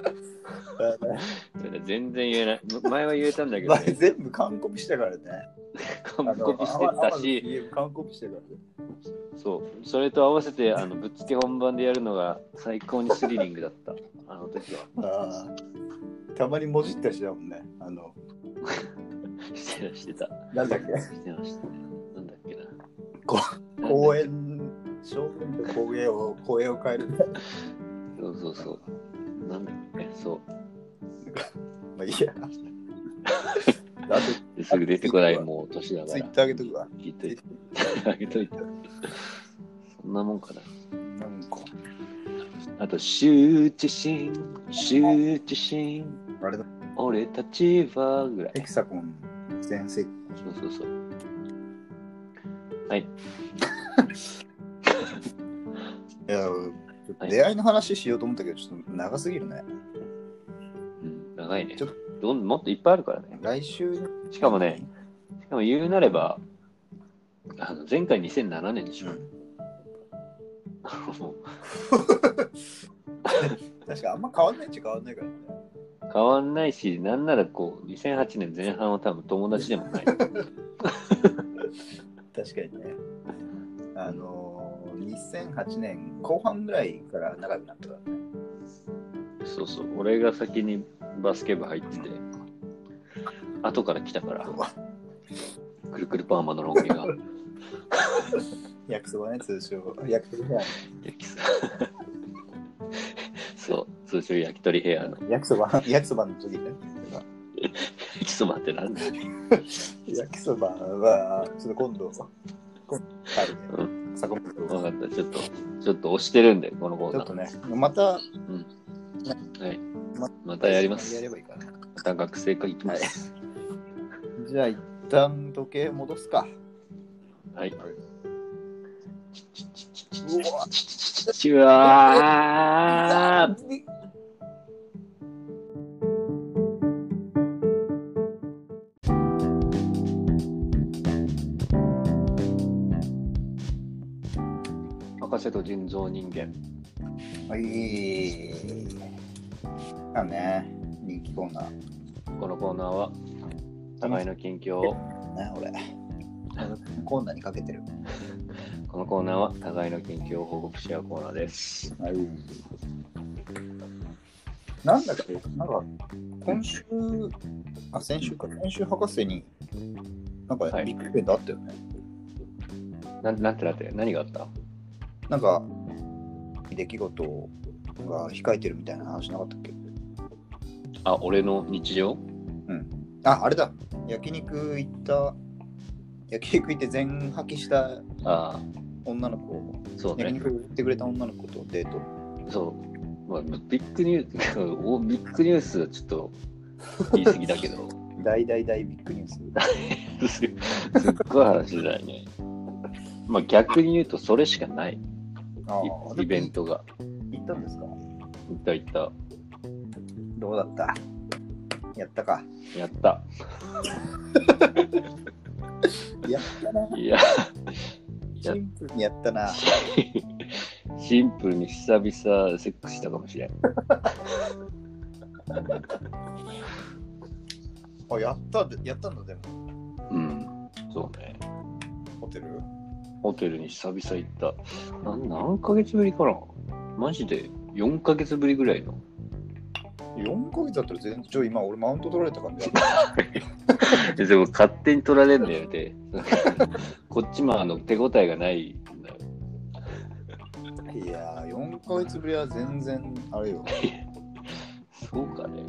Speaker 2: 全然言えない。前は言えたんだけど、ね。
Speaker 1: 前全部完コピしたからね。
Speaker 2: 完コピしてたし、
Speaker 1: 完コピしてるからね。
Speaker 2: そう、それと合わせてあのぶっつけ本番でやるのが最高にスリリングだった。あの時は。
Speaker 1: ああ、たまにもじったしだもんね。あの
Speaker 2: してたしてた。
Speaker 1: なんだっけ？
Speaker 2: してましたね。なんだっけな。
Speaker 1: こ公園正面と公園を公園を変える。
Speaker 2: そうそうそう。なんだっけ、そう。
Speaker 1: まあいいや。
Speaker 2: すぐ出てこない、もう年だから。
Speaker 1: ツイッターあげとくわ。
Speaker 2: 聞いて。あげといて。そんなもんかな。
Speaker 1: なんか。
Speaker 2: あと、羞恥心、羞恥心。
Speaker 1: あれだ。
Speaker 2: 俺たちはぐらい。
Speaker 1: ヘキサコン全盛期。
Speaker 2: そうそうそう。はい。
Speaker 1: いや、出会いの話しようと思ったけど、ちょっと長すぎるね。
Speaker 2: うん、長いね。
Speaker 1: ちょっと
Speaker 2: どんもっといっぱいあるからね。
Speaker 1: 来週。
Speaker 2: しかもね、しかも言うなれば、あの前回にせんななねんでしょ。うん、
Speaker 1: 確かあんま変わんないっちゃ変わんないからね。
Speaker 2: 変わんないし、なんならこう、にせんはちねんぜん半は多分友達でもない。
Speaker 1: 確かにね。あのー、にせんはちねんこう半ぐらいから仲良くなったからね。
Speaker 2: そうそう、俺が先にバスケ部入ってて、後から来たから、くるくるパーマのロン毛が。
Speaker 1: 焼きそばね、通称。焼きそばヘア。
Speaker 2: 焼きそば。そう、通称焼き鳥ヘアの。
Speaker 1: 焼きそば、焼きそばの時ね。
Speaker 2: 焼きそばってなんだよ。
Speaker 1: 焼きそばは、ちょっと今度、今度、はい、ね。
Speaker 2: うん、分かった、ちょっと、ちょっと押してるんで、このコーナー。
Speaker 1: ちょっとね、また、うん、
Speaker 2: はい。またやります。
Speaker 1: やればいいかな。
Speaker 2: また学生会行きます。
Speaker 1: はい、じゃあ、一旦時計戻すか。
Speaker 2: はい。うわー博士と人造人間。
Speaker 1: はい。あね、人気コーナー。
Speaker 2: このコーナーは互いの近況を、
Speaker 1: ね、俺コーナーにかけてる。
Speaker 2: このコーナーは互いの近況を報告し合うコーナーです。
Speaker 1: はい。なんだっけ、なんか今週、あ、先週か、先週博士になんかビッグイベントあったよね。
Speaker 2: はい、な, なんてなって何があった？
Speaker 1: なんか出来事が控えてるみたいな話なかったっけ？
Speaker 2: あ、俺の日常？
Speaker 1: うん。あ、あれだ。焼肉行った、焼肉行って全破棄した女の子、
Speaker 2: そうね、
Speaker 1: 焼肉行ってくれた女の子とデート。
Speaker 2: そう。まあ、ビッグニュース、ビッグニュースはちょっと言い過ぎだけど。
Speaker 1: 大大大ビッグニュース。
Speaker 2: すっごい話だよね。まあ逆に言うとそれしかない。あイベントが。
Speaker 1: 行ったんですか？
Speaker 2: 行った行った。
Speaker 1: どうだった？やったか。
Speaker 2: やった。
Speaker 1: やったな。
Speaker 2: いや。
Speaker 1: シンプルにやったな。
Speaker 2: シンプルに久々セックスしたかもしれん。
Speaker 1: あ、やったやったんだでも。
Speaker 2: うん、そうね。
Speaker 1: ホテル？
Speaker 2: ホテルに久々行った。な何ヶ月ぶりかな？マジでよんかげつぶりぐらいの。
Speaker 1: よんかげつだったら全然ちょ今俺マウント取られた感じ
Speaker 2: だ。でも勝手に取られるんだよね。こっちもあの手応えがないんだよ。
Speaker 1: いやーよんかげつぶりは全然あれよ。
Speaker 2: そうかね。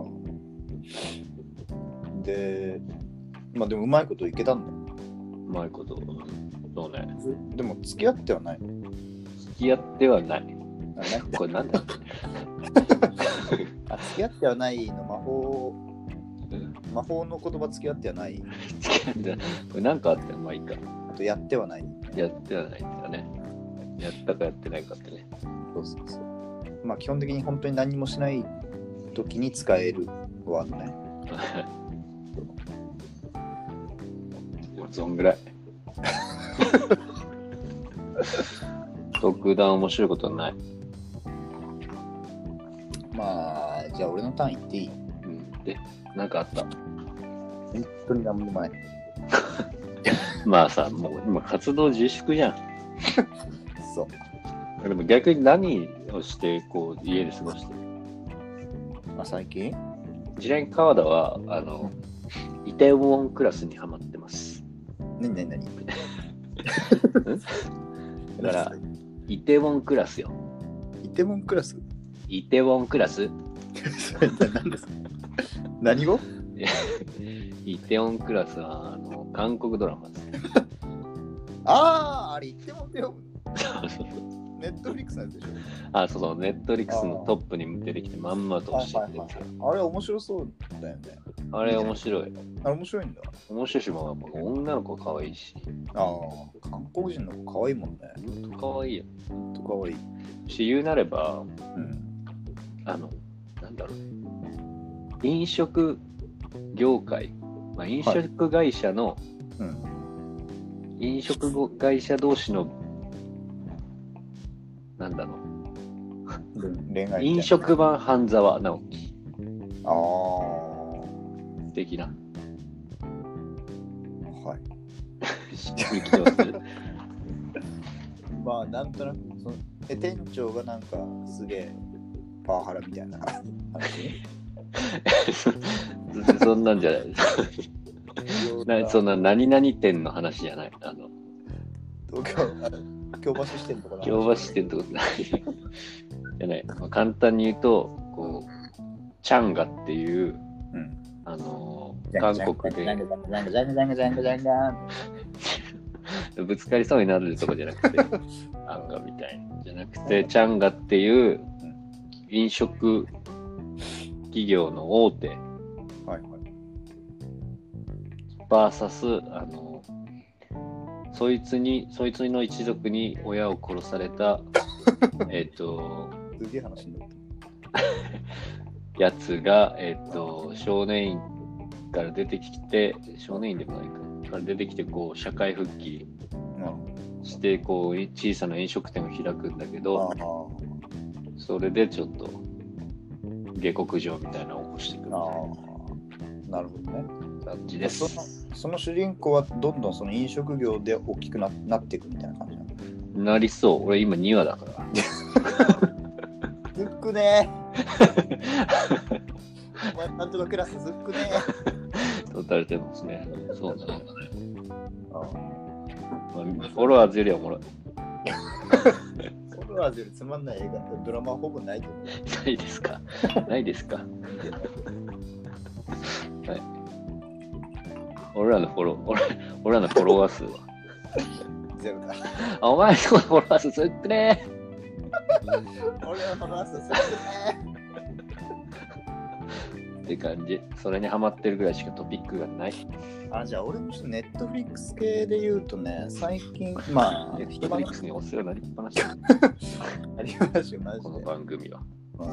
Speaker 1: うん、で、まあでもうまいこといけたんだよ。
Speaker 2: うまいこと。そうね。
Speaker 1: でも付き合ってはない。
Speaker 2: 付き合ってはない。
Speaker 1: あ
Speaker 2: これなんだっけ
Speaker 1: あ、付き合ってはないの魔法、うん、魔法の言葉付き合ってはない。
Speaker 2: 付き合ってはない。これなんかあったよ、まあいいか。
Speaker 1: とやってはない。
Speaker 2: やってはないんだね。やったかやってないかってね。
Speaker 1: そうそうそう。まあ基本的に本当に何もしない時に使えるワードね。
Speaker 2: そんぐらい。特段面白いことはない。
Speaker 1: まあ、じゃあ俺のターン言っていい？
Speaker 2: うん。で、なんかあった？
Speaker 1: 本当に何もない。
Speaker 2: まあさ、もう今活動自粛じゃん。
Speaker 1: そう。
Speaker 2: でも逆に何をしてこう家で過ごしてる？
Speaker 1: あ、最近？
Speaker 2: ちなみに川田はあのイテウォンクラスにハマってます。
Speaker 1: 何何何？
Speaker 2: だからイテウォンクラスよ。
Speaker 1: イテウォンクラス？
Speaker 2: イテウォンクラス？
Speaker 1: 何ですか？何語？
Speaker 2: イテウォンクラスはあの韓国ドラマです。
Speaker 1: ああ、あれイテウォンって読む。
Speaker 2: そうそうそう。
Speaker 1: ネットフリックスのやつでしょ。
Speaker 2: あ、そうそう、ネットフリックスのトップに出てきてまんまとしてるんですよ。
Speaker 1: はいはいはい、あれ面白そうだよね。
Speaker 2: あれ面白い。
Speaker 1: あれ面白いんだ。
Speaker 2: 面白いし、まあ、女の子可愛いし。
Speaker 1: ああ、韓国人の子可愛いもんね。
Speaker 2: ほんと可愛いよ。
Speaker 1: ほんと可愛い。
Speaker 2: し、言うなれば、
Speaker 1: うん、
Speaker 2: あの、なんだろう。飲食業界、まあ、飲食会社の、はい、うん、飲食会社同士のなんだろう恋愛飲食版半沢直樹
Speaker 1: ああ
Speaker 2: 的な
Speaker 1: はい
Speaker 2: 知ってる気がする
Speaker 1: まあなんとなくそのえ店長がなんかすげえパワハラみたいな話
Speaker 2: そんなんじゃないなそんな何々店の話じゃないあの
Speaker 1: 東京京橋支店とか
Speaker 2: 京橋支店とかじゃない、まあ、簡単に言うとこうチャンガっていう、うん、あの韓国でぶつかりそうになるとかじゃなくてアンガみたいじゃなくてチャンガっていう飲食企業の大手、はいはい、バーサスあのそいつにそいつの一族に親を殺されたえっと
Speaker 1: すげえ話になった
Speaker 2: やつがえっと少年院から出てきて少年院でもないかから出てきてこう社会復帰してこう小さな飲食店を開くんだけどそれでちょっと下克上みたいなのを起こしてくる。
Speaker 1: あなるほどね。
Speaker 2: 感じです。
Speaker 1: その、その主人公はどんどんその飲食業で大きく な, なっていくみたいな感じなの？
Speaker 2: なりそう。俺今にわだから。
Speaker 1: ずっくねお前なんとかクラスずっくね
Speaker 2: とたれてますね。そうだね。ああまあ、フォロワーズよりはおもろい。
Speaker 1: フォロワーズよりつまんない映画ドラマはほぼないと思う。
Speaker 2: ないですか。ないですか。はい。俺らのフォロー、俺、俺らのフォロワー数は
Speaker 1: ゼロだ。
Speaker 2: あ、お前のフォロワー数すっくね
Speaker 1: ー。俺らのフォロワー数すっくね
Speaker 2: ー。って感じ。それにハマってるぐらいしかトピックがない。
Speaker 1: あ、じゃあ俺もちょっとネットフリックス系で言うとね、最近、まあ、
Speaker 2: ネットフリックスにお世話になりっぱなしだ。
Speaker 1: ありましょ、マジで。
Speaker 2: この番組は。
Speaker 1: うん、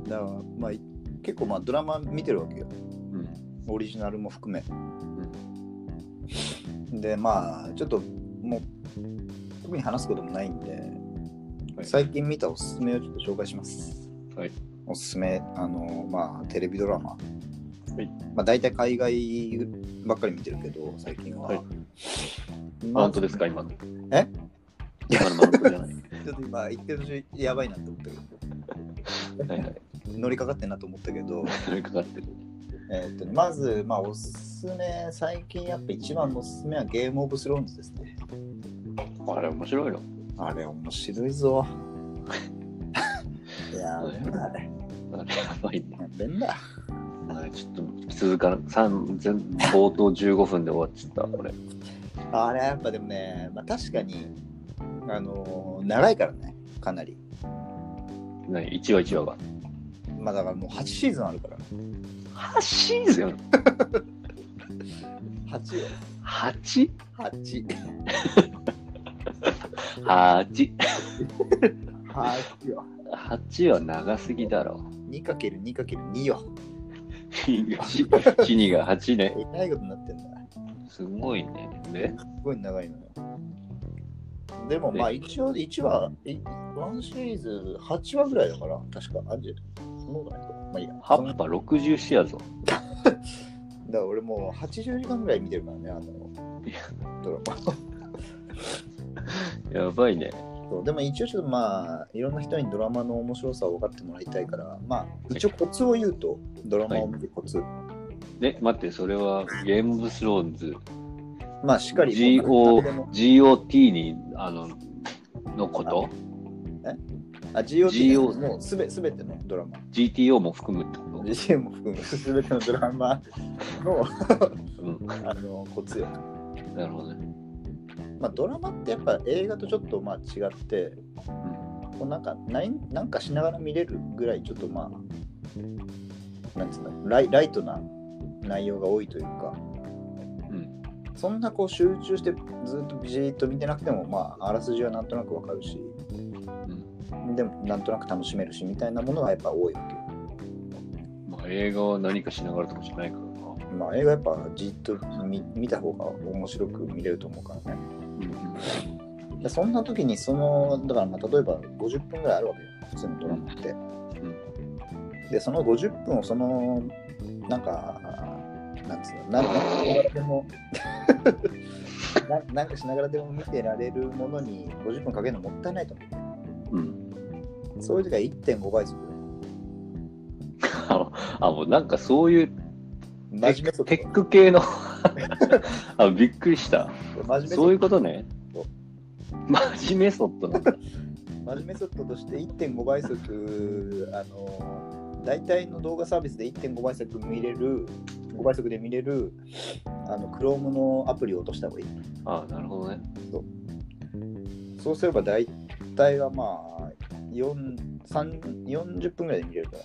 Speaker 1: だから、まあ、結構まあドラマ見てるわけよ。うん、オリジナルも含め。うん、で、まあ、ちょっともう、特に話すこともないんで、はい、最近見たおすすめをちょっと紹介します。
Speaker 2: はい。
Speaker 1: おすすめ、あの、まあ、テレビドラマ。
Speaker 2: はい、
Speaker 1: まあ、大体海外ばっかり見てるけど、最近は。はい、
Speaker 2: マウントですか、今の。
Speaker 1: え
Speaker 2: 今のマウントじゃない。
Speaker 1: ちょっと今、言ってる途中、やばいなって思ったけど。はいはい。乗りかかってんなと思ったけど。
Speaker 2: 乗りかかってる。
Speaker 1: えーっとね、まず、まあ、おすすめ、最近やっぱ一番のおすすめはゲームオブスローンズですね。
Speaker 2: あれ面白いの？
Speaker 1: あれ面白いぞ。いやー、べんだ、あれ。
Speaker 2: あれやばいね。
Speaker 1: べんだ。
Speaker 2: ちょっと続かな冒頭じゅうごふんで終わっちゃったこれ。
Speaker 1: あれやっぱでもね、まあ、確かにあのー、長いからね、かなり。
Speaker 2: 何いちわいちわが。
Speaker 1: まあだからもうはちシーズンあるから。
Speaker 2: はちシーズン
Speaker 1: はちよ。
Speaker 2: はち?
Speaker 1: はち。
Speaker 2: はち。
Speaker 1: はちよ。
Speaker 2: はちは長すぎだろ。
Speaker 1: にかけるにかけるに よ。
Speaker 2: 死にがはちね。
Speaker 1: えらいことになってんだ。
Speaker 2: すごいね。で、
Speaker 1: すごい長いのよ。でもまあ一応いちわ、いワンシリーズはちわぐらいだから、確か。あじそのぐらいか。まあいいや。
Speaker 2: 葉っぱろくじゅうしやぞ。
Speaker 1: だから俺もうはちじゅうじかんぐらい見てるからね、あのドラマ。
Speaker 2: やばいね。
Speaker 1: そうでも一応ちょっとまあいろんな人にドラマの面白さを分かってもらいたいから、まあ一応コツを言うと、ドラマを見るコツ。はい、
Speaker 2: で、待って、それはゲームオブスローンズ。
Speaker 1: まあしっかり
Speaker 2: ジーオー、ジーオーティー に、あの、のこと
Speaker 1: えあ、ジーオーティー もうすべ、すべてのドラマ。
Speaker 2: ジーティーオー も含むってこと
Speaker 1: ジーティーオー も含むすべてのドラマの、
Speaker 2: うん、
Speaker 1: あのコツよ。
Speaker 2: なるほどね。ま
Speaker 1: あドラマってやっぱ映画とちょっとまあ違って、うん、こうなんかないなんかしながら見れるぐらいちょっとまあなんつうのライライトな内容が多いというか。そんなこう集中してずっとじーっと見てなくても、まあ、あらすじはなんとなくわかるし、うん、でもなんとなく楽しめるしみたいなものがやっぱ多いわけ。
Speaker 2: まあ、映画は何かしながらとかじゃないからな。
Speaker 1: まあ、映画やっぱじっと 見, 見た方が面白く見れると思うからね。うん、でそんな時にその、だからまあ例えばごじゅっぷんぐらいあるわけよ、普通のドラマって。うん、で、そのごじゅっぷんをその、なんか、なんつうの、なんかしながらでもな、なんかしながらでも見てられるものにごじゅっぷんかけるのもったいないと思う。うん。そういう時は いってんご 倍速。
Speaker 2: あ、もうなんかそういう
Speaker 1: 真面目
Speaker 2: テック系のあ、びっくりした。真面目そういうことね。真面目ソットなんだ。
Speaker 1: 真面目ソットとして いってんご 倍速、あの、大体の動画サービスで いってんご 倍速見れる、ごばい速で見れるあの Chrome のアプリを落とした方がいい。
Speaker 2: ああ、なるほどね。
Speaker 1: そう、そうすれば大体はまあよんよんじゅっぷんぐらいで見れるから。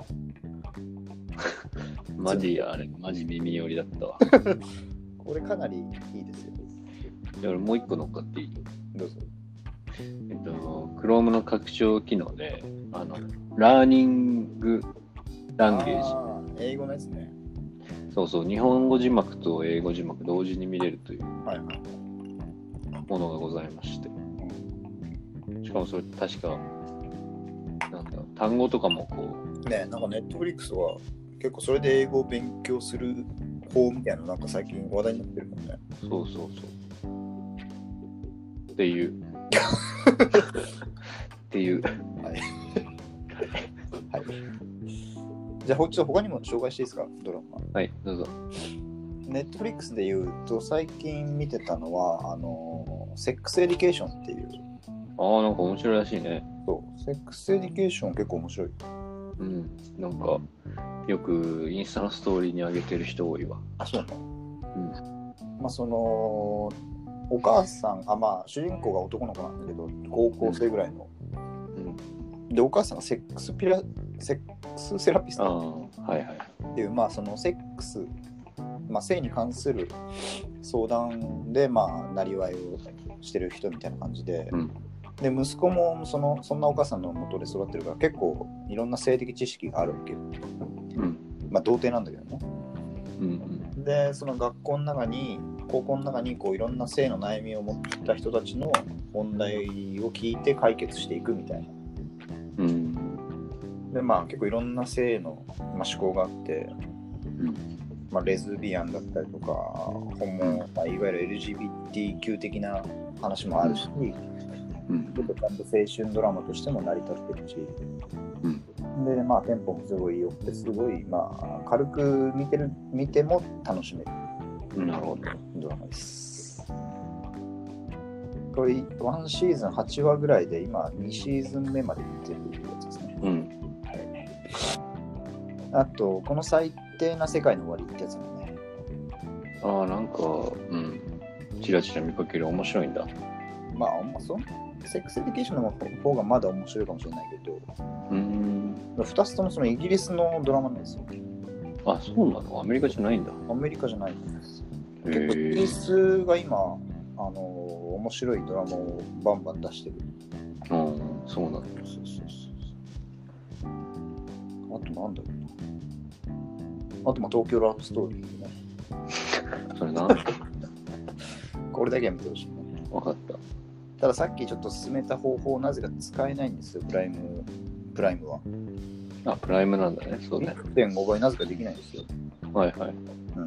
Speaker 2: マジや、あれ、マジ耳寄りだったわ。
Speaker 1: これかなりいいですよ。
Speaker 2: じゃあ俺もう一個乗っかっていい？
Speaker 1: どうぞ。
Speaker 2: えっと、Chrome の拡張機能で、あの、ラーニングランゲー
Speaker 1: ジ。英語のやつね。
Speaker 2: そうそう、日本語字幕と英語字幕同時に見れるというものがございまして。しかもそれ確か、なんだ、単語とかもこ
Speaker 1: う。ねえ、なんか Netflix は結構それで英語を勉強する方みたいな、なんか最近話題になってるもんね。
Speaker 2: そうそうそう。っていう。っていう。はい。はい。
Speaker 1: じゃあ、ちょっと他にも紹介していいですか、ドラマ。
Speaker 2: はい、どうぞ。
Speaker 1: ネットフリックスで言うと、最近見てたのは、あの、セックスエディケーションっていう。
Speaker 2: ああ、なんか面白いらしいね。
Speaker 1: そう、セックスエディケーション結構面白い。
Speaker 2: うん、なんか、よくインスタのストーリーに上げてる人多いわ。
Speaker 1: あ、そうなの？うん。まあ、その、お母さん、あ、まあ、主人公が男の子なんだけど、高校生ぐらいの。うん、で、お母さんがセックスピラ、セックスセラピスト
Speaker 2: はいはい
Speaker 1: っていう、まあ、そのセックス、まあ、性に関する相談で、まあ、なりわいをしてる人みたいな感じで、うん、で息子もそのそんなお母さんの元で育ってるから結構いろんな性的知識があるわけよ、うん、まあ童貞なんだけどね、うんうん、でその学校の中に高校の中にこういろんな性の悩みを持った人たちの問題を聞いて解決していくみたいな、うん、でまあ結構いろんな性の、まあ、思考があって、うんまあ、レズビアンだったりとかホモ、まあ、いわゆる エルジービーティーキュー 的な話もあるし、うん、ちょっとちゃんと青春ドラマとしても成り立ってるし、うん、でまあテンポもすごい良くてすごいまあ軽く見てる見ても楽しめる、なるほどドラマです。これワンシーズンはちわぐらいで今にシーズン目まで行ってるやつですね、うんはい、あとこの最低な世界の終わりってやつもね、
Speaker 2: ああなんかうんチラチラ見かける面白いんだ。
Speaker 1: まあそセックスエディケーションの方がまだ面白いかもしれないけど、うーんふたつともそのイギリスのドラマなんですよ。
Speaker 2: あ、そうなの？アメリカじゃないんだ。
Speaker 1: アメリカじゃないんです。
Speaker 2: へ
Speaker 1: 結構イギリ
Speaker 2: ー。
Speaker 1: スが今、あのー面白いドラマをバンバン出してる。
Speaker 2: うん、そうなんだ。
Speaker 1: そうそうそうそう。あとなんだろうな。あとまあ東京ラブストーリーね。
Speaker 2: それなんだ？
Speaker 1: これだけは見てほしいね。
Speaker 2: わかった。
Speaker 1: たださっきちょっと進めた方法なぜか使えないんですよ、プライム、プライムは。
Speaker 2: あ、プライムなんだね。そうね。
Speaker 1: いってんごばいなぜかできないんですよ。
Speaker 2: はいはい。
Speaker 1: うん。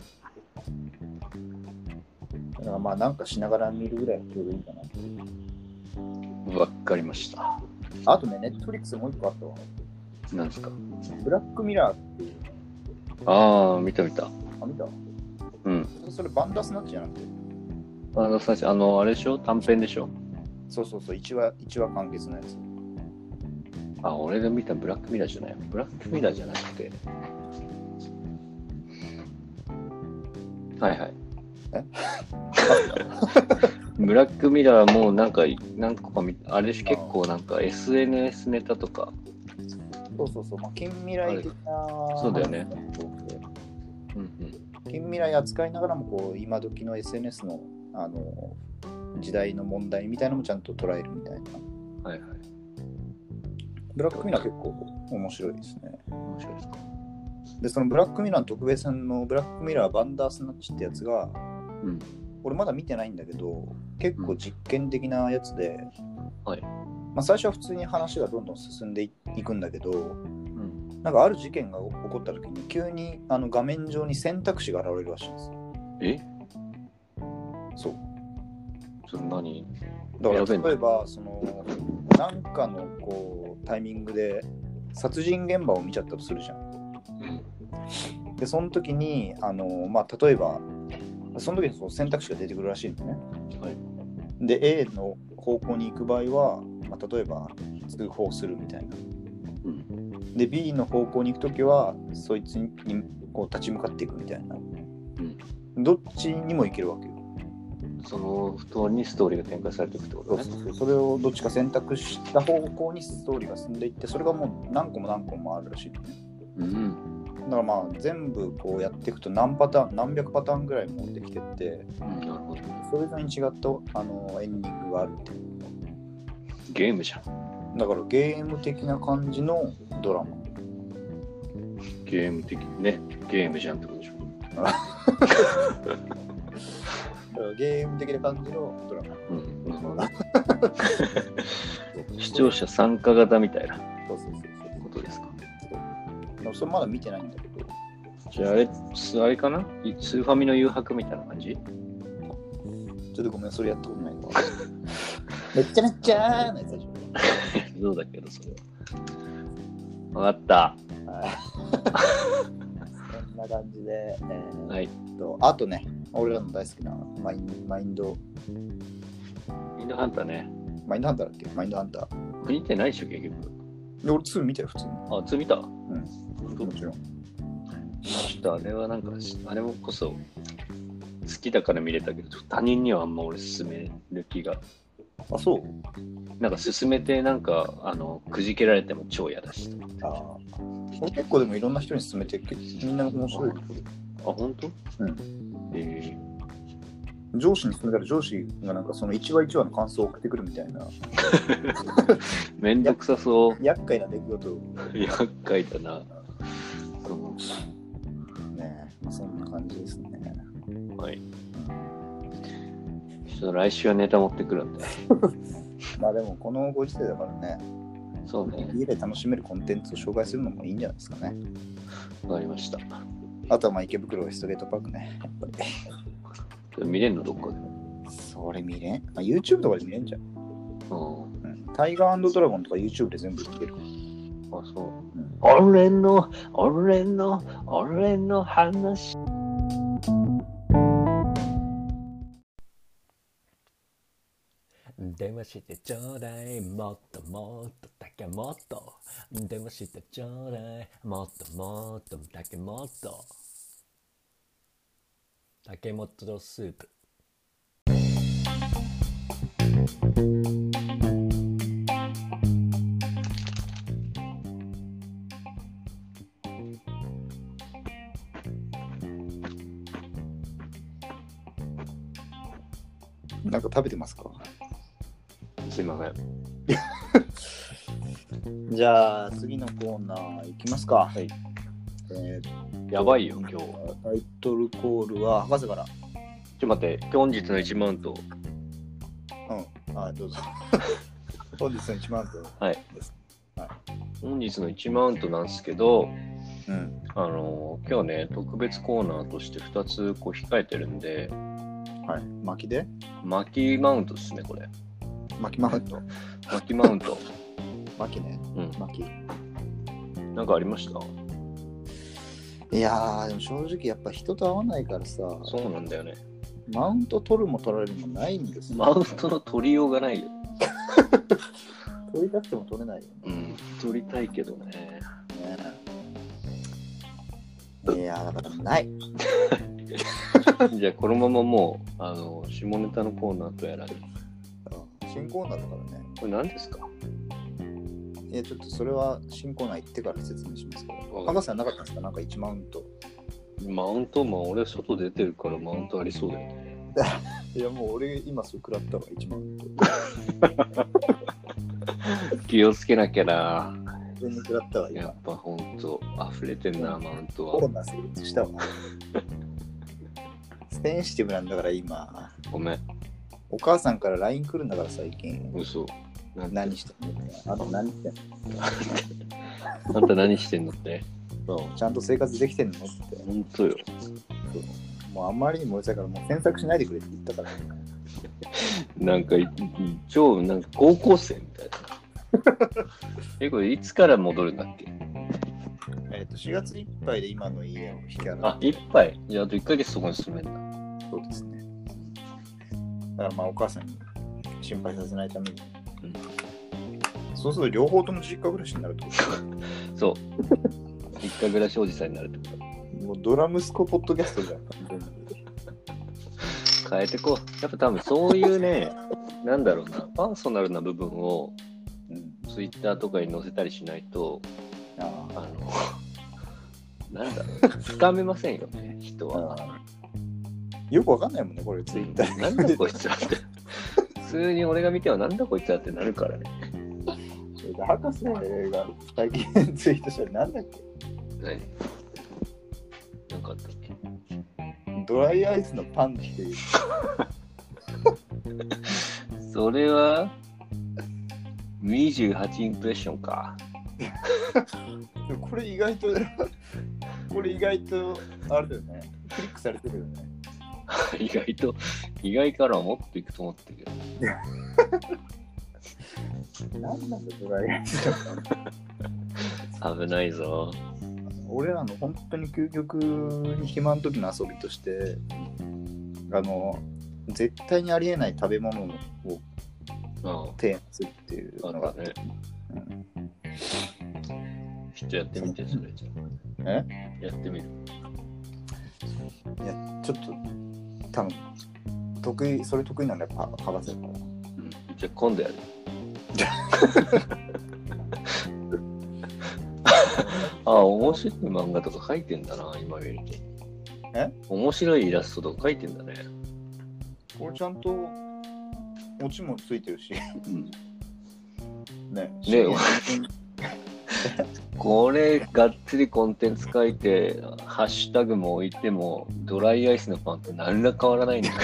Speaker 1: だからまあなんかしながら見るぐらいはちょうどいいかな。
Speaker 2: わかりました。
Speaker 1: あとね、ネットフリックスもう一個あったわ。
Speaker 2: なんですか？
Speaker 1: ブラックミラーっていう。
Speaker 2: ああ、見た見た。
Speaker 1: あ、見た？
Speaker 2: うん。
Speaker 1: それバンダースナッチじゃなくて。
Speaker 2: あの、さあの、あれでしょ？短編でしょ？
Speaker 1: そうそうそう、いちわ、一話完結のやつ。
Speaker 2: あ、俺が見たブラックミラーじゃない。ブラックミラーじゃなくて。はいはい。
Speaker 1: え
Speaker 2: ブラックミラーもなんか何個か見あれし結構なんか エスエヌエス ネタとか。
Speaker 1: そうそうそう、まあ、近未来的な。
Speaker 2: そうだよね。
Speaker 1: うんうん、近未来扱いながらもこう今時の エスエヌエス の、あの時代の問題みたいなのもちゃんと捉えるみたいな。
Speaker 2: はいはい。
Speaker 1: ブラックミラー結構面白いですね。
Speaker 2: 面白いですか。
Speaker 1: で、そのブラックミラーの特別編のブラックミラーバンダースナッチってやつが、
Speaker 2: うん、
Speaker 1: 俺まだ見てないんだけど、結構実験的なやつで、
Speaker 2: うん、はい。
Speaker 1: まあ、最初は普通に話がどんどん進んでいくんだけど、
Speaker 2: うん、
Speaker 1: なんかある事件が起こった時に急にあの画面上に選択肢が現れるらしいんですよ。
Speaker 2: え？
Speaker 1: そう。
Speaker 2: それ何？
Speaker 1: だから例えばそのなんかのこうタイミングで殺人現場を見ちゃったとするじゃん。うん、でその時にあのまあ例えばその時にその選択肢が出てくるらしいのね。はい、で A の方向に行く場合は、まあ、例えば通報するみたいな。うん、で B の方向に行く時はそいつにこう立ち向かっていくみたいな。うん、どっちにも行けるわけよ。
Speaker 2: その通りにストーリーが展開されていくってことね。
Speaker 1: そうそうそう。それをどっちか選択した方向にストーリーが進んでいって、それがもう何個も何個もあるらしいね。うん。だからまあ全部こうやっていくと何パターン、何百パターンぐらいもできてって、うん、なるほど。それぞれに違ったあのエンディングがあるっていう。
Speaker 2: ゲームじゃん。
Speaker 1: だからゲーム的な感じのドラマ。
Speaker 2: ゲーム的ね、ゲームじゃんってことでしょ。
Speaker 1: ゲーム的な感じのドラマ。うん、
Speaker 2: 視聴者参加型みたいなことですか。
Speaker 1: そう。それまだ見てないんだけど。
Speaker 2: じゃああれ、あれかなスーファミの誘惑みたいな感じ？
Speaker 1: ちょっとごめん、それやったことないか。めっちゃめっちゃーなやつでしょ。
Speaker 2: そうだけど、それは。わかった。
Speaker 1: そんな感じで、えー、
Speaker 2: はい。
Speaker 1: とあとね、俺らの大好きなマインマインド。
Speaker 2: マインドハンターね。
Speaker 1: マインドハンターだっけ？マインドハンター。
Speaker 2: 見てないでしょ、結局。
Speaker 1: 俺ツー見たよ、普通に。
Speaker 2: あ、ツー見た？うん。
Speaker 1: もちろん。
Speaker 2: ちょっとあれはなんか、あれもこそ好きだから見れたけど、他人にはあんま俺勧める気が。
Speaker 1: あ、そう？
Speaker 2: なんか勧めてなんかあのくじけられても超嫌だし。
Speaker 1: ああ。俺結構でもいろんな人に勧めてみんな面白い。
Speaker 2: あ、本当？
Speaker 1: うん。えー、上司に勧めたら上司がなんかその一話一話の感想を送ってくるみたいな。
Speaker 2: めんどくさそう。
Speaker 1: 厄介な出来事。
Speaker 2: 厄介だな。そう
Speaker 1: ねえ、そんな感じですね。
Speaker 2: はい。ちょっと来週はネタ持ってくるんで。
Speaker 1: まあでもこのご時世だからね。
Speaker 2: そうね。
Speaker 1: 家で楽しめるコンテンツを紹介するのもいいんじゃないですかね。
Speaker 2: わかりました。
Speaker 1: あとはまあ池袋ウエストゲートパークね。やっぱり。
Speaker 2: それ見れんのどっかで？
Speaker 1: それ見れん、まあ、YouTube とかで見れんじゃん。うん。タイガー&ドラゴンとか YouTube で全部見れる。
Speaker 2: あ、そう。うん、俺の、俺の、俺の話。
Speaker 3: 電話してちょうだい、もっともっとだけもっと。電話してちょうだい、もっともっとだけもっと。だけもっとスープ。
Speaker 1: なんか食べてますか？
Speaker 2: すいませ
Speaker 1: ん。じゃあ次のコーナーいきますか。
Speaker 2: はい。
Speaker 1: え
Speaker 2: ー、やばいよ今日。
Speaker 1: タイトルコールは博士から。
Speaker 2: ちょっと待って、本日のいちマウント。
Speaker 1: うん。あ、どうぞ。本日のいちマウント。
Speaker 2: はい。はい、本日のいちマウントなんですけど、うん、あのー、今日ね、特別コーナーとしてふたつこう控えてるんで、
Speaker 1: はい。巻きで
Speaker 2: 巻きマウントですね、これ。
Speaker 1: 巻きマウント。
Speaker 2: 巻きマウント。
Speaker 1: 巻きね。うん。巻き。
Speaker 2: なんかありました？
Speaker 1: いやー、でも正直やっぱ人と会わないからさ。
Speaker 2: そうなんだよね。
Speaker 1: マウント取るも取られるもないんですよ。
Speaker 2: マウントの取りようがないよ。
Speaker 1: 取りたくても取れないよね。
Speaker 2: うん、取りたいけどね。ね
Speaker 1: いやー、だからない。
Speaker 2: じゃあこのままもうあの下ネタのコーナーとやられる。
Speaker 1: 新コーナーだからね。
Speaker 2: これ何ですか？
Speaker 1: いや、ちょっとそれは新コーナー行ってから説明しますけど。博士はなかったんですか？なんかいちマウント。
Speaker 2: マウント、まあ俺外出てるからマウントありそうだよね。
Speaker 1: いやもう俺今それ食らったわ、いちマウント。
Speaker 2: 気をつけなきゃな。
Speaker 1: 全然食らったわ今。
Speaker 2: やっぱほんと溢れてんな、マウントは。
Speaker 1: コーナー成立したわ。センシティブなんだから今。
Speaker 2: ごめん。
Speaker 1: お母さんから ライン 来るんだから最近。
Speaker 2: 嘘。
Speaker 1: 何してんの？あと何してんの？
Speaker 2: あんた何してんのって？
Speaker 1: そうちゃんと生活できてんのって。
Speaker 2: ほんとよ。
Speaker 1: そうもうあんまりにもうるさいからもう詮索しないでくれって言ったから、ね。
Speaker 2: なんか超なんか高校生みたいな。え、これいつから戻るんだっけ？
Speaker 1: えっとしがついっぱいで今の家を引き払って。
Speaker 2: あ、いっぱい。じゃああといっかげつそこに住めんだ。
Speaker 1: そうですね。だからまあお母さんに心配させないために。うん、そうすると両方とも実家暮らしになるってこと
Speaker 2: そう。実家暮らしおじさんになるってこと。
Speaker 1: もうドラ息子ポッドキャストじゃん。
Speaker 2: 変えてこう。やっぱ多分そういうね、なんだろうな、パーソナルな部分を、うん、ツイッターとかに載せたりしないと、ああの、なんだろう、つかめませんよね、人は。
Speaker 1: よくわかんないもんね、これツイッター。
Speaker 2: なんだこいつらって。普通に俺が見てはなんだこいつらってなるからね。
Speaker 1: 博士が最近ツイートしたらなんだっけ？
Speaker 2: 何？なんかあったっけ？
Speaker 1: ドライアイスのパンっていう。
Speaker 2: それはにじゅうはちインプレッションか。
Speaker 1: これ意外とこれ意外とあれだよね。クリックされてるよね。
Speaker 2: 意外と意外からはもっといくと思ってるけど。
Speaker 1: なんなんだドライアイスの
Speaker 2: パン。危ないぞ。
Speaker 1: 俺らの本当に究極に暇の時の遊びとしてあの絶対にありえない食べ物を提案するっていうのがあって、うん、
Speaker 2: ちょっとやってみてそれじゃ
Speaker 1: え
Speaker 2: やってみる。
Speaker 1: いやちょっと多分得意それ得意なんだよ博士だから、うん、
Speaker 2: じゃあ今度やる。ああ、面白い漫画とか描いてんだな、今見ると。
Speaker 1: え？
Speaker 2: 面白いイラストとか描いてんだね。
Speaker 1: これちゃんとオチもついてるし。うん、ね
Speaker 2: ねこれがっつりコンテンツ書いて、ハッシュタグも置いても、ドライアイスのパンと何ら変わらないんだから。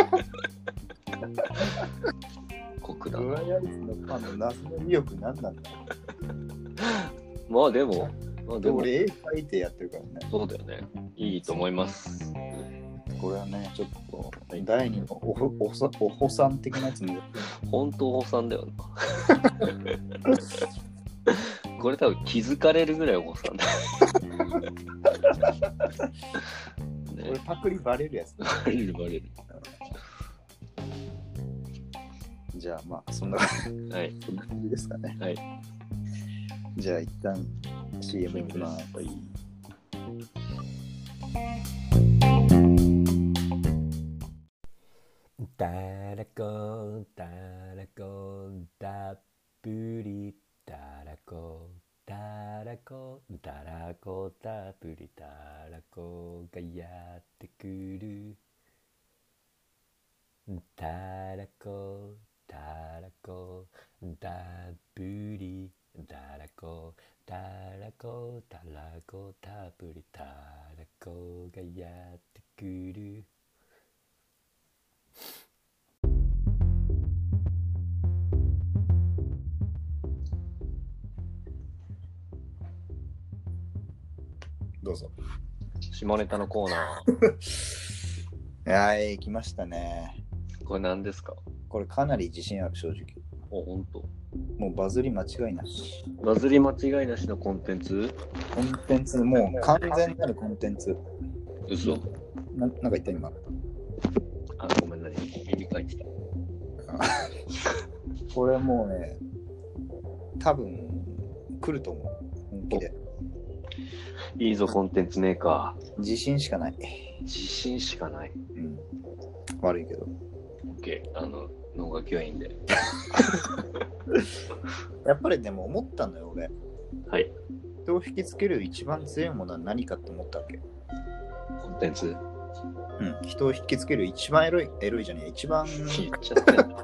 Speaker 2: 酷だな。
Speaker 1: ドライアイスのパンの謎の意欲何なんだ
Speaker 2: まあでも、まあ、でも
Speaker 1: 俺絵描いてやってるからね。
Speaker 2: そうだよね。いいと思います。
Speaker 1: これはね、ちょっと第二のおおおおほさん的なやつも
Speaker 2: 本当おほさんだよな。これ多分気づかれるぐらいおほさんだ。
Speaker 1: ね、これパクリバレるやつ、ね。
Speaker 2: バレるバレる。
Speaker 1: じゃあまあそんな
Speaker 2: はい
Speaker 1: そんな感じですかね。
Speaker 2: はい。
Speaker 1: じゃあ一旦 シーエム いきます。はい。
Speaker 3: たらこたらこたっぷりたらこたらこたらこたっぷりたらこがやってくるたらこたらこたっぷりたらこたらこたらこたっぷりたらこがやってくる。
Speaker 1: どうぞ。
Speaker 2: 下ネタのコーナ
Speaker 1: ー。はい、来ましたね。
Speaker 2: これ何ですか？
Speaker 1: これかなり自信ある、正直。
Speaker 2: お、ほんと。
Speaker 1: もうバズり間違いなし。
Speaker 2: バズり間違いなしのコンテンツ？
Speaker 1: コンテンツ、もう完全なるコンテンツ。
Speaker 2: 嘘。
Speaker 1: な, なんか言った今。
Speaker 2: あ、ごめんなさい。耳かいてた。
Speaker 1: これもうね、多分来ると思う。本気で。
Speaker 2: いいぞ、コンテンツメーカ
Speaker 1: ー。自信しかない。
Speaker 2: 自信しかない。
Speaker 1: うん。悪いけど。
Speaker 2: OK。あの、脳が清いんで。
Speaker 1: やっぱりでも思ったのよ、俺。
Speaker 2: はい。
Speaker 1: 人を引きつける一番強いものは何かって思ったわけ。
Speaker 2: コンテンツ？
Speaker 1: うん。人を引きつける一番エロい、エロいじゃねえ、一番。
Speaker 2: 言っちゃったよ。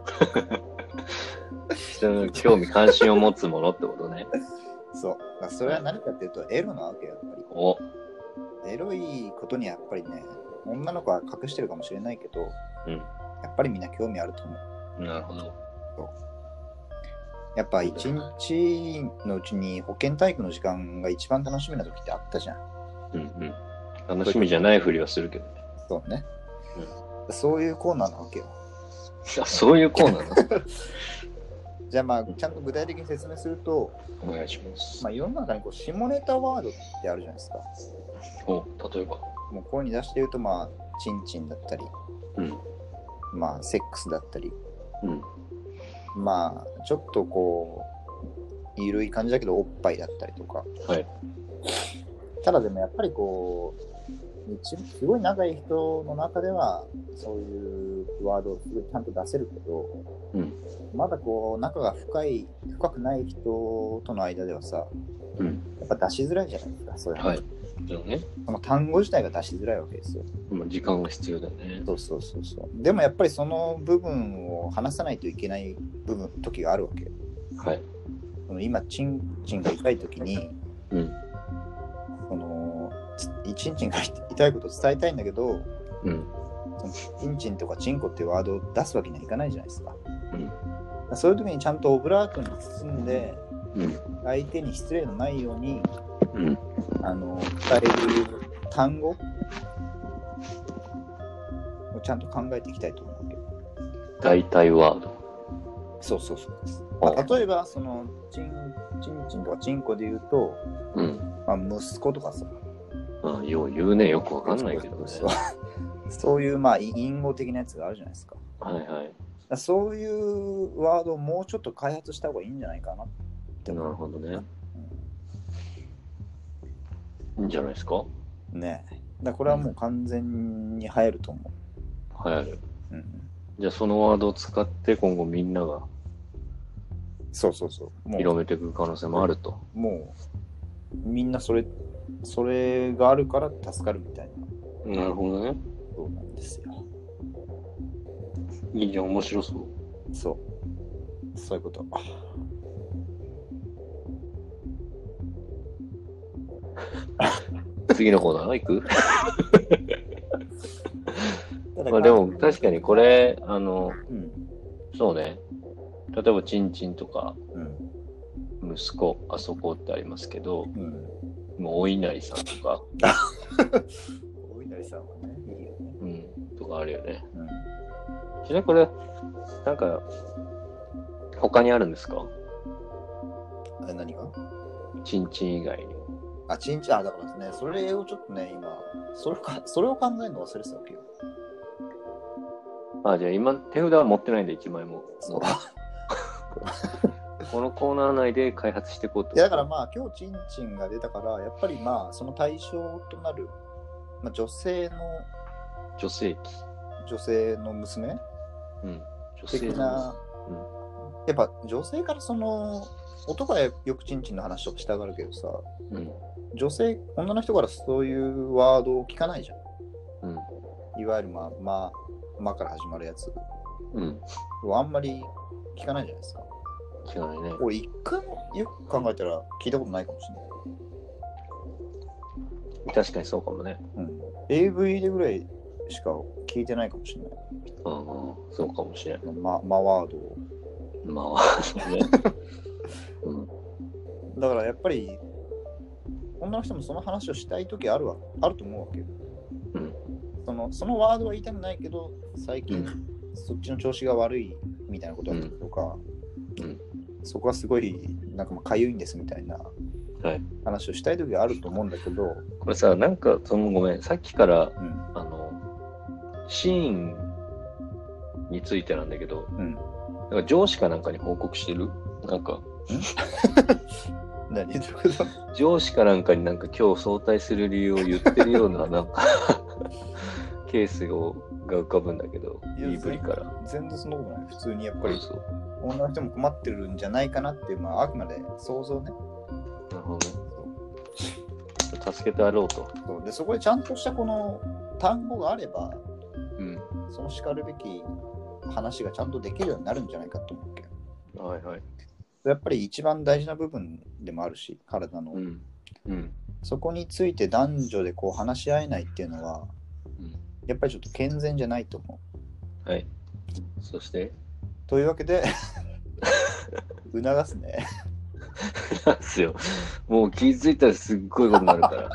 Speaker 2: 人の興味関心を持つものってことね。
Speaker 1: そう。まあ、それは何かっていうと、エロなわけよ、やっぱり。
Speaker 2: お。
Speaker 1: エロいことにやっぱりね、女の子は隠してるかもしれないけど、
Speaker 2: うん、
Speaker 1: やっぱりみんな興味あると思
Speaker 2: う。なるほど。
Speaker 1: そうやっぱ一日のうちに保健体育の時間が一番楽しみな時ってあったじゃん。
Speaker 2: うんうん。楽しみじゃないふりはするけどね。
Speaker 1: そうね。うん、そういうコーナーなわけよ。
Speaker 2: あ、そういうコーナーなの
Speaker 1: じゃあまあちゃんと具体的に説明すると、
Speaker 2: お願いします。
Speaker 1: まあ世の中にこう下ネタワードってあるじゃないですか。
Speaker 2: お、例えば。
Speaker 1: もう声に出して言うとまあチンチンだったり、
Speaker 2: うん、
Speaker 1: まあセックスだったり、
Speaker 2: うん、
Speaker 1: まあちょっとこう緩い感じだけどおっぱいだったりとか。
Speaker 2: はい。
Speaker 1: ただでもやっぱりこうすごい仲いい人の中ではそういうワードをすごいちゃんと出せるけど、
Speaker 2: うん、
Speaker 1: まだこう仲が深い深くない人との間ではさ、うん、やっぱ出しづらいじゃないですか、そういうの。
Speaker 2: はい。ね、
Speaker 1: その単語自体が出しづらいわけですよ。
Speaker 2: 時間が必要だね。
Speaker 1: そうそうそうそう。でもやっぱりその部分を話さないといけない部分時があるわけ。
Speaker 2: はい。
Speaker 1: その今チンチンが痛い時に、うん、そのチンチンが痛いことを伝えたいんだけど、うん、そのチンチンとかチンコっていうワードを出すわけにはいかないじゃないですか。うん、そういう時にちゃんとオブラートに包んで、うん、相手に失礼のないように、うん、あの伝える単語をちゃんと考えていきたいと思うわけ。
Speaker 2: 代替ワード。
Speaker 1: そうそうそうです。まあ、例えばそのチンチンチンとかチンコで言うと、うんまあ、息子とかさ。
Speaker 2: ああ、よう言うね、よくわかんないけどね。
Speaker 1: そう、そういうまあ隠語的なやつがあるじゃないですか。
Speaker 2: はいはい。
Speaker 1: だそういうワードをもうちょっと開発した方がいいんじゃないかなって思う。
Speaker 2: なるほどね。いいんじゃないですか。
Speaker 1: ねえ。だこれはもう完全に流行ると思
Speaker 2: う。流行る。うん。じゃあそのワードを使って今後みんなが
Speaker 1: そうそうそう。
Speaker 2: もう広めていく可能性もあると。
Speaker 1: もうみんなそれそれがあるから助かるみたい
Speaker 2: な。なるほどね。
Speaker 1: そうなんですよ。
Speaker 2: いいじゃん、面白そう。
Speaker 1: そう。そういうこと。
Speaker 2: 次のコーナー行くまあでも確かにこれ、あの、うん、そうね。例えばチンチンとか、うん、息子、あそこってありますけど、うん、もうお稲荷さんとか。
Speaker 1: お稲荷さんはね、いいよね。
Speaker 2: うん、とかあるよね。うん、ちなみにこれ、なんか、他にあるんですか？
Speaker 1: え、何が？
Speaker 2: チンチン以外に。
Speaker 1: あ、チンチン、あ、だからですね、それをちょっとね、今、それか、それを考えるの忘れてたわけよ。
Speaker 2: あ、じゃあ今、手札は持ってないんで、一枚も。
Speaker 1: そう。
Speaker 2: このコーナー内で開発していこうと。
Speaker 1: いや、だからまあ、今日チンチンが出たから、やっぱりまあ、その対象となる、まあ、女性の、
Speaker 2: 女性器。
Speaker 1: 女性の娘、うん、女性的な、うん、やっぱ女性からその、男はよくチンチンの話をしたがるけどさ、うん、女性、女の人からそういうワードを聞かないじゃん。うん、いわゆるまあ、まあ、 まから始まるやつ。
Speaker 2: うん。
Speaker 1: あんまり聞かないじゃないですか。
Speaker 2: 聞かないね。
Speaker 1: 俺一回もよく考えたら聞いたことないかもしれない。
Speaker 2: 確かにそうかもね。
Speaker 1: うん。エーブイ でぐらいしか聞いてないかもしれない。
Speaker 2: うん、そうかもしれない。
Speaker 1: ま、マワードを。
Speaker 2: まあ、そうね。うん。
Speaker 1: だからやっぱり女の人もその話をしたいときあるわ、あると思うわけよ。
Speaker 2: うん。
Speaker 1: そのそのワードは言いたくないけど、最近、うん、そっちの調子が悪いみたいなこととか、うんうん、そこはすごいなんかまあかゆいんですみたいな話をしたいときがあると思うんだけど、はい、
Speaker 2: これさ、なんかそのごめん、さっきから、うん、あのシーンについてなんだけど、うん、なんか上司かなんかに報告してる？なんか
Speaker 1: 何
Speaker 2: 上司かなんかになんか今日早退する理由を言ってるようななんかケースをが浮かぶんだけど、言いぶりから。
Speaker 1: 全然そんなことない。普通にやっぱり女の人も困ってるんじゃないかなっていう、まああくまで想像ね。
Speaker 2: なるほどね。助けてやろうと。
Speaker 1: そうで、そこでちゃんとしたこの単語があれば、
Speaker 2: うん、
Speaker 1: その叱るべき話がちゃんとできるようになるんじゃないかと思うわけど。
Speaker 2: はいはい。や
Speaker 1: っぱり一番大事な部分でもあるし、体の、
Speaker 2: うんうん、
Speaker 1: そこについて男女でこう話し合えないっていうのは、うん、やっぱりちょっと健全じゃないと思
Speaker 2: う。はい。そして
Speaker 1: というわけで促すね。
Speaker 2: 促すよ。もう気づいたらすっごいことになるから。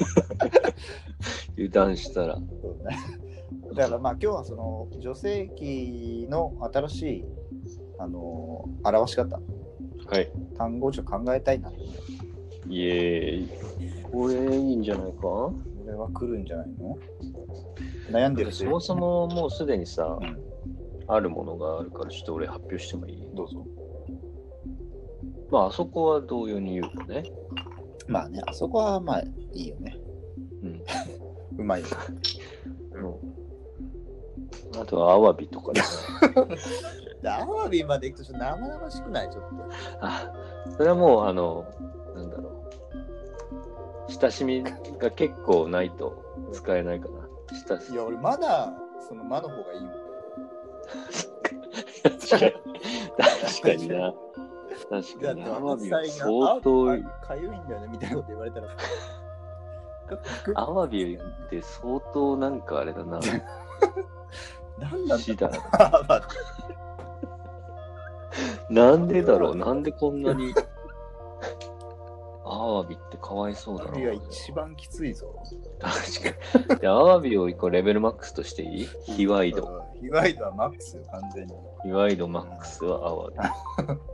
Speaker 2: 油断したら。
Speaker 1: そうね。だからまあ今日はその女性器の新しいあのー、表し方。
Speaker 2: はい、
Speaker 1: 単語をちょっと考えたいな。
Speaker 2: イエーイ。これいいんじゃないか？こ
Speaker 1: れは来るんじゃないの？悩んでる。
Speaker 2: そもそももうすでにさ、うん、あるものがあるからちょっと俺発表してもいい？
Speaker 1: どうぞ。
Speaker 2: まああそこは同様に言うとね。
Speaker 1: まあね、あそこはまあいいよね。
Speaker 2: うん。
Speaker 1: うまいよ。
Speaker 2: うん。あとはアワビとかね。
Speaker 1: アワビまで行くとちょっと生々しくない？ちょっと。
Speaker 2: あ、それはもうあのなんだろう、親しみが結構ないと使えないかな。親しみ。
Speaker 1: いや俺まだその間の方がいいもん。
Speaker 2: 確かに確かにな。確かにアワビは相当
Speaker 1: かゆいんだよねみたいなこと言われたら。
Speaker 2: アワビって相当なんかあれだな。
Speaker 1: なんだ
Speaker 2: 死だな。なんでだろう、なんでこんなにアワビってかわいそうだな。
Speaker 1: アワビが一番きついぞ。
Speaker 2: 確かに。でアワビを一個レベルマックスとしていい？ヒワイド。
Speaker 1: ヒワイドはマックスよ、完全に。
Speaker 2: ヒワイドマックスはアワビ。確かにな。だ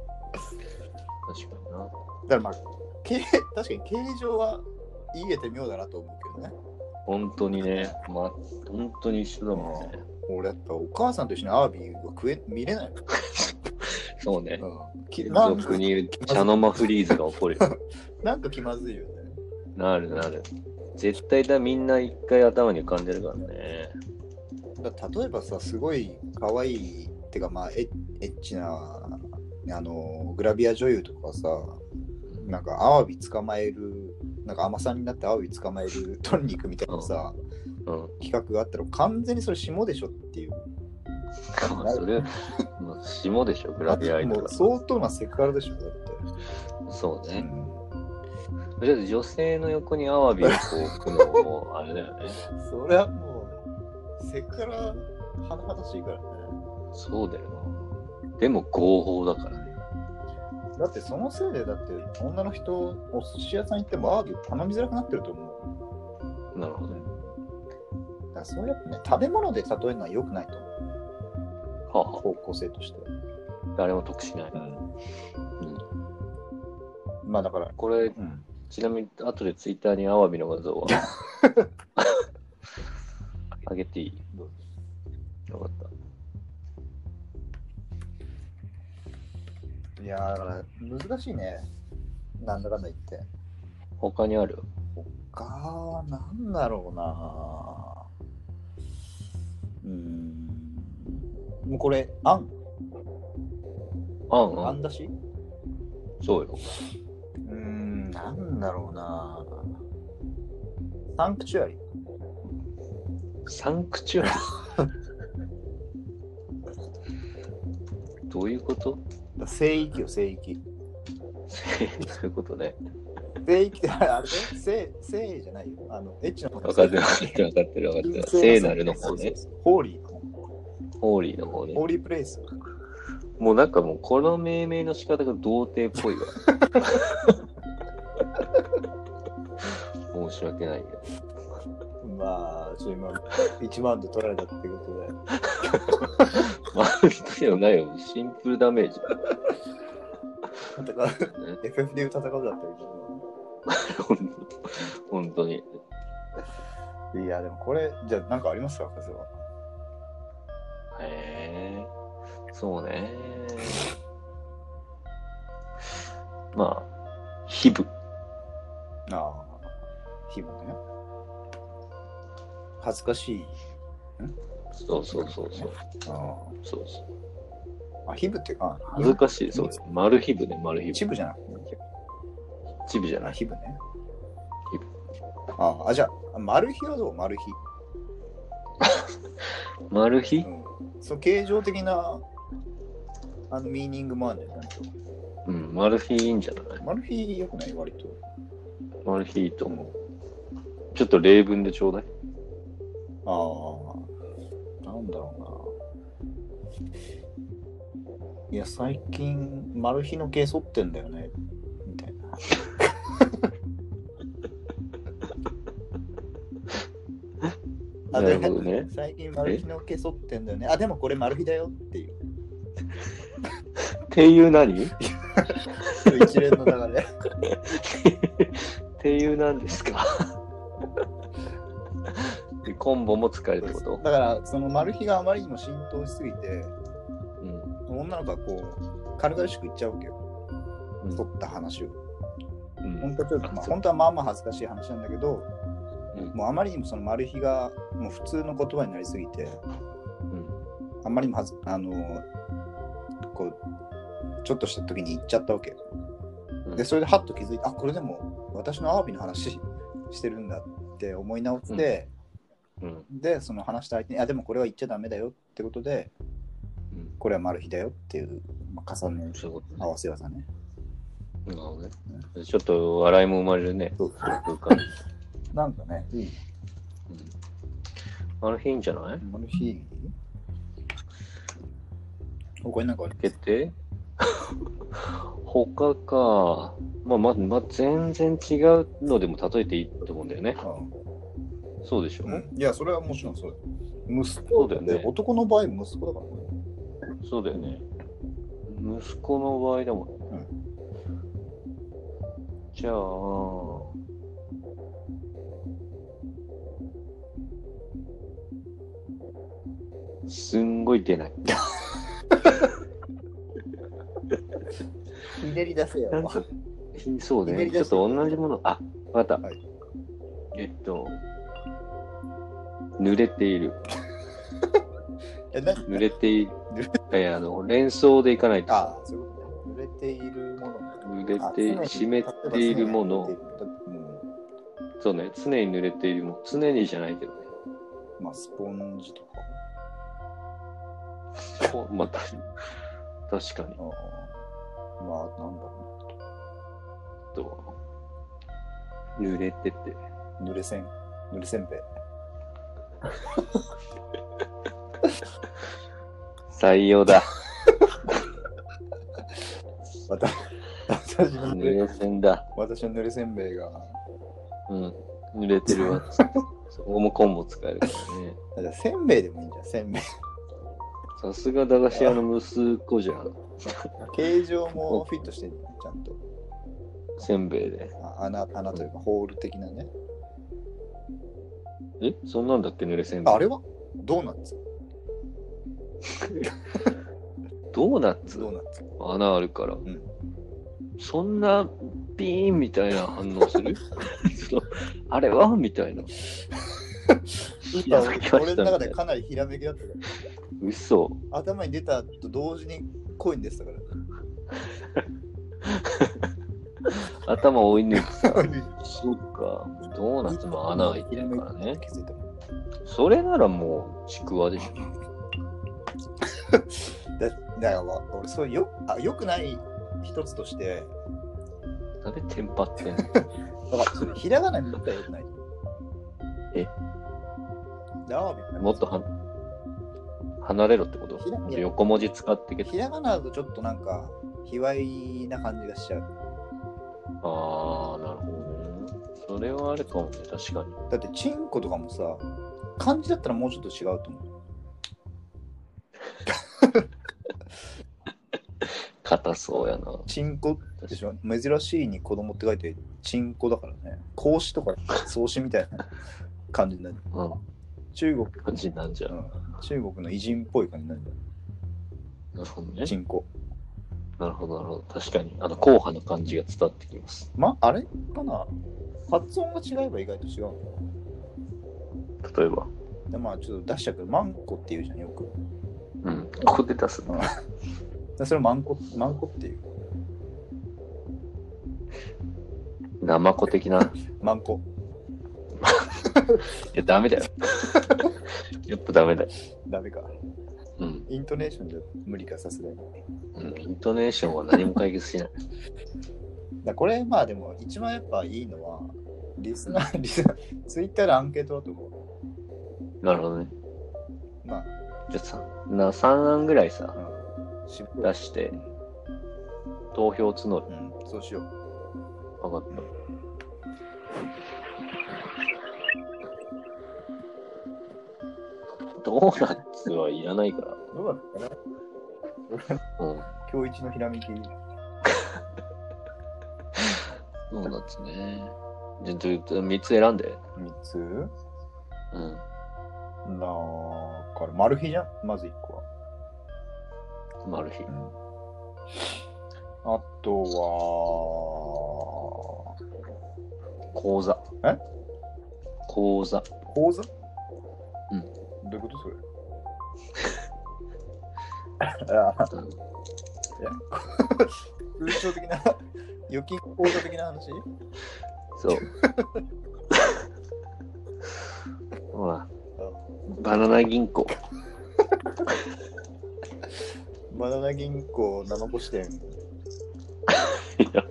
Speaker 1: からまあ、確かに形状は言えて妙だなと思うけどね。
Speaker 2: 本当にね、まあ、本当に一緒だもんね。
Speaker 1: 俺やっぱお母さんと一緒にアワビは食え見れないの。
Speaker 2: そうね。貴族に茶の間フリーズが起こるよ。
Speaker 1: なんか気まずいよね。
Speaker 2: なるなる。絶対だ、みんな一回頭に浮かんでるからね。
Speaker 1: だ例えばさ、すごい可愛いってかまあエッチなあのグラビア女優とかさ、なんかアワビ捕まえる、なんか甘さになってアワビ捕まえる取りに行くみたいなさ、うんうん、企画があったら完全にそれ霜でしょっていう。
Speaker 2: それもう霜でしょ、グラビアアイドル。
Speaker 1: 相当なセクハラでしょ、だって。
Speaker 2: そうね。うん、女性の横にアワビをこう置くのもあれだよね。
Speaker 1: それはもうセクハラ甚だしいからね。
Speaker 2: そうだよな。でも合法だからね。
Speaker 1: だってそのせいで、だって女の人、お寿司屋さん行ってもアワビを頼みづらくなってると思
Speaker 2: う。なるほど。だ
Speaker 1: からそうやってね、食べ物で例えるのは良くないと思う。はあはあ、方向性として。
Speaker 2: 誰も得しない。うん。
Speaker 1: うん、まあだから。
Speaker 2: これ、うん、ちなみに後でツイッターにアワビの画像はあげていい？よかった。
Speaker 1: いやーだから難しいね。なんだかんだ言って。
Speaker 2: 他にある？
Speaker 1: 他はなんだろうな。うーん。もうこれ、あん。
Speaker 2: あん、
Speaker 1: あんだし？
Speaker 2: そうよ。
Speaker 1: うーん、なんだろうな。サンクチュアリ。
Speaker 2: サンクチュアリどういうこと？
Speaker 1: だ聖域よ、聖域。
Speaker 2: そういうことね。
Speaker 1: 聖域ってあれ、あれ聖、聖じゃないよ。あの、エッチの方
Speaker 2: 分かってる分かってる分かってる分かってる。聖なるの方ね。
Speaker 1: ホーリーの方。
Speaker 2: ホーリーの方ね。
Speaker 1: ホーリープレイス。
Speaker 2: もうなんかもうこの命名の仕方が童貞っぽいわ。申し訳ないけど。
Speaker 1: まあ、ちょ今、いちまんで取られたってことで。
Speaker 2: まあ、でもないよ。シンプルダメージ。
Speaker 1: だから、エフエフ でいう戦うだったけど。
Speaker 2: 本当に。
Speaker 1: いや、でもこれ、じゃあ何かありますか、風は。
Speaker 2: へえ、そうね。まあ、ヒブ。
Speaker 1: ああ、ヒブね。恥ずかしい。ん
Speaker 2: そうそうそうそう。
Speaker 1: ああ、
Speaker 2: そうそう。
Speaker 1: あ、ヒブってか、
Speaker 2: 恥ずかしい。そうです。丸ヒブね、丸ヒブ。
Speaker 1: チブじゃなくて。あ、
Speaker 2: チブじゃない。
Speaker 1: ヒブね。
Speaker 2: ヒブ。
Speaker 1: ああ、じゃあ、マルヒはどう？マルヒ。
Speaker 2: マルヒ、
Speaker 1: うん、そう、形状的なあのミーニングもあるんじゃない？
Speaker 2: うん、マルヒいいんじゃない？
Speaker 1: マルヒよくない？割と。
Speaker 2: マルヒいいと思う。ちょっと例文でちょうだい。
Speaker 1: ああ、なんだろうな。いや、最近、マルヒの毛剃ってんだよね。みたいな。あ、
Speaker 2: なるほどね。
Speaker 1: 最近マルヒの毛剃ってんだよね。あ、でもこれマルヒだよっていう。
Speaker 2: っていう何？
Speaker 1: 一連の流れ。
Speaker 2: っていう何ですか？コンボも使えるってこと？
Speaker 1: だからそのマルヒがあまりにも浸透しすぎて、
Speaker 2: うん、
Speaker 1: 女の子はこう軽々しく言っちゃうわけよ。
Speaker 2: うん、
Speaker 1: 取った話を。
Speaker 2: うん、
Speaker 1: 本当はちょっと、まあ、本当はまあまあ恥ずかしい話なんだけど、
Speaker 2: うん、
Speaker 1: もうあまりにもそのマルヒがもう普通の言葉になりすぎて、
Speaker 2: うん、
Speaker 1: あんまりにもはずあのこうちょっとした時に言っちゃったわけよ。
Speaker 2: うん、
Speaker 1: でそれでハッと気づいて、あ、これでも私のアワビの話してるんだって思い直して、うんうん、でその話した相手に、あ、でもこれは言っちゃダメだよってことで、うん、これはマルヒだよっていう、まあ、重ね合わせ技ね。
Speaker 2: なるほどね、うん、ちょっと笑いも生まれるね。
Speaker 1: そうそうなんかね、いい。うん、
Speaker 2: マルヒいいんじゃない？
Speaker 1: マルヒ他になんかある？
Speaker 2: 決定？他か。まあ、まあ、まあ、全然違うのでも例えていいと思うんだよね。ああ、そうでしょ、うん、
Speaker 1: いや、それはもちろんそうだよ。息子だよね。男の場合、息子だからね。
Speaker 2: そうだよね。息子の場合だもんね。うん、じゃあ、すんごい出ない。
Speaker 1: ひねり出せよ。
Speaker 2: そうね。ちょっと同じもの。あ、わかった。はい、えっと、濡れている。
Speaker 1: え、な
Speaker 2: 濡れている。いや、あの、連想でいかないと。
Speaker 1: ああ、そういうことね。濡れているもの。
Speaker 2: 濡れて、湿っているもの。そうね。常に濡れているもの。常にじゃないけどね。
Speaker 1: まあ、スポンジとか。
Speaker 2: まあ、確かに。
Speaker 1: あまあ、なんだろ
Speaker 2: う。と、濡れてて。
Speaker 1: 濡れせん。濡れせんべい。
Speaker 2: 採用だ。
Speaker 1: 私の
Speaker 2: 濡れせんだ。
Speaker 1: 私の濡れせんべいが。
Speaker 2: うん。濡れてるわ。そこもコンボ使えるからね。
Speaker 1: だからせんべいでもいいんじゃん、せんべい。
Speaker 2: さすが駄菓子屋の息子じゃん。
Speaker 1: 形状もフィットしてるじゃん、ちゃんと。
Speaker 2: せんべいで。
Speaker 1: 穴、穴というか、ホール的なね。
Speaker 2: え、そんなんだっけ、濡れせんべい。
Speaker 1: あれはドーナツ。
Speaker 2: ドーナツ？
Speaker 1: ドーナツ。
Speaker 2: 穴あるから。うん、そんなビーンみたいな反応する？あれはみたいな。
Speaker 1: 俺の中でかなりひらめきだったから。
Speaker 2: 嘘。
Speaker 1: 頭に出たと同時に声に出てたから。
Speaker 2: 頭追い抜いてさ。そっか。ドーナツも穴開いてるからね。それならもうちくわでしょ。
Speaker 1: だだから俺そうよあよくない一つとして
Speaker 2: なんでテンパってんの
Speaker 1: だからそれひらがなに言ったらよくない。
Speaker 2: え
Speaker 1: でアワビ
Speaker 2: もっとは離れろってこと
Speaker 1: ひら
Speaker 2: 横文字使ってけど。
Speaker 1: ひらがなだとちょっとなんか卑猥な感じがしちゃう。
Speaker 2: ああ、なるほどね。それはあるかもね、確かに。
Speaker 1: だってチンコとかもさ漢字だったらもうちょっと違うと思う。
Speaker 2: 硬そうやな。
Speaker 1: チンコでしょ。珍しいに子供って書いてチンコだからね。孔子とか創始みたいな感じになる。
Speaker 2: うん。
Speaker 1: 中国
Speaker 2: 感じなんじゃ、
Speaker 1: うん、中国の偉人っぽい感じになるんだよ。
Speaker 2: なるほどね。
Speaker 1: チンコ。
Speaker 2: なるほど、なるほど。確かに、あの、硬派な感じが伝わってきます。
Speaker 1: ま、あれかな発音が違えば意外と違うの。
Speaker 2: 例えば。
Speaker 1: でまあちょっと出しちゃうけど、マンコって言うじゃん、よく。
Speaker 2: うん。ここで出すの。
Speaker 1: それマンコ、マンコっていう。
Speaker 2: ナマコ的な。
Speaker 1: マンコ。
Speaker 2: いや、ダメだよ。やっぱダメだよ。
Speaker 1: ダメか。
Speaker 2: うん。
Speaker 1: イントネーションじゃ無理か、さすがに。
Speaker 2: うん。イントネーションは何も解決しない。
Speaker 1: だこれ、まあでも、一番やっぱいいのは、リスナー、リスナー、ツイッターでアンケートだと思
Speaker 2: なるほどね。
Speaker 1: う。まあ、
Speaker 2: じゃあさ、なさん案ぐらいさ、
Speaker 1: うん、し
Speaker 2: 出して、投票募る。
Speaker 1: うん、そうしよう。
Speaker 2: 分かった。ドーナツはいらないから。
Speaker 1: どうだったかな。
Speaker 2: うん。
Speaker 1: 今日一のひらめき。
Speaker 2: ドーナツね。じゃあ、みっつ選んで。
Speaker 1: みっつ
Speaker 2: うん。
Speaker 1: なあ、から、マル秘じゃんまずいっこは。
Speaker 2: マル秘。
Speaker 1: うん、あとは、
Speaker 2: 講座。
Speaker 1: え
Speaker 2: 講座。
Speaker 1: 講座
Speaker 2: うん。
Speaker 1: どういうことそれああ、いや、通常的な、預金口座的な話
Speaker 2: そう。ほら、バナナ銀行。
Speaker 1: バナナ銀行生子支店。
Speaker 2: いや、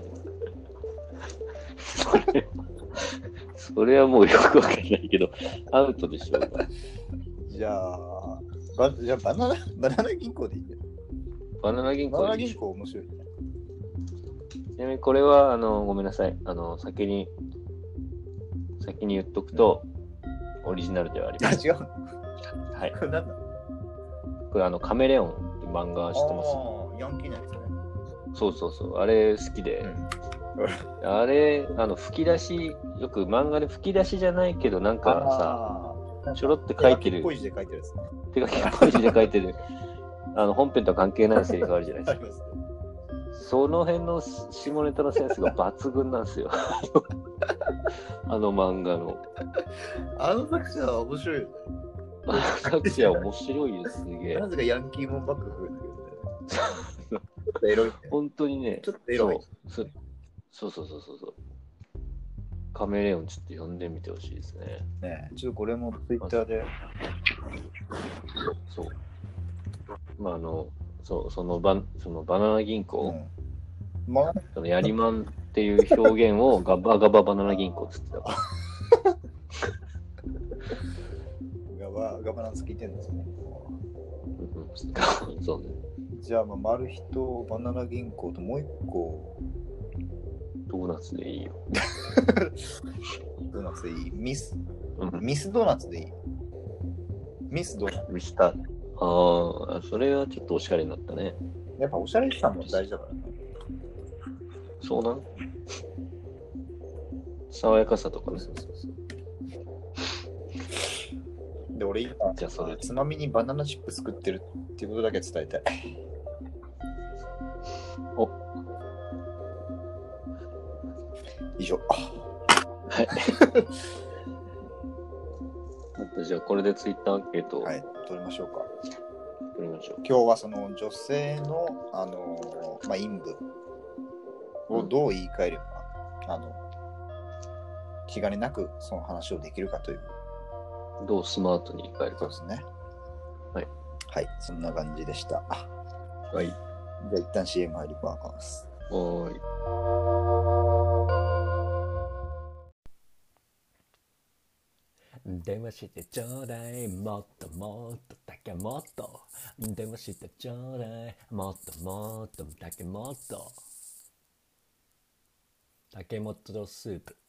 Speaker 2: それ、それはもうよくわかんないけど、アウトでしょうが。
Speaker 1: じゃあ、バじゃあバナナ、バナナ銀行でいいね。
Speaker 2: バナナ銀行
Speaker 1: バナナ
Speaker 2: でいいでしょ。
Speaker 1: 銀行面白いね。
Speaker 2: ちなみにこれは、あの、ごめんなさい。あの、先に、先に言っとくと、オリジナルではありま
Speaker 1: あ、
Speaker 2: す。
Speaker 1: 違うの
Speaker 2: はい。
Speaker 1: これなんだ
Speaker 2: これ、あの、カメレオンって漫画知ってます？
Speaker 1: ああ、ヤンキーなやつね。
Speaker 2: そうそうそう。あれ好きで、
Speaker 1: うん、
Speaker 2: あれ、あの、吹き出し、よく漫画で吹き出しじゃないけど、なんかさ、ちょろって書いてる。
Speaker 1: 手書きっぽい字で書いてるやつね。
Speaker 2: 手書きっぽい字で書いてる。あの、本編とは関係ないセリフあるじゃないですか。
Speaker 1: ありますね。
Speaker 2: その辺の下ネタのセンスが抜群なんですよ。あの漫画の。
Speaker 1: あの作者は面白いよね。
Speaker 2: あの作者面白いです、すげえ。
Speaker 1: なぜかヤンキーもバックフルだけどね。ちょっとエロい、ね。
Speaker 2: 本当にね、
Speaker 1: ちょっとエロい。
Speaker 2: そうそうそうそうそうそう。カメレオンちょっと読んでみてほしいですね。
Speaker 1: ねえ、ちょっとこれもツイッターで。
Speaker 2: そう。まああの、そう、そのバそのバナナ銀行、
Speaker 1: うんまあ、
Speaker 2: そのやりまんっていう表現をガバガババナナ銀行っつってたから。
Speaker 1: ガバガバナンス聞いてるんですね。
Speaker 2: うん、そうね。
Speaker 1: じゃあ、まあ、マルヒとバナナ銀行ともう一個。
Speaker 2: ドーナツでいいよ。
Speaker 1: ドーナツでいいミス、
Speaker 2: うん、
Speaker 1: ミスドーナツでいいミスドーナツ。
Speaker 2: ミスター。ああ、それはちょっとおしゃれになったね。
Speaker 1: やっぱおしゃれさも大事だからね。
Speaker 2: そうなん爽やかさとかね。
Speaker 1: そうそうそう。で、俺今、
Speaker 2: じゃあそれ
Speaker 1: つまみにバナナチップ作ってるっていうことだけ伝えたい。
Speaker 2: お
Speaker 1: 以上。
Speaker 2: はい。あとじゃあこれでツイッターアンケートを
Speaker 1: はい、取りましょうか。
Speaker 2: 取りましょう。
Speaker 1: 今日はその女性の、あのーまあ、陰部をどう言い換えれば、うん、あの気兼ねなくその話をできるかという。
Speaker 2: どうスマートに言い換えるか。
Speaker 1: そうですね。
Speaker 2: はい。
Speaker 1: はい、そんな感じでした。
Speaker 2: はい。
Speaker 1: じゃあ一旦 シーエム 入ります。
Speaker 2: おーい。
Speaker 3: 電話してちょうだい、もっともっとだけもっと。電話してちょうだい、もっともっとだけもっと。竹本のスープ。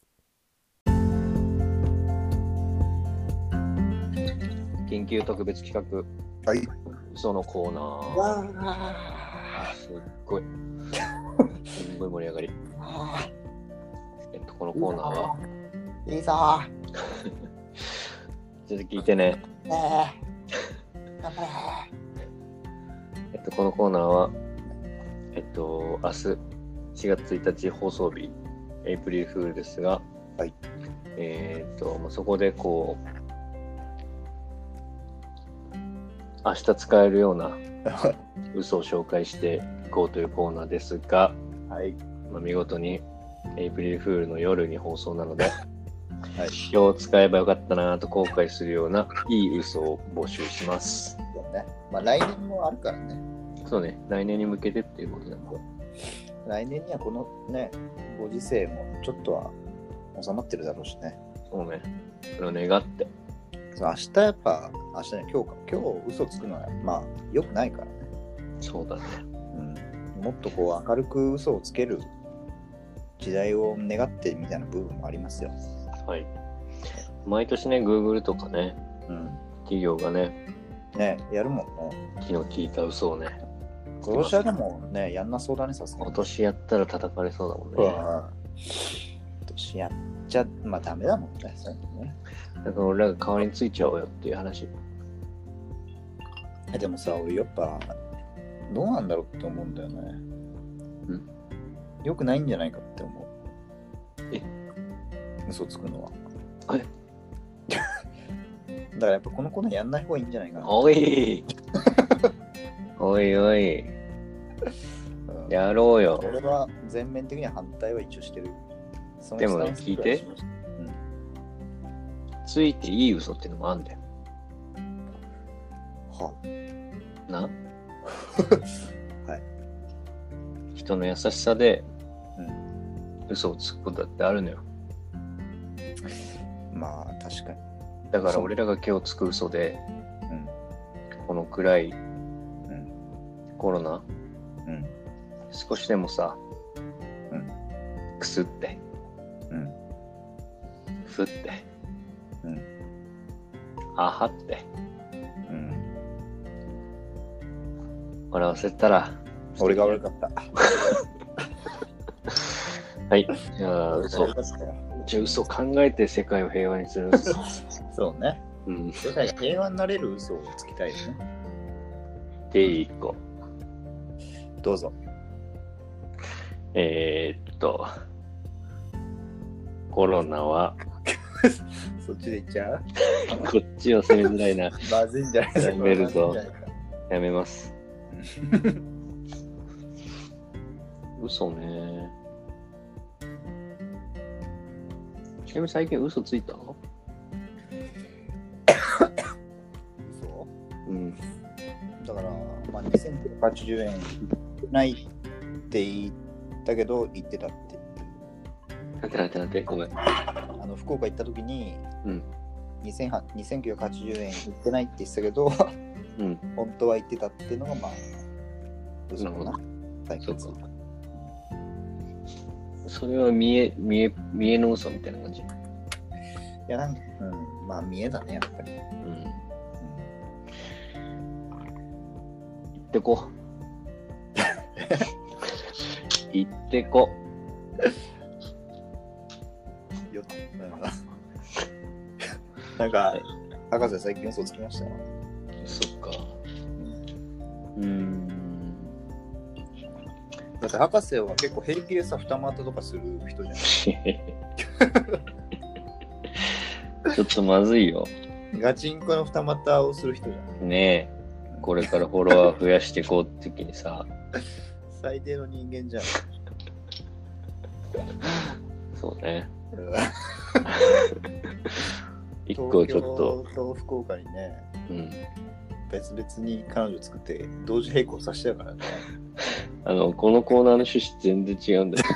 Speaker 2: 緊急特別企画。
Speaker 1: はい。
Speaker 2: 嘘のコーナー。
Speaker 1: わ
Speaker 2: ー。すっごい。すんごい盛り上がり。えっと、このコーナーは。
Speaker 1: いいぞー。
Speaker 2: ちょっと聞いてね。
Speaker 1: えー、頑張れ。
Speaker 2: えっと、このコーナーは、えっと、明日しがつついたち放送日、エイプリルフールですが、
Speaker 1: はい。
Speaker 2: えー、っと、そこでこう、明日使えるような嘘を紹介していこうというコーナーですが、
Speaker 1: はい。
Speaker 2: まあ、見事にエイプリルフールの夜に放送なので、はい、
Speaker 1: 今
Speaker 2: 日使えばよかったなと後悔するようないい嘘を募集します。
Speaker 1: そうね。まあ来年もあるからね。
Speaker 2: そうね。来年に向けてっていうことなんで。
Speaker 1: 来年にはこのね、ご時世もちょっとは収まってるだろうしね。
Speaker 2: そうね。それを願って。
Speaker 1: そう明日やっぱ、明日ね、今日か。今日嘘つくのはまあ良くないからね。
Speaker 2: そうだね。
Speaker 1: うん。もっとこう明るく嘘をつける時代を願ってみたいな部分もありますよ。
Speaker 2: はい。毎年ね、Google とかね、うん、企業がね、
Speaker 1: ね、やるもんね。
Speaker 2: 昨日聞いた嘘をね。
Speaker 1: 今年はでもね、やんなそうだね、さすがに。
Speaker 2: 今年やったら叩かれそうだもんね。
Speaker 1: 今年やっちゃ、まあダメだもんね、そういうのね。
Speaker 2: だから俺らが代わりについちゃおうよっていう話。
Speaker 1: でもさ、俺やっぱ、どうなんだろうって思うんだよね。
Speaker 2: うん。
Speaker 1: よくないんじゃないかって思う。
Speaker 2: え
Speaker 1: 嘘つくのは。
Speaker 2: え
Speaker 1: だからやっぱこのコーナーやんない方がいいんじゃないかな。
Speaker 2: おいおいおい、うん、やろうよ。
Speaker 1: 俺は全面的には反対は一応してる。
Speaker 2: でもね、聞いて、うん、ついていい嘘ってのもあんだよ。
Speaker 1: は
Speaker 2: な
Speaker 1: はい。
Speaker 2: 人の優しさで、
Speaker 1: うん、
Speaker 2: 嘘をつくことだってあるのよ。
Speaker 1: まあ確かに。
Speaker 2: だから俺らが今日つく嘘で、うん、この暗い、うん、コロナ、うん、少しでもさ、うん、くすって、うん、ふって、うん、あはって、うん、笑わせたら
Speaker 1: 俺が悪かった
Speaker 2: はい、じゃあ嘘じゃあ嘘を考えて世界を平和にする嘘
Speaker 1: そうね、うん、世界が平和になれる嘘をつきたいよね。
Speaker 2: でいっこ
Speaker 1: どうぞ。
Speaker 2: えー、っとコロナは
Speaker 1: そっちでいっちゃう
Speaker 2: こっちは攻めづらいな。
Speaker 1: まずいんじゃないですか。
Speaker 2: やめるぞ。やめます。嘘ね。ちなみに最近嘘ついたの？
Speaker 1: 嘘？
Speaker 2: うん。
Speaker 1: だから、まあ、にせんきゅうひゃくはちじゅうえんないって言ったけど、言ってたって。
Speaker 2: なんてなんてなんて、ごめん。
Speaker 1: あの福岡行った時に、うん、にせんきゅうひゃくはちじゅうえん言ってないって言ってたけど、うん、本当は言ってたっていうのがまあ嘘かな。最近
Speaker 2: そうか。それは見え見え見えの嘘みたいな感じ。い
Speaker 1: やなんか、うん、まあ見えだねやっぱり。うん。うん、
Speaker 2: 行ってこ。行ってこ。
Speaker 1: よっ。なんか博士最近嘘つきました。
Speaker 2: そっか。うーん。
Speaker 1: だって博士は結構平気でさ二股とかする人じゃない。
Speaker 2: ちょっとまずいよ。
Speaker 1: ガチンコの二股をする人じゃん。
Speaker 2: ねえ。これからフォロワー増やしていこうって時にさ。
Speaker 1: 最低の人間じゃん。
Speaker 2: そうね。一個ちょっと。
Speaker 1: 東京と福岡にね。
Speaker 2: うん。
Speaker 1: 別々に彼女作って同時並行させちゃうからね。
Speaker 2: あのこのコーナーの趣旨全然違うんだよ。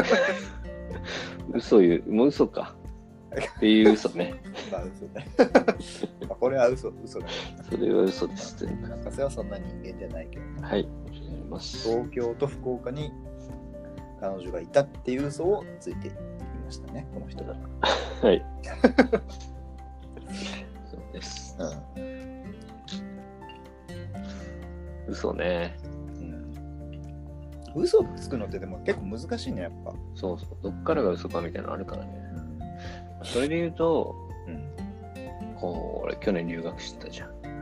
Speaker 2: 嘘言う、もう嘘かっていう嘘ね。
Speaker 1: まあ嘘ね。まあこれは嘘、嘘だ。
Speaker 2: それは嘘です。
Speaker 1: 博士はそんな人間じゃないけど、ね。
Speaker 2: はい。
Speaker 1: 東京と福岡に彼女がいたっていう嘘をついていましたね、この人が。
Speaker 2: はい。そうです。うん。嘘ね。
Speaker 1: 嘘をつくのってでも結構難しいね、やっぱ。
Speaker 2: そうそう、どっからが嘘かみたいなのあるからね。うん、それで言うと、うん、こう俺去年留学してたじゃん。うん、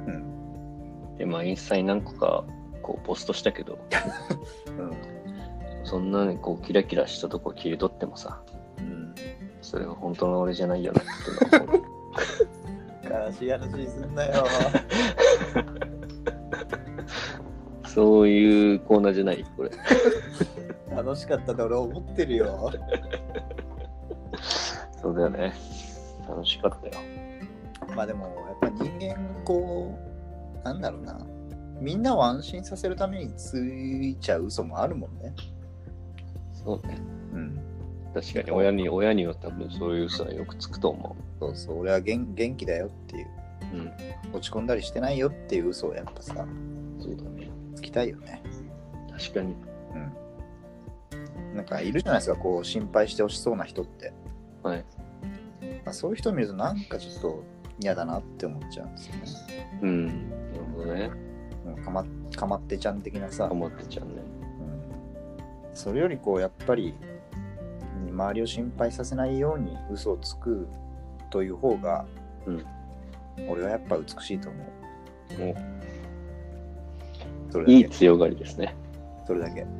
Speaker 2: で、まあインスタに何個かこうポストしたけど、うん、そんなにこうキラキラしたとこ切り取ってもさ、うん、それは本当の俺じゃないよなってのは思う。
Speaker 1: 悲しい話すんなよ。
Speaker 2: そういうコーナーじゃないこれ。
Speaker 1: 楽しかったって俺は思ってるよ。
Speaker 2: そうだよね。楽しかったよ。
Speaker 1: まあでもやっぱ人間こうなんだろうな、みんなを安心させるためについちゃう嘘もあるもんね。
Speaker 2: そうね。うん。確かに親に親には多分そういう嘘はよくつくと思
Speaker 1: う。そうそう、俺は 元, 元気だよっていう、うん、落ち込んだりしてないよっていう嘘をやっぱさ、
Speaker 2: そうだね。
Speaker 1: つきたいよね。
Speaker 2: 確かに。
Speaker 1: うん。なんかいるじゃないですか、こう心配してほしそうな人って。
Speaker 2: はい。
Speaker 1: まあ、そういう人を見るとなんかちょっと嫌だなって思っちゃうんですよね。
Speaker 2: うん。なるほどね。
Speaker 1: かま、かまってちゃん的なさ。
Speaker 2: かまってちゃんね。
Speaker 1: うん。それよりこうやっぱり周りを心配させないように嘘をつくという方が、うん、俺はやっぱ美しいと思う。もう
Speaker 2: いい強がりですね。
Speaker 1: それだけ。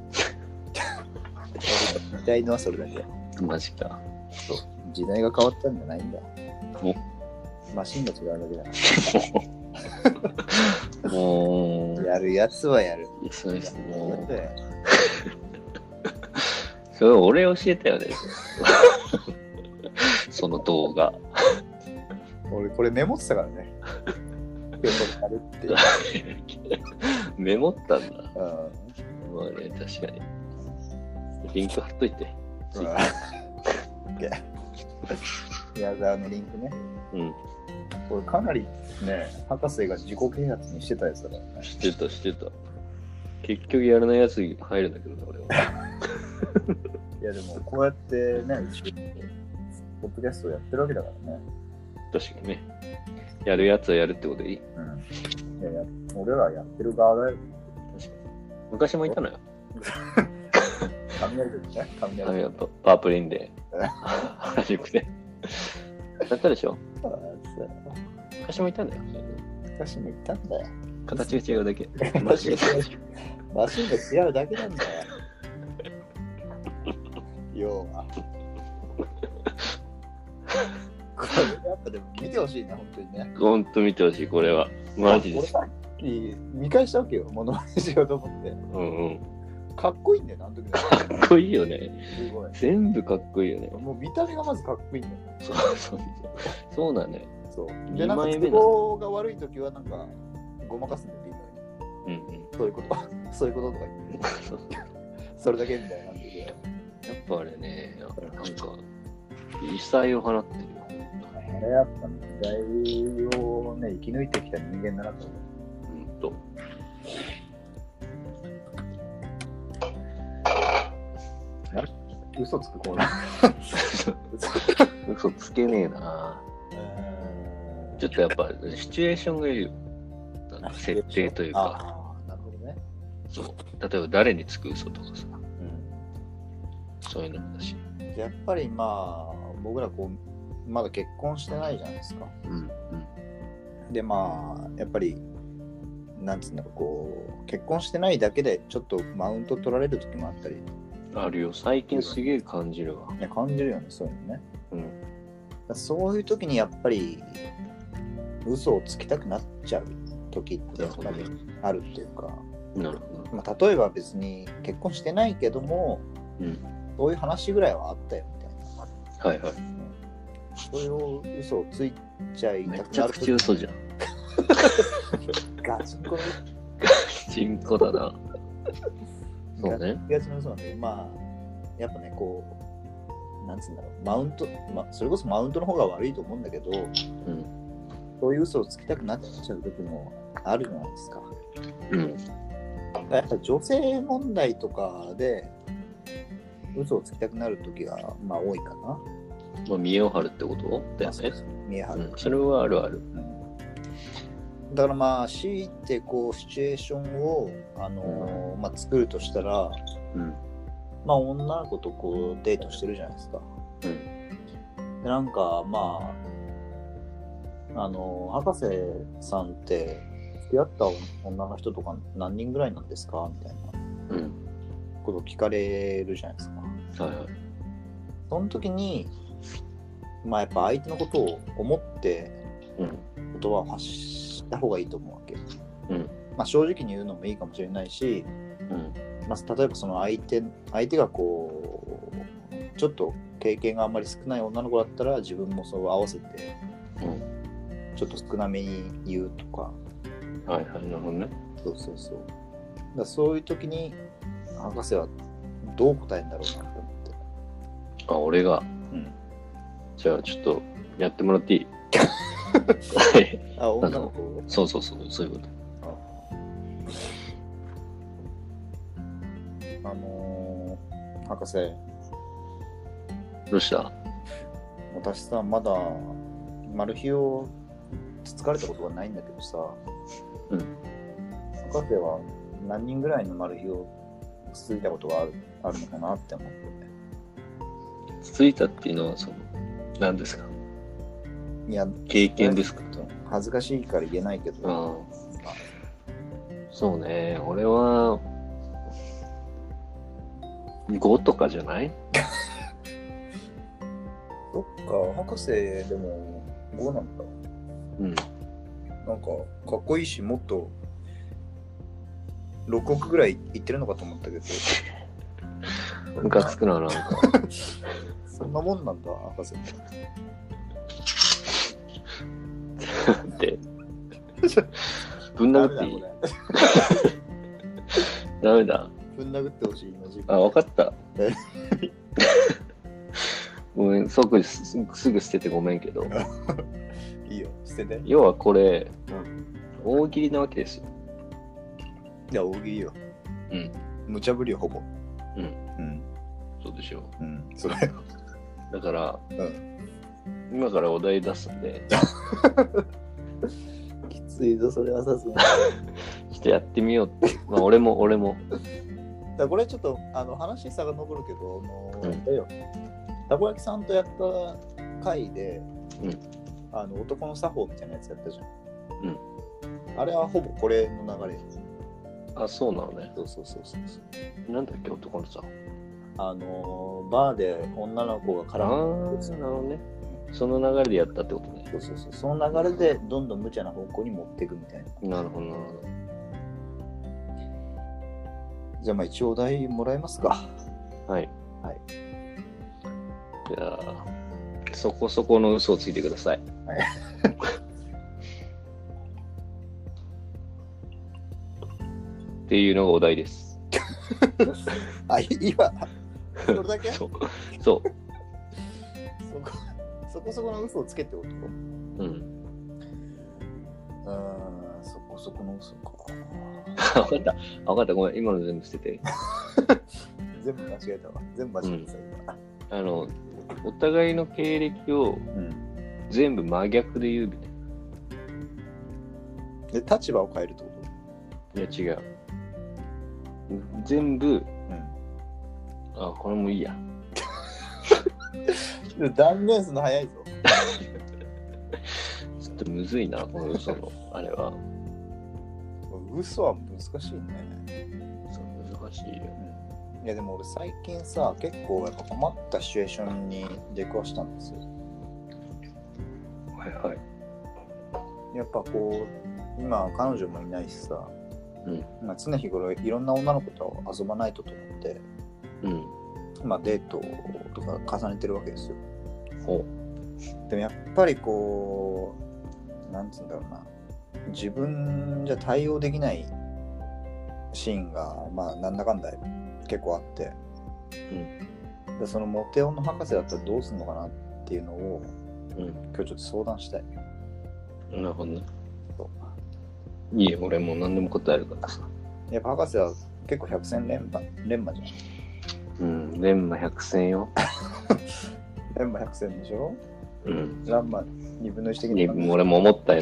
Speaker 1: 時代のはそれだけ。
Speaker 2: マジか。
Speaker 1: そう。時代が変わったんじゃないんだ。マシンが違うだけだ。もう。やるやつはやる。
Speaker 2: そうですね。もう。それ俺教えたよね。その動画。
Speaker 1: 俺これメモってたからね。今日これやるって
Speaker 2: メモったんだ。うん。まあね、確かに。リンク貼っといて。
Speaker 1: うん。宮沢のリンクね。うん。これかなりね、博士が自己啓発にしてたやつだからね。
Speaker 2: してた、してた。結局やらないやつに入るんだけどね、俺は。
Speaker 1: いやでも、こうやってね、一緒にポッドキャストをやってるわけだからね。
Speaker 2: 確かにね。やるやつはやるってことでいい？うん。
Speaker 1: いやいや、俺らやってる側だよ。
Speaker 2: 確かに。昔もいたのよ。
Speaker 1: 雷ですね。雷。
Speaker 2: パープリンで。原宿で。やったでしょ？昔もいたんだよ。
Speaker 1: 昔もいたんだよ。
Speaker 2: 形が違うだけ。
Speaker 1: マシンが違うだけなんだよ。要は。これやっぱでも見てほしいな、本当にね。
Speaker 2: 本当見てほしい、これは。マジで。
Speaker 1: 俺さっき見返したわけよ、モノマネしようと思って。うんうん。かっこいいんだよ、なんと
Speaker 2: か。かっこいいよね。すごい。全部かっこいいよね。
Speaker 1: もう見た目がまずかっこいいんだよ。
Speaker 2: そうそうそうだね。
Speaker 1: そう。で、なんか都合が悪いときはなんかごまかすんだよ、微妙に。うんうん。そういうこと、そういうこととか言って。それだけみたいな感じで。
Speaker 2: やっぱあれね、なんか異彩を放ってるよ。
Speaker 1: あれやっぱ時代をね、生き抜いてきた人間だなと思う。
Speaker 2: うんと。
Speaker 1: 嘘つくコーナー。
Speaker 2: 嘘つけねえな。ちょっとやっぱシチュエーションがいるよ。設定というか。
Speaker 1: ああ、なるほどね。
Speaker 2: そう。例えば誰につく嘘とかさ。うん、そういうのもだし。
Speaker 1: やっぱりまあ僕らこうまだ結婚してないじゃないですか。うんうん、でまあやっぱりなんつうんだろう、こう結婚してないだけでちょっとマウント取られる時もあったり。
Speaker 2: あるよ、最近すげえ感じるわ。
Speaker 1: いや感じるよね、そういうのね。うん。だそういう時にやっぱり嘘をつきたくなっちゃう時ってやっぱりあるっていうか。
Speaker 2: なるほど。
Speaker 1: まあ、例えば別に結婚してないけども、うん、そういう話ぐらいはあったよみたいな。
Speaker 2: はいはい。
Speaker 1: それを嘘をついちゃいたくなる。
Speaker 2: めちゃくちゃ嘘じゃん。
Speaker 1: ガチンコの
Speaker 2: チンコだな。そうね。
Speaker 1: ガチの嘘なんだけど、まあ、やっぱね、こう、なんつうんだろう、マウント、まあ、それこそマウントの方が悪いと思うんだけど、うん、そういう嘘をつきたくなっちゃう時もあるじゃないですか。うん。やっぱ女性問題とかで嘘をつきたくなる時がまあ多いかな。
Speaker 2: まあ、見栄を張るってことだよね。
Speaker 1: 見栄張る、
Speaker 2: うん。それはあるある。うん 、
Speaker 1: だからまあ強いてこうシチュエーションを、あのーうんまあ、作るとしたら、うん、まあ女の子とこうデートしてるじゃないですか。うん、でなんかまああのー、博士さんって付き合った女の人とか何人ぐらいなんですかみたいな、うん、ことを聞かれるじゃないですか。はいはい。その時にまあやっぱ相手のことを思って言葉を発した方がいいと思うわけ。うん、まあ正直に言うのもいいかもしれないし、うんまあ、例えばその相手相手がこうちょっと経験があんまり少ない女の子だったら自分もそう合わせて、うん、ちょっと少なめに言うとか。
Speaker 2: はいはい、なるほどね。
Speaker 1: そうそうそう。だそういう時に博士はどう答えるんだろうなと思って。
Speaker 2: あ、俺が。うん。じゃあちょっとやってもらっていい？はい。あ、女の子？そうそうそう、そういうこと。
Speaker 1: あ、あのー、博士。
Speaker 2: どうした？
Speaker 1: 私さ、まだマルヒをつつかれたことがないんだけどさ。うん、博士は何人ぐらいのマル秘をつついたことがある、あるのかなって思って。
Speaker 2: つついたっていうのはその何ですか？いや経験ですか？
Speaker 1: 恥ずかしいから言えないけど。あ
Speaker 2: あそうね、俺はごとかじゃない？
Speaker 1: そっか、博士でもごなんだ。うん。なんかかっこいいし、もっとろくおくぐらいいってるのかと思ったけど。
Speaker 2: ムカつくな、なんか。
Speaker 1: そんなもんなんだ、博士。
Speaker 2: って。ぶん殴っていい？ダメだ。
Speaker 1: ぶん殴ってほしいの自分。
Speaker 2: あ、わかった。ごめん、即すぐ捨ててごめんけど。
Speaker 1: いいよ、捨てて。
Speaker 2: 要はこれ、うん、大喜利なわけですよ。
Speaker 1: いや、大喜利よ。うん。無茶ぶりよ、ほぼ。うん。うん。
Speaker 2: そうでしょ
Speaker 1: う。うん、それよ。
Speaker 2: だから、うん、今からお題出すんで。
Speaker 1: きついぞ、それはさすがに。
Speaker 2: ちょっとやってみようって。まあ、俺も、俺も。
Speaker 1: だこれちょっと、あの、話遡るけど、あの、うん、だよ。たこ焼きさんとやった回で、うんあの男の作法みたいなやつやったじゃん。うん。あれはほぼこれの流れ。
Speaker 2: あ、そうなのね。
Speaker 1: そうそうそうそう。
Speaker 2: なんだっけ、男の作法。
Speaker 1: あのー、バーで女の子が絡む。
Speaker 2: ああ、なるほどね。その流れでやったってことね。
Speaker 1: そうそうそう。その流れでどんどん無茶な方向に持っていくみたい
Speaker 2: な。なるほど、なるほど。
Speaker 1: じゃあまあ一応お題もらえますか。
Speaker 2: はい。はい。じゃあ。そこそこの嘘をついてください。はい、っていうのがお題です。
Speaker 1: あ、今、それだけ
Speaker 2: そう。そうそこ。
Speaker 1: そこそこの嘘をつけってこと？うん。うん、そこそこの嘘か。
Speaker 2: 分かった。分かった。ごめん。今の全部捨てて。
Speaker 1: 全部間違えたわ。全部間違えた。
Speaker 2: うん、あの、お互いの経歴を全部真逆で言うみたい
Speaker 1: な。で、立場を変えるってこ
Speaker 2: と？いや違う。全部、うん、あ、これもいいや。
Speaker 1: 断念するの早いぞ。
Speaker 2: ちょっとむずいな、この嘘のあれは。
Speaker 1: 嘘は難しいね。
Speaker 2: そう、難しいよ。
Speaker 1: いやでも俺最近さ結構やっぱ困ったシチュエーションに出くわしたんですよ。
Speaker 2: はいはい。
Speaker 1: やっぱこう今彼女もいないしさ、うんまあ、常日頃いろんな女の子と遊ばないとと思って、うん、まあデートとか重ねてるわけですよ。ほう。でもやっぱりこうなんつうんだろうな、 自分じゃ対応できないシーンがまあなんだかんだ結構あって、うん、でそのモテ男の博士だったらどうするのかなっていうのを、うん、今日ちょっと相談したい。
Speaker 2: なるほどね。いいえ、俺もう何でも答えるからさ。
Speaker 1: やっぱ博士は結構百戦錬磨錬磨じ
Speaker 2: ゃん。うん、錬磨百戦よ。
Speaker 1: 錬磨百戦でしょ。
Speaker 2: うん。
Speaker 1: ランマ二分の一的に。
Speaker 2: 俺も思ったよ。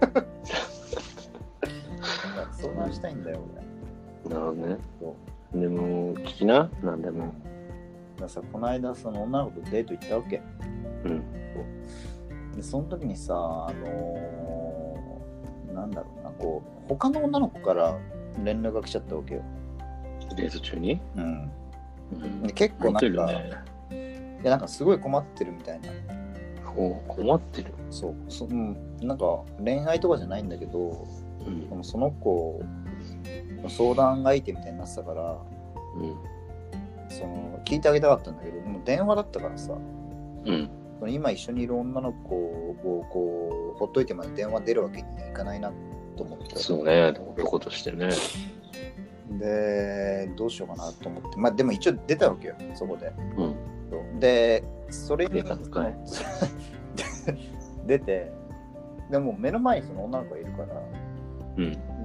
Speaker 1: 相談したいんだよ
Speaker 2: 俺。なるほどね。でも聞きな、なんでも。
Speaker 1: ださ、この間その女の子とデート行ったわけ。
Speaker 2: うん。
Speaker 1: でその時にさ、あのー、なんだろうな、こう他の女の子から連絡が来ちゃったわけよ。
Speaker 2: デート中に？
Speaker 1: うん。うん、で結構なんか、ね、いやなんかすごい困ってるみたいな。
Speaker 2: ほう、困ってる。
Speaker 1: そうそ、うん、なんか恋愛とかじゃないんだけど、うん、その子相談相手みたいになってたから、うん、その聞いてあげたかったんだけど、もう電話だったからさ、うん、その今一緒にいる女の子をこうほっといてまで電話出るわけにいかないなと思って。
Speaker 2: そうね、男としてね。
Speaker 1: でどうしようかなと思って、まあでも一応出たわけよ、そこで。うん、でそれに
Speaker 2: 出たのかい
Speaker 1: 出て、でも目の前にその女の子がいるから、うん、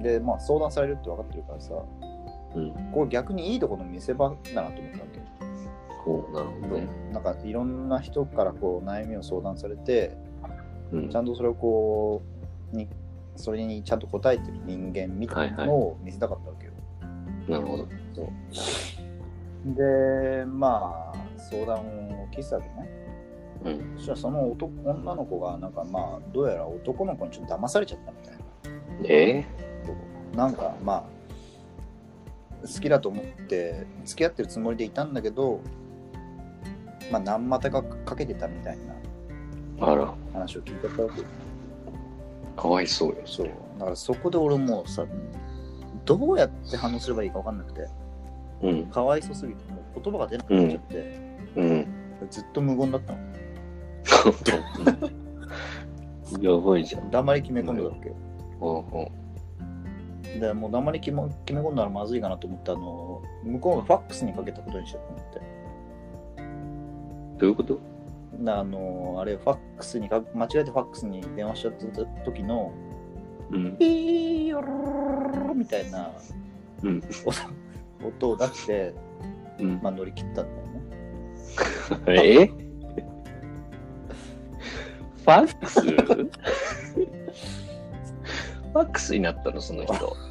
Speaker 1: でまあ相談されるって分かってるからさ、うん、これ逆にいいところの見せ場だなと思ったわけ。
Speaker 2: ほう、なるほどね。
Speaker 1: なんかいろんな人からこう悩みを相談されて、うん、ちゃんとそれをこうにそれにちゃんと答えてる人間みたいなのを見せたかったわけよ。
Speaker 2: はいはい、なるほど。
Speaker 1: そうでまあ相談を聞いてたわけね。うん、そしたらその男女の子がなんかまあどうやら男の子にちょっと騙されちゃったみたいな。
Speaker 2: え
Speaker 1: ー、なんかまあ好きだと思って付き合ってるつもりでいたんだけど、まあ何股かかけてたみたいな話を聞いてたわけ。
Speaker 2: かわいそうよ。
Speaker 1: そうだからそこで俺もさ、どうやって反応すればいいか分かんなくて、うん、かわいそうすぎてもう言葉が出なくなっちゃって、うんうん、ずっと無言だったの。
Speaker 2: やばいじゃん。
Speaker 1: 黙り決め込んだわけよ。
Speaker 2: ほうほ
Speaker 1: うでもう黙り決め込んだらまずいかなと思って、あの向こうがファックスにかけたことにしようと思って。
Speaker 2: どういうこと？
Speaker 1: あのあれファックスにか間違えてファックスに電話しちゃった時の、うん、ピーヨーみたいな、うん、音を出して、うん、まあ乗り切ったんだよね。
Speaker 2: え？ファックス？ファックスになったのその人。フ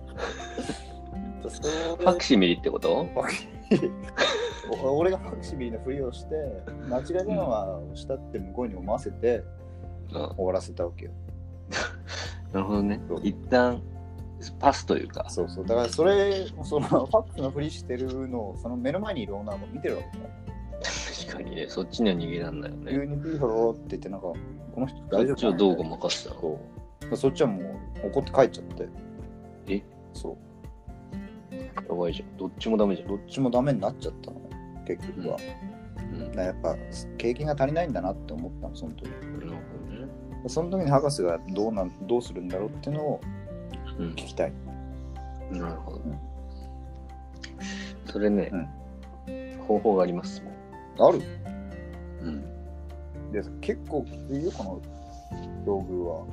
Speaker 2: ァクシミリってこと？
Speaker 1: 俺がファクシミリのふりをして間違い電話をしたって向こうに思わせて終わらせたわけよ。
Speaker 2: なるほどね。一旦パスというか。
Speaker 1: そうそう。だからそれそのファックスのふりしてるのをその目の前にいる女の子見てるわけだ。
Speaker 2: 確かにね、そっちには逃げらんないよね。
Speaker 1: 急にピーハローって言ってなんかこの人
Speaker 2: 大丈夫かな。そっちはどうごまかしたの？
Speaker 1: そう。そっちはもう怒って帰っちゃって。
Speaker 2: え？
Speaker 1: そう。
Speaker 2: やばいじゃん。どっちもダメじゃん。
Speaker 1: どっちもダメになっちゃったの結局は。うんうん、だやっぱ経験が足りないんだなって思ったのその時。なるほどね。その時に博士がどうなんどうするんだろうっていうのを聞きたい。
Speaker 2: うん、なるほど。うん、それね、うん、方法があります。
Speaker 1: ある？うん。で結構いいよこの境遇は。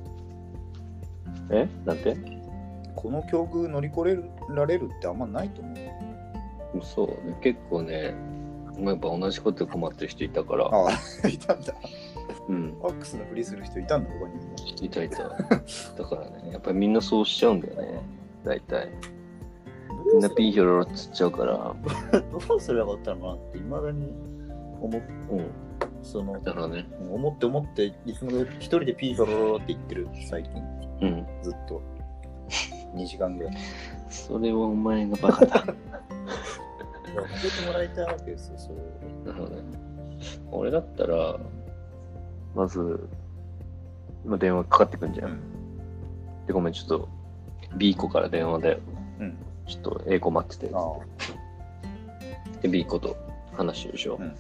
Speaker 2: え？なんて？
Speaker 1: この境遇乗り越えられるってあんまないと思
Speaker 2: う。そうね、結構ね、やっぱ同じことで困ってる人いたから。
Speaker 1: ああ、いたんだ。
Speaker 2: うん。
Speaker 1: ファックスのふりする人いたんだ、他にも。
Speaker 2: いたいた。だからね、やっぱりみんなそうしちゃうんだよね、大体。みんなピーヒョロロっつっちゃうから。
Speaker 1: どうすればよかったのかなって、いまだに思って、うん、その、
Speaker 2: だからね、
Speaker 1: 思って思って、いつも一人でピーヒョロロって言ってる、最近。うん。ずっと。にじかんぐらい。
Speaker 2: それはお前がバカだ。
Speaker 1: 教えてもらいたいわけですよ、それを。
Speaker 2: なるほどね。俺だったら、まず、まあ、電話かかってくんじゃん。うん、で、ごめん、ちょっと B 子から電話で、うん、ちょっと A 子待ってて。で、B 子と話してるでしょ。うん、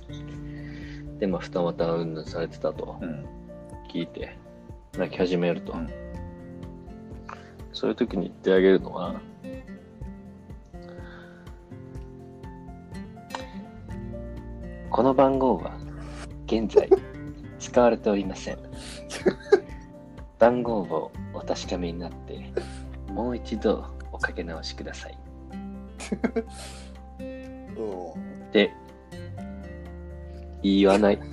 Speaker 2: で、まあ、二股うんぬんされてたと、うん、聞いて、泣き始めると。うん、 そういう時に言ってあげるのは、この番号は現在使われておりません。番号をお確かめになってもう一度おかけ直しください。で、言わない。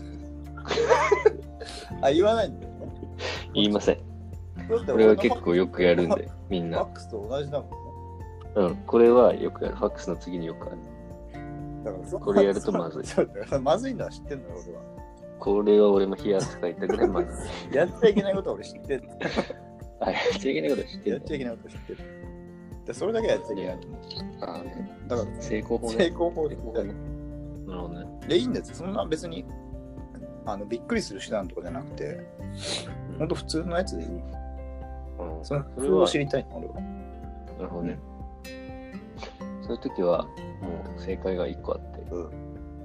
Speaker 1: あ、言わないんだよ。
Speaker 2: 言いません。これは結構よくやるんで、みんな。
Speaker 1: ファックスと同じだもんね。
Speaker 2: うん、これはよくやる。ファックスの次によくある。
Speaker 1: だから
Speaker 2: これやるとまずい。
Speaker 1: まずいのは知ってんのよ、俺は。
Speaker 2: これは俺も冷や汗かいたぐらいまず
Speaker 1: い。やっちゃいけないことは俺知ってる。
Speaker 2: あ、やっちゃいけないこと知ってる。
Speaker 1: やっちゃいけないこと知ってる。でそれだけはやっちゃいけない。
Speaker 2: ああね。
Speaker 1: だから
Speaker 2: 成功法ね。
Speaker 1: 成功法で。な
Speaker 2: るほどね。
Speaker 1: で、いいんです。そんな別にあのびっくりする手段とかじゃなくて、ほんと普通のやつでいい。うん、その普通を知りたいの、俺は。
Speaker 2: なるほどね。そういう時は、もう正解がいっこあって、うん、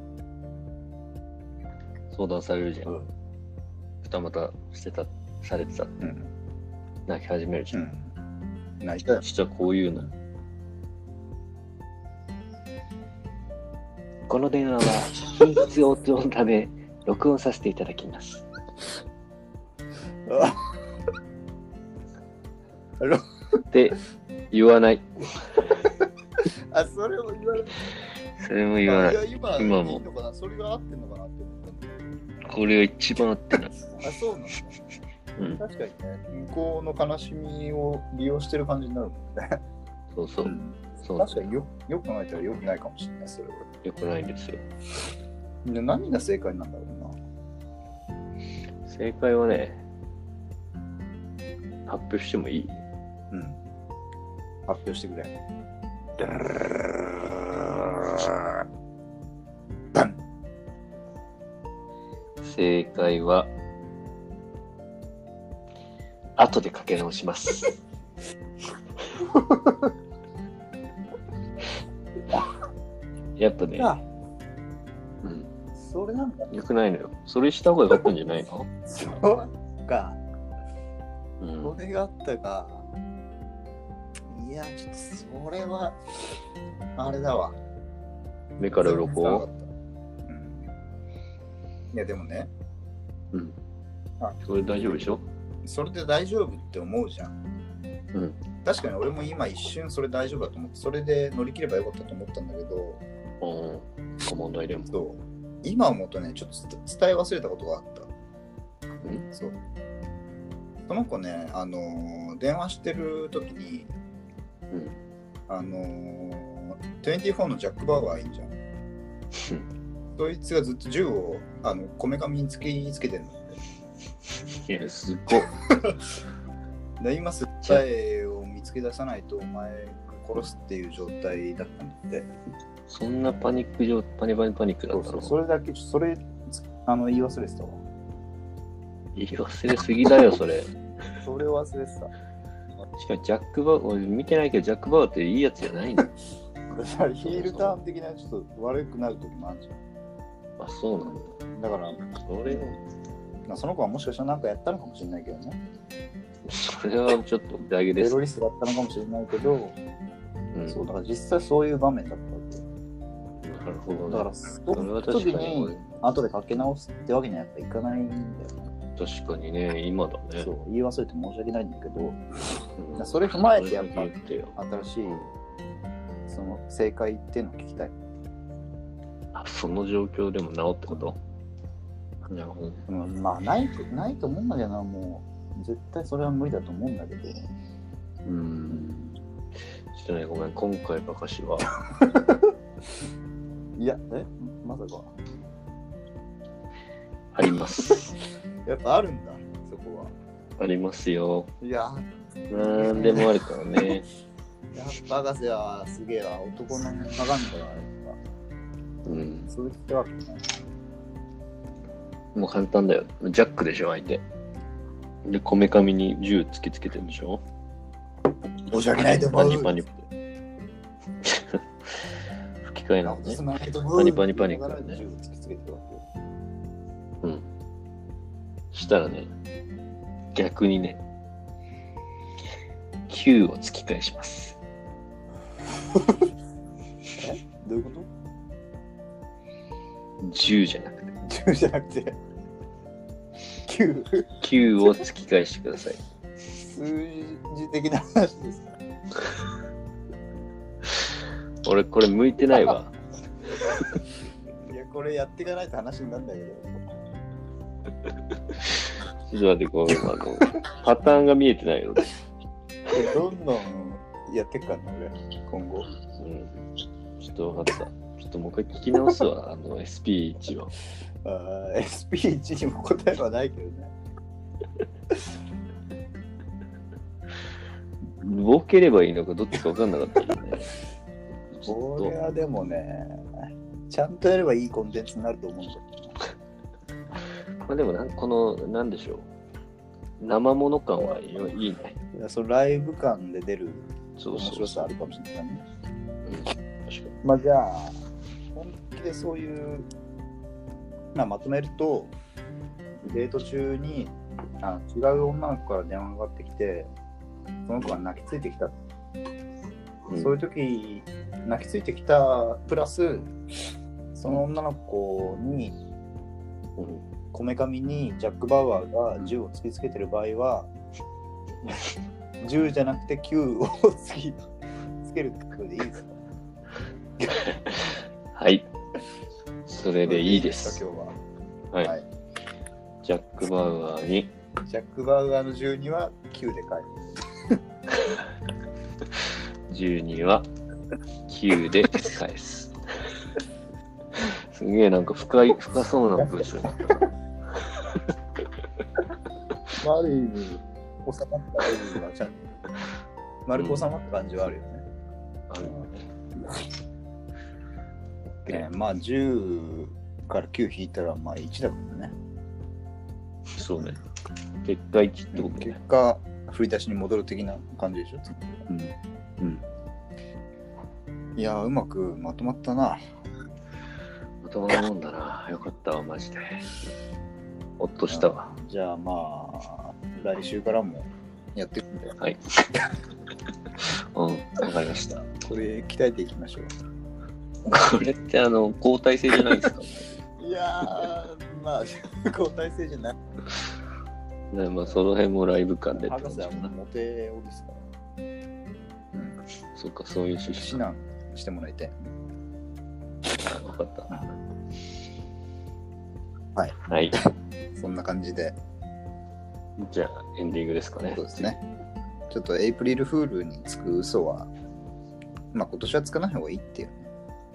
Speaker 2: 相談されるじゃん。うん、二股してた、されてたって、うん、泣き始めるじゃん。うん、泣いた。実はこういうの。この電話は品質応答のため録音させていただきます。って言わない。
Speaker 1: あ、それを言わない。
Speaker 2: それも言わない。
Speaker 1: いや今、
Speaker 2: 今も。
Speaker 1: いいのかな、それが合ってんのかなって思ったんだ。
Speaker 2: これが一番合ってない。
Speaker 1: あ、そうなんだ、ね。うん、確かにね、向こうの悲しみを利用してる感じになるもんね。
Speaker 2: そうそう。うん、そう
Speaker 1: 確かによよく考えたらよくないかもしれない、それは。
Speaker 2: よくないんですよ。
Speaker 1: で、何が正解なんだろう
Speaker 2: な。正解はね、発表してもいい？
Speaker 1: うん。発表してくれ。バン。
Speaker 2: 正解は、後でかけ直します。やっぱね、うん。
Speaker 1: それなんだ。
Speaker 2: よくないのよ。それした方がよかったんじゃないの？
Speaker 1: そうか。
Speaker 2: うん、
Speaker 1: それがあったか。いや、ちょっとそれは、あれだわ。
Speaker 2: 目から鱗。うん 。
Speaker 1: いや、でもね。
Speaker 2: うん。あ、それ大丈夫でしょ？
Speaker 1: それで大丈夫って思うじゃん。
Speaker 2: うん。
Speaker 1: 確かに俺も今一瞬それ大丈夫だと思って、それで乗り切ればよかったと思ったんだけど、
Speaker 2: うん。問題でも。
Speaker 1: そう。今思うとね、ちょっと伝え忘れたことがあった。
Speaker 2: うん。
Speaker 1: そう。その子ね、あのー、電話してる時に、
Speaker 2: うん、
Speaker 1: あのー、にじゅうよんのジャック・バウアーいいんじゃん。そいつがずっと銃をあのこめかみに突きつけてるの。
Speaker 2: いや、すごっ。
Speaker 1: で今す答えを見つけ出さないとお前殺すっていう状態だったんだって。
Speaker 2: そんなパニック状、パニパニパニックだったの？
Speaker 1: そうそう、それだけ、それ、あの、言い忘れてたわ。
Speaker 2: 言い忘れすぎだよ、それ。
Speaker 1: それを忘れてた。
Speaker 2: しかもジャック・バウアー、俺見てないけど、ジャック・バウアーっていいやつじゃないの？
Speaker 1: ヒールターン的なちょっと悪くなる時もあるじゃん。
Speaker 2: あ、そうなん
Speaker 1: だ。だから、
Speaker 2: それ
Speaker 1: その子はもしかしたら何かやったのかもしれないけどね。
Speaker 2: それはちょっと大事です。
Speaker 1: テロリストだったのかもしれないけど、うん、そうだから実際そういう場面だったわけ。
Speaker 2: なるほど、ね。
Speaker 1: だからその時に後でかけ直すってわけにはやっぱいかないんだよね。
Speaker 2: 確かにね、今だね。
Speaker 1: そう言い忘れて申し訳ないんだけど、うん、それ踏まえてやっぱ新しいその正解っていうのを聞きたい。
Speaker 2: あ、その状況でも治ってこと？なるほど。
Speaker 1: うん、まあないとないと思うんだけどな、もう絶対それは無理だと思うんだけど。
Speaker 2: うん。ちょっとね、ごめん、今回ばかしは。
Speaker 1: いや、えまさか。
Speaker 2: あります。
Speaker 1: やっぱあるんだ、そこは。
Speaker 2: ありますよ。
Speaker 1: いや、
Speaker 2: なんでもあるからね。
Speaker 1: やっぱ博士はすげえわ、男の鏡からあるか。
Speaker 2: うん。
Speaker 1: そういうわけじゃない。
Speaker 2: もう簡単だよ。ジャックでしょ、相手。で、こめかみに銃突きつけてるでしょ。
Speaker 1: 申し訳ないと思う。
Speaker 2: パニパニ吹き替えなのね。パニパニパニックだね。うん。したらね、逆にね、 きゅうを突き返します。
Speaker 1: えどういうこと？
Speaker 2: じゅうじゃなくて。
Speaker 1: じゅうじゃなくてきゅう。
Speaker 2: きゅうを突き返してください。
Speaker 1: 数字的な話ですか？
Speaker 2: 俺これ向いてないわ。
Speaker 1: いやこれやっていかないと話になるんだけど。
Speaker 2: ちょっと待って、こうあのパターンが見えてないよ。
Speaker 1: どんどんやっていくからね俺今後。
Speaker 2: うん。ちょっと分かった。ちょっともう一回聞き直すわ。あの エスピーいち は。
Speaker 1: あ エスピーいち にも答えはないけどね。
Speaker 2: ボケればいいのかどっちか分かんなかったよね。
Speaker 1: これはでもね、ちゃんとやればいいコンテンツになると思うんだよ。
Speaker 2: まあでもなんこのなんでしょう、生もの感はいいね。
Speaker 1: いやそのライブ感で出る
Speaker 2: そうそうそう
Speaker 1: 面白さあるかもしれないね。
Speaker 2: うん、確かに。
Speaker 1: まあじゃあ本気でそういう、まあ、まとめるとデート中にあ違う女の子から電話がかかってきてその子が泣きついてきた、うん、そういう時泣きついてきたプラスその女の子に、うんこめかみにジャック・バウアーが銃を突きつけてる場合は銃じゃなくてきゅうを突きつけるってことでいいですか？
Speaker 2: はい、それでいいです。
Speaker 1: 今日は、
Speaker 2: はいはい、ジャック・バウアーに
Speaker 1: ジャック・バウアーの銃にはきゅうで返す
Speaker 2: 銃にはきゅうで返すすげえなんか深い深そうな文章だったな。
Speaker 1: まあ、ある意味、収まった部分はちゃんと丸く収まった感じはあるよね。
Speaker 2: あるよね。
Speaker 1: ねまあ、じゅうからきゅう引いたら、まあいちだからね。
Speaker 2: そうね。結果いちってことね。
Speaker 1: 結果、振り出しに戻る的な感じでしょ。
Speaker 2: うん。うん。
Speaker 1: いや、うまくまとまったな。
Speaker 2: まとまるもんだな。よかったわ、マジで。ほっとしたわ。
Speaker 1: じゃあまあ来週からもやっていくんだよ。
Speaker 2: はい。うん、わかりました。
Speaker 1: これ鍛えていきましょう。
Speaker 2: これってあの交代制じゃないですか？
Speaker 1: いやーまあ交代制じゃない。
Speaker 2: ね、まあその辺もライブ感で。
Speaker 1: 博士はもうモテ男ですから。うん。
Speaker 2: そっか、そういう趣旨。
Speaker 1: 指南してもらいたい。
Speaker 2: あ、わかった。
Speaker 1: はい。
Speaker 2: はい。
Speaker 1: そんな感じで。
Speaker 2: じゃあエンディングですかね。
Speaker 1: そうですね。ちょっとエイプリルフールにつく嘘は、まあ今年はつかない方がいいっていうね。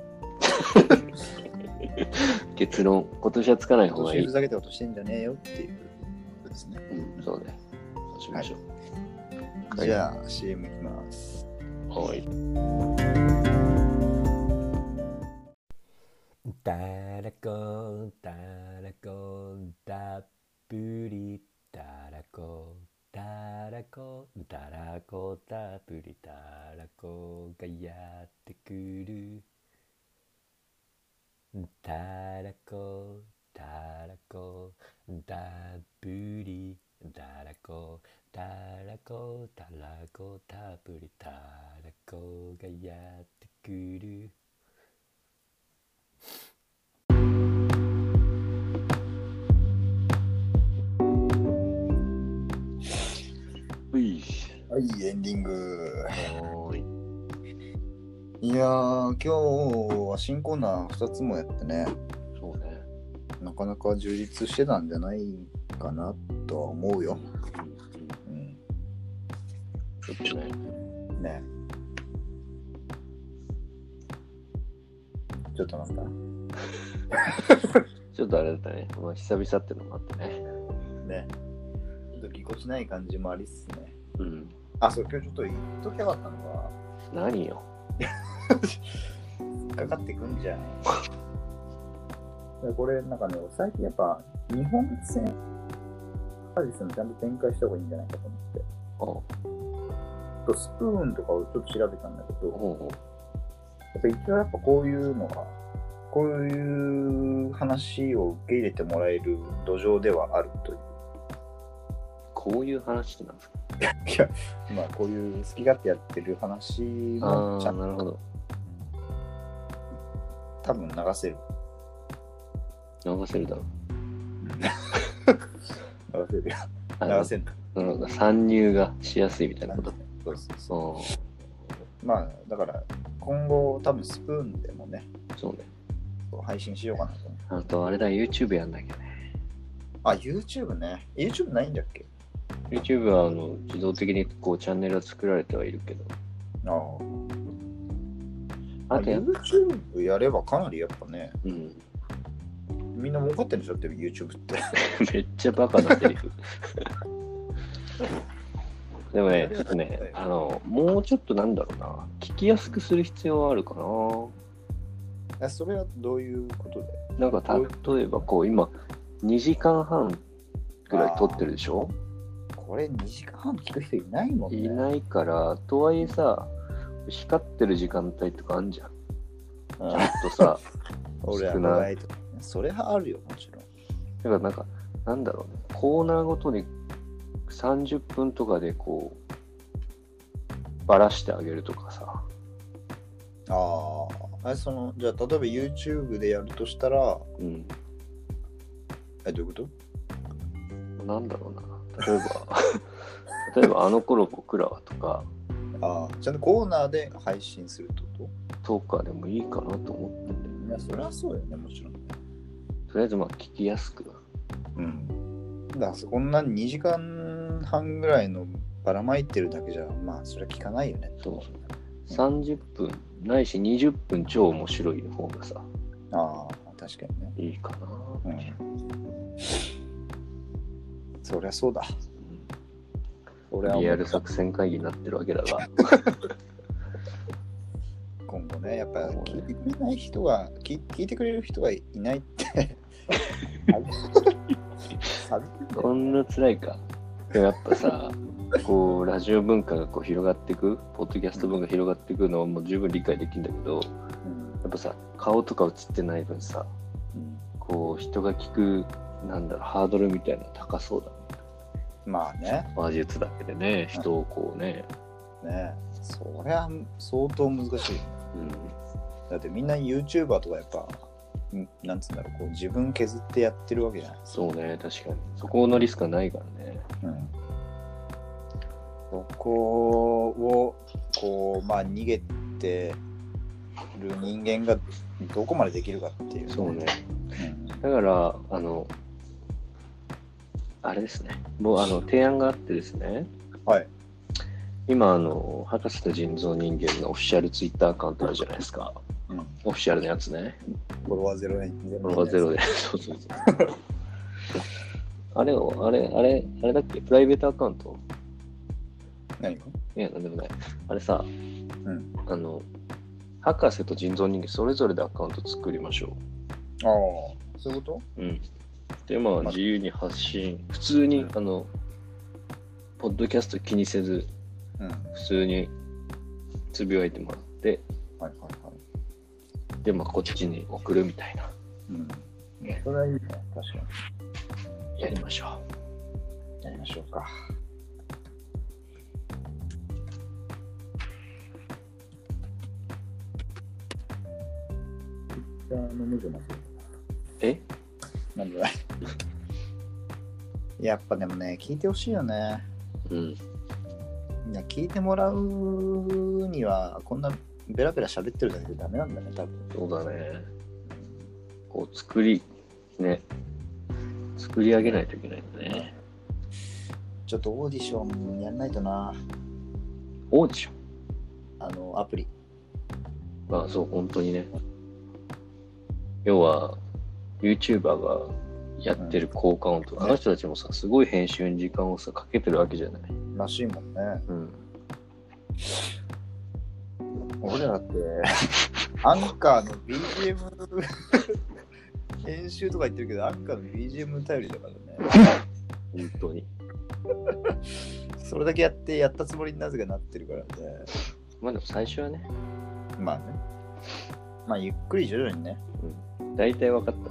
Speaker 2: 結論、今年はつかない方がいい。
Speaker 1: 今年ふざけたことしてんじゃねえよっていうことですね。
Speaker 2: うん、そうね。そうしましょう。
Speaker 1: はい、じゃあ シーエム いきます。
Speaker 2: はい。
Speaker 3: たらこたらこたっぷりたらこたらこたらこたっぷりたらこがやってくるたらこたらこたっぷりたらこたらこたらこたっぷりたらこがやってくる
Speaker 1: はい、エンディング。
Speaker 2: はい。
Speaker 1: いやー、今日は新コーナーふたつもやってね。
Speaker 2: そうね。
Speaker 1: なかなか充実してたんじゃないかなとは思うよ。うん。
Speaker 2: ちょっとね。
Speaker 1: ね。ちょっとなんだ。
Speaker 2: ちょっとあれだったね。まあ、久々ってのもあってね。
Speaker 1: ね。ちょっとぎこちない感じもありっすね。
Speaker 2: うん。
Speaker 1: あ、そう、今日ちょっと言っときゃよかったのが。
Speaker 2: 何よ。
Speaker 1: かかってくんじゃん。これなんかね、最近やっぱ日本戦サービスのちゃんと展開した方がいいんじゃないかと思って。あとスプーンとかをちょっと調べたんだけど、
Speaker 2: おうおう、
Speaker 1: やっぱ一応やっぱこういうのが、こういう話を受け入れてもらえる土壌ではあるという。
Speaker 2: こういう話ってなんですか？
Speaker 1: いや、まあこういう好き勝手やってる話もちゃんと
Speaker 2: なるほど。
Speaker 1: 多分流せる。
Speaker 2: 流せるだろ
Speaker 1: 流せるよ。流せる。
Speaker 2: なんか参入がしやすいみたいなこと。
Speaker 1: そうそうそう。まあだから今後多分スプーンでもね、
Speaker 2: そうね。
Speaker 1: 配信しようかなと思う。
Speaker 2: あとあれだ、YouTube やんなきゃね。あ、
Speaker 1: YouTube ね。YouTube ないんだっけ？
Speaker 2: YouTube はあの自動的にこうチャンネルが作られてはいるけど。
Speaker 1: ああ。あと YouTube やればかなりやっぱね。
Speaker 2: うん。
Speaker 1: みんな儲かってるんでしょって YouTube って。
Speaker 2: めっちゃバカなセリフ。でもね、ちょっとね、あの、もうちょっとなんだろうな、聞きやすくする必要はあるかな。
Speaker 1: え、それはどういうことで？
Speaker 2: なんか例えばこう今にじかんはんくらい撮ってるでしょ？
Speaker 1: これにじかんはん聞く人いないもんね。
Speaker 2: いないから、とはいえさ、光ってる時間帯とかあんじゃん。ちょっとさ、
Speaker 1: 俺はないと。それはあるよ、もちろん。
Speaker 2: だからなんか、なんだろうね、コーナーごとにさんじゅっぷんとかでこう、ばらしてあげるとかさ。
Speaker 1: ああ、その、じゃあ例えば YouTube でやるとしたら、
Speaker 2: うん。
Speaker 1: え、どういうこと？
Speaker 2: なんだろうな。例えば、例えばあの頃僕らはとか、
Speaker 1: ああ、ちゃんとコーナーで配信するってこ
Speaker 2: とかでもいいかなと思ってんだよね。
Speaker 1: いや、それはそうよね、もちろん。
Speaker 2: とりあえずまあ聞きやすく。
Speaker 1: うん。だからこんなにじかんはんぐらいのばらまいてるだけじゃ、まあそれは聞かないよね。
Speaker 2: そう。さんじゅっぷんないしにじゅっぷん超面白い方がさ。
Speaker 1: ああ、確かにね。
Speaker 2: いいかな。
Speaker 1: うん。そりゃそうだ。
Speaker 2: うん、俺はリアル作戦会議になってるわけだが。
Speaker 1: 今後ね、やっぱ聞いてくれない人が、聞, 聞いてくれる人がいないって。
Speaker 2: そんな辛いか。でもやっぱさ、こうラジオ文化がこう広がっていく、ポッドキャスト文化が広がっていくのはもう十分理解できるんだけど、うん、やっぱさ、顔とか映ってない分さ、うん、こう人が聞く、なんだろう、ハードルみたいなの高そうだね。
Speaker 1: まあね。
Speaker 2: 話術だけでね、人をこうね。
Speaker 1: ね、そりゃ相当難しい。うん、だってみんな YouTuber とかやっぱ、なんつうんだろう、こう自分削ってやってるわけじゃない。
Speaker 2: そうね、確かに。そこのリスクはないからね。うん。
Speaker 1: そこを、こう、まあ逃げてる人間がどこまでできるかっていう、ね。
Speaker 2: そうね。うん、だから、あの、あれですね。もうあの提案があってですね。
Speaker 1: はい。
Speaker 2: 今、あの、博士と人造人間のオフィシャルツイッターアカウントあるじゃないですか。うん、オフィシャルのやつね。
Speaker 1: フォロワーゼロ円。
Speaker 2: フォロワーゼロで。そうそうそう。あれを、あれ、あれ、あれだっけプライベートアカウント
Speaker 1: 何が
Speaker 2: いや、なんでもない。あれさ、
Speaker 1: うん、
Speaker 2: あの、博士と人造人間それぞれでアカウント作りましょ
Speaker 1: う。ああ、そういうこと
Speaker 2: うん。で、まあ、自由に発信、普通に、うん、あの、ポッドキャスト気にせず、うん、普通につぶやいてもらって、はいはいはい、で、まあ、こっちに送るみたいな。
Speaker 1: うん。それはいいね、確か
Speaker 2: に。やりましょ
Speaker 1: う。やりましょうか。じゃあ、飲むじゃなくて。
Speaker 2: え
Speaker 1: なんでやっぱでもね、聞いてほしいよね。
Speaker 2: うん。
Speaker 1: いや、聞いてもらうには、こんなベラベラ喋ってるだけでダメなんだね、多分。
Speaker 2: そうだね。こう、作り、ね。作り上げないといけないんだね。
Speaker 1: ちょっとオーディションやんないとな。
Speaker 2: オーディション
Speaker 1: あの、アプリ。
Speaker 2: まあ、そう、本当にね。要は、YouTuber がやってる効果音とか、うん、あの人たちもさ、すごい編集に時間をさ、かけてるわけじゃない。
Speaker 1: らしいもんね。
Speaker 2: うん。
Speaker 1: 俺らって、アンカーの ビージーエム 編集とか言ってるけど、アンカーの ビージーエム 頼りだからね。
Speaker 2: 本当に。
Speaker 1: それだけやって、やったつもりになぜかなってるからね。
Speaker 2: まあでも最初はね。
Speaker 1: まあね。まあゆっくり徐々にね。
Speaker 2: うん。大体分かった。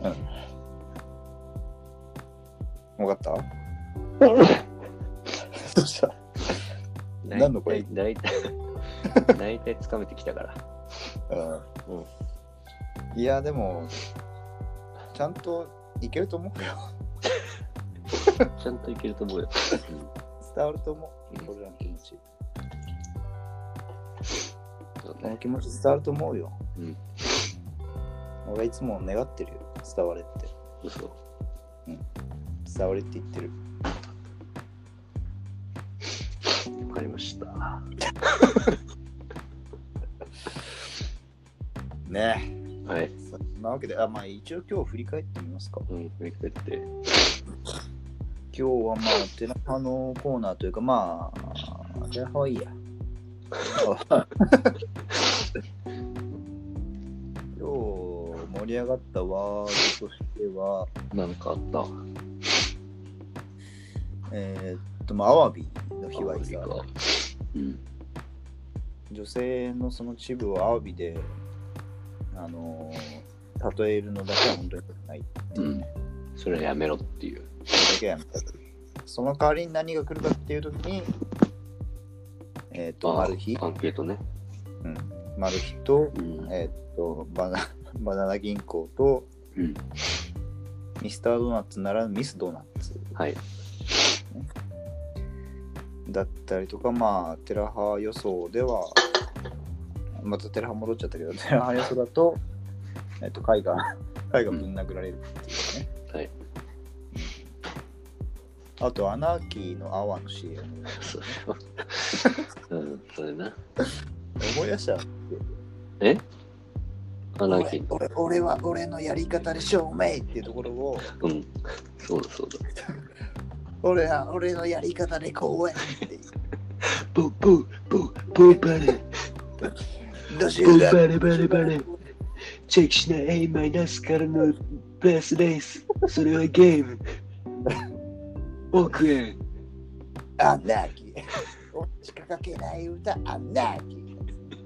Speaker 1: うん。分かったとしたら何の声？
Speaker 2: 大体大体つかめてきたから、
Speaker 1: うんうん、いやでもちゃんといけると思うよ
Speaker 2: ちゃんといけると思うよ、
Speaker 1: 伝わると思う、うん、俺らの気持ち、この気持ち伝わると思うよ、うん、俺はいつも願ってるよ、伝われって。
Speaker 2: 嘘、
Speaker 1: うん、伝われって言ってる。
Speaker 2: わかりました
Speaker 1: ね
Speaker 2: え、はい、
Speaker 1: そんなわけで、あ、まあ一応今日振り返ってみますか。
Speaker 2: うん、振り返って。
Speaker 1: 今日はまあテラハのコーナーというか、まあテラハはいいや今日盛り上がったワードとしては
Speaker 2: 何かあった？
Speaker 1: えー、っとまあアワビの被害さ、
Speaker 2: うん、
Speaker 1: 女性のそのチブをアワビであのー、例えるのだけは本当にないっていうね、
Speaker 2: うん、それはやめろっていう、
Speaker 1: それだけはやめた。その代わりに何が来るかっていうときにえっ、ー、とマルヒ、
Speaker 2: アンケートね、
Speaker 1: うん、マルヒと、うん、えっ、ー、とバナバナナ銀行と、うん、ミスタードーナツならミスドーナツ、
Speaker 2: はい、
Speaker 1: ね、だったりとか、まあテラハ予想ではまたテラハ戻っちゃったけど、テラハ予想だとえっ、ー、と貝が貝がぶん殴られるっていうね、
Speaker 2: うん、はい。
Speaker 1: あとアナーキーのアワーの シーエム、ね、
Speaker 2: うん、それな。
Speaker 1: 思い出したって。
Speaker 2: え？アナーキー
Speaker 1: 俺、俺、俺は俺のやり方で証明っていうところを。
Speaker 2: うん、そうだそうだ。
Speaker 1: 俺は俺のやり方で公演っていう。
Speaker 2: ポポポポバレ。
Speaker 1: どうし
Speaker 2: よう。ポバレバレバレ。チェックしない A マイナスからのベースレース。それはゲーム。億円。
Speaker 1: アナーキー。おしかかけない歌、アナーキー。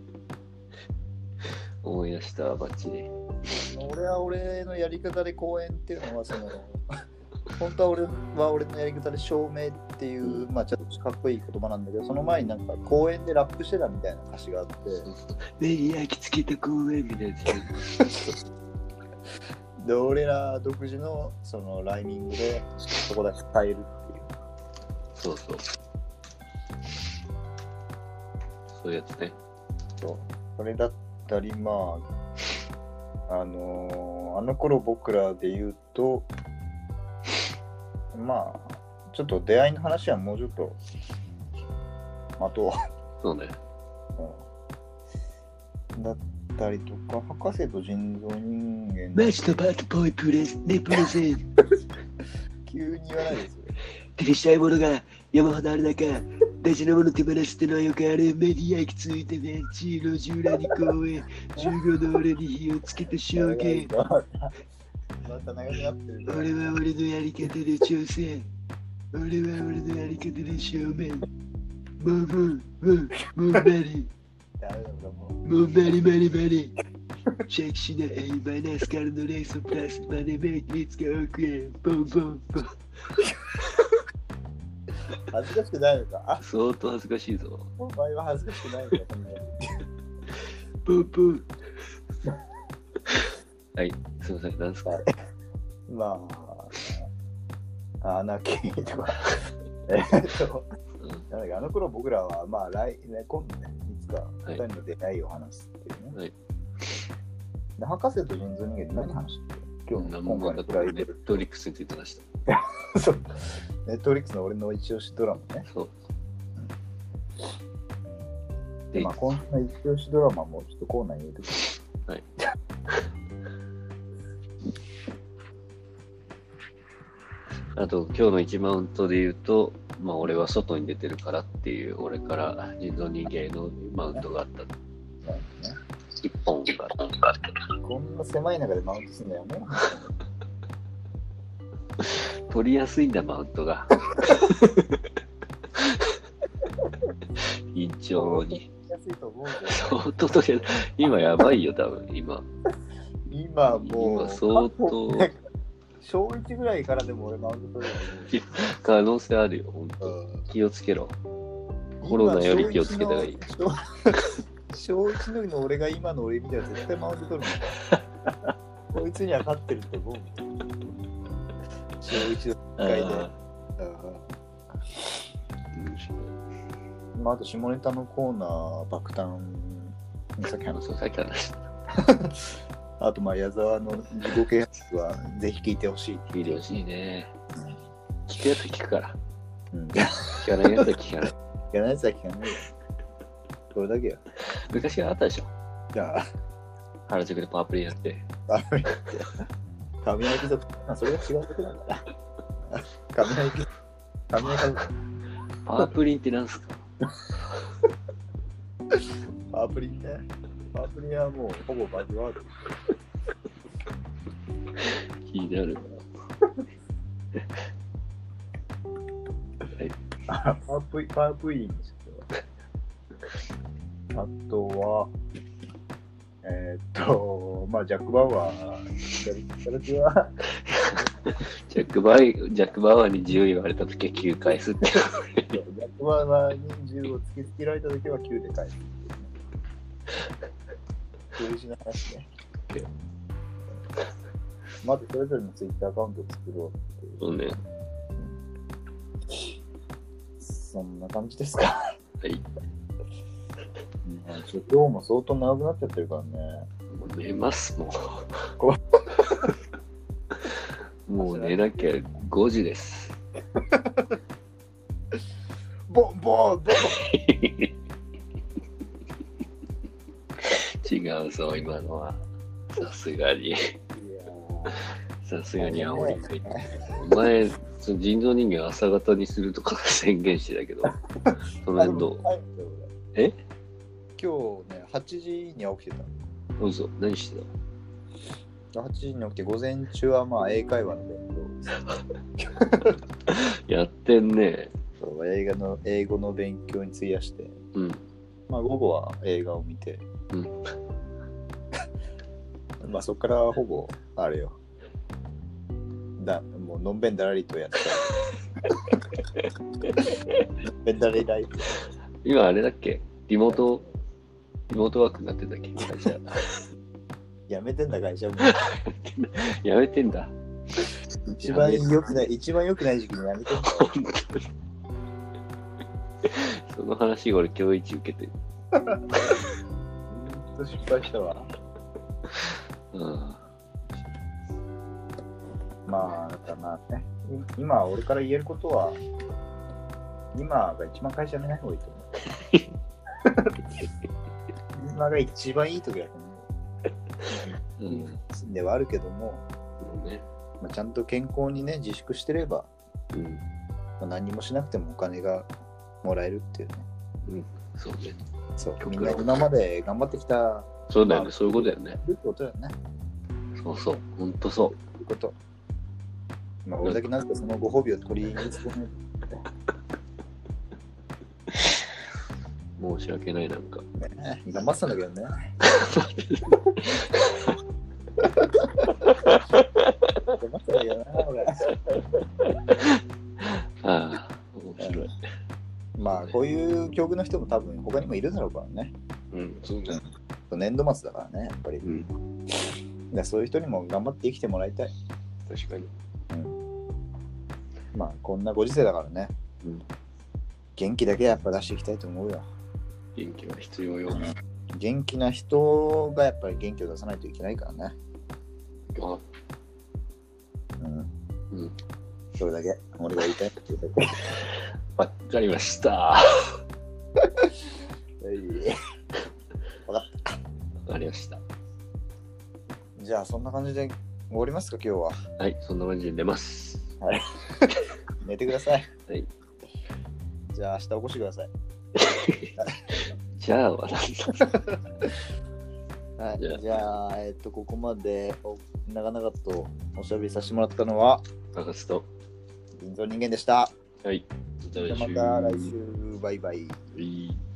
Speaker 2: 思い出したバッチリ。
Speaker 1: 俺は俺のやり方で公演っていうのはその本当は俺は俺のやり方で証明っていう、まあちょっとかっこいい言葉なんだけど、その前になんか公演でラップしてたみたいな歌詞があって、
Speaker 2: 目に焼き付けた公演みたいなやつ。
Speaker 1: で俺ら独自のそのライミングでそこだけ変えるっていう。
Speaker 2: そうそう。そういうやつね。
Speaker 1: そう。それだったり、まあ、あのー、あの頃僕らで言うと、まあ、ちょっと出会いの話はもうちょっと待とう。
Speaker 2: そうね。
Speaker 1: うん、だったりとか、博士と人造人間。
Speaker 2: マジとバッドボーイプレス、ねプレゼン。
Speaker 1: 急に言わないですよ。
Speaker 2: 手にしたいものが山ほどある中、大事なもの手放すってのはよくある。目に焼き付いてベンチの従来に公園、じゅうごの俺に火をつけた証言。俺は俺のやり方で挑戦。俺は俺のやり方で証明。もうもうもうもうマリ。もうマリマリマリ。チェックしない A マイナスからのレースプラスマネメイク率が億円。ボンボンボン。
Speaker 1: 恥ずかしくないのか？
Speaker 2: 相当恥ずかしいぞ。
Speaker 1: お前は恥ずかしくないのか？
Speaker 2: ポンポン。はい、すみません、何ですか？
Speaker 1: まあ、アナキーとか。えっと、なんだっけ、あの頃僕らは、まあ来、ね、今度ね、いつかふたりの出会いを話すっていうね。はい、で博士と人造人間って何話してる？今日の今回のプライベート。
Speaker 2: ネットリックスについてました。
Speaker 1: そう。ネットフリックスの俺の一押しドラマね。そう。うん、で、まあ、こんな一押しドラマもちょっとコーナーに入れてくる。はい。
Speaker 2: あと、今日の一マウントで言うと、まあ、俺は外に出てるからっていう、俺から人造人間のマウントがあった。ね、一本があった。
Speaker 1: こんな狭い中でマウントするんだよね。
Speaker 2: 取りやすいんだ、マウントが。緊張に。相当取りやすい。今やばいよ、多分、今。
Speaker 1: 今もう。
Speaker 2: 今相当。
Speaker 1: 小いちぐらいからでも俺マウント取るよ。
Speaker 2: 可能性あるよ、本当。気をつけろ。コロナより気をつけた方がいい。
Speaker 1: 小いちの時の俺が今の俺見たら絶対マウント取るもん。こいつには勝ってるって思う。小いちの回で。まあ、あと下ネタのコーナー、爆誕、さっき話した。
Speaker 2: さっき話した。
Speaker 1: あと、まあ、矢沢の自己啓発はぜひ聞いてほしい。
Speaker 2: 聞いてほしいね。聞くやつは聞くから。
Speaker 1: うん、
Speaker 2: 聞かないやつは聞かない。
Speaker 1: 聞かないやつは聞かないよ。それだけよ。
Speaker 2: 昔はあったでしょ。
Speaker 1: じゃあ、
Speaker 2: 原宿でパープリやって。
Speaker 1: パープリやって。雷貴族、まあ、それが違うことなんだな。雷貴族。雷貴族。
Speaker 2: パープリンってなんすか？
Speaker 1: パープリンね。パープリンはもうほぼバズワード。
Speaker 2: 気になるな。はい、
Speaker 1: パープリン、パープリンですけど。あとは、えー、っと、まあ、ジャック・バウアー、私は、
Speaker 2: ジャック・バイ、ジャック・バウアーにじゅう言われたときはきゅう返すって。ジャ
Speaker 1: ック・バウアーにじゅうを突きつけられたときはきゅうで返す。大事な話ね。まずそれぞれのツイッターアカウントを作ろうっていう。
Speaker 2: そうね。
Speaker 1: そんな感じですか。
Speaker 2: はい。
Speaker 1: 今日も相当長くなっちゃってるからね。
Speaker 2: もう寝ますもん。もう寝なきゃごじです。
Speaker 1: ボンボンボン
Speaker 2: 違うぞ、今のは。さすがに。さすがに煽りがいて。お前、その人造人間を朝方にするとか宣言してたけど、その辺どう？え？
Speaker 1: 今日ね、はちじには起きてた。
Speaker 2: 嘘、何して
Speaker 1: た？はちじに起きて、午前中はまあ英会話の勉強
Speaker 2: やってんね。
Speaker 1: そう、映画の英語の勉強に費やして、
Speaker 2: うん、
Speaker 1: まあ午後は映画を見て、
Speaker 2: うん、
Speaker 1: まあそこからほぼあれよ、だもうのんべんだらりとやったのんべんだらりライフ。
Speaker 2: 今あれだっけ、リモートリモートワークになってたっけ、会社。
Speaker 1: やめてんだ会社も。
Speaker 2: やめてんだ。
Speaker 1: 一番良くない一番良くない時期にやめてんだ。
Speaker 2: その話俺今日一受けてる。
Speaker 1: ほんと失敗したわ。
Speaker 2: うん。
Speaker 1: まあだからまあね、今俺から言えることは、今が一番会社寝ない方がいいと思う。今が一番いい時だと思う。うん、ではあるけども、
Speaker 2: ね、
Speaker 1: まあ、ちゃんと健康にね自粛してれば、
Speaker 2: うん、
Speaker 1: まあ、何もしなくてもお金がもらえるっていうね。
Speaker 2: うん、そうね。
Speaker 1: そう、みんな今まで頑張ってきた。
Speaker 2: そうだよね、まあ、そういうことだよね。
Speaker 1: そういうことだよね。
Speaker 2: そうそう、ほんとそう。
Speaker 1: そういうこと。まあ、俺だけなんかそのご褒美を取りにつこめる。
Speaker 2: 申し訳ない、なんか。
Speaker 1: ね、頑張ってたんだけどね。頑張ってたんだけどな、俺。
Speaker 2: ああ、面白い。
Speaker 1: まあ、こういう境遇の人も多分他にもいるだろうからね。
Speaker 2: うん、そうだ。
Speaker 1: 年度末だからね、やっぱり。うん、だそういう人にも頑張って生きてもらいたい。
Speaker 2: 確かに。
Speaker 1: うん、まあ、こんなご時世だからね。うん、元気だけやっぱ出していきたいと思うよ。
Speaker 2: 元気は必要よ。
Speaker 1: 元気な人がやっぱり元気を出さないといけないからね。
Speaker 2: あ、
Speaker 1: うん。うん。それだけ。俺が言いたいっていうだけ。
Speaker 2: わかりました。
Speaker 1: はい。わかった。
Speaker 2: わかりました。
Speaker 1: じゃあそんな感じで終わりますか今日は。
Speaker 2: はい、そんな感じで寝ます。
Speaker 1: はい。寝てください。
Speaker 2: はい。
Speaker 1: じゃあ明日起こしてください。
Speaker 2: じゃあはなん
Speaker 1: だ。はい。じゃあ、じゃあえっとここまで長々とおしゃべりさせてもらったのは
Speaker 2: かかすと
Speaker 1: 人造人間でした。
Speaker 2: はい。
Speaker 1: じゃあまた来週バイバイ。
Speaker 2: はい。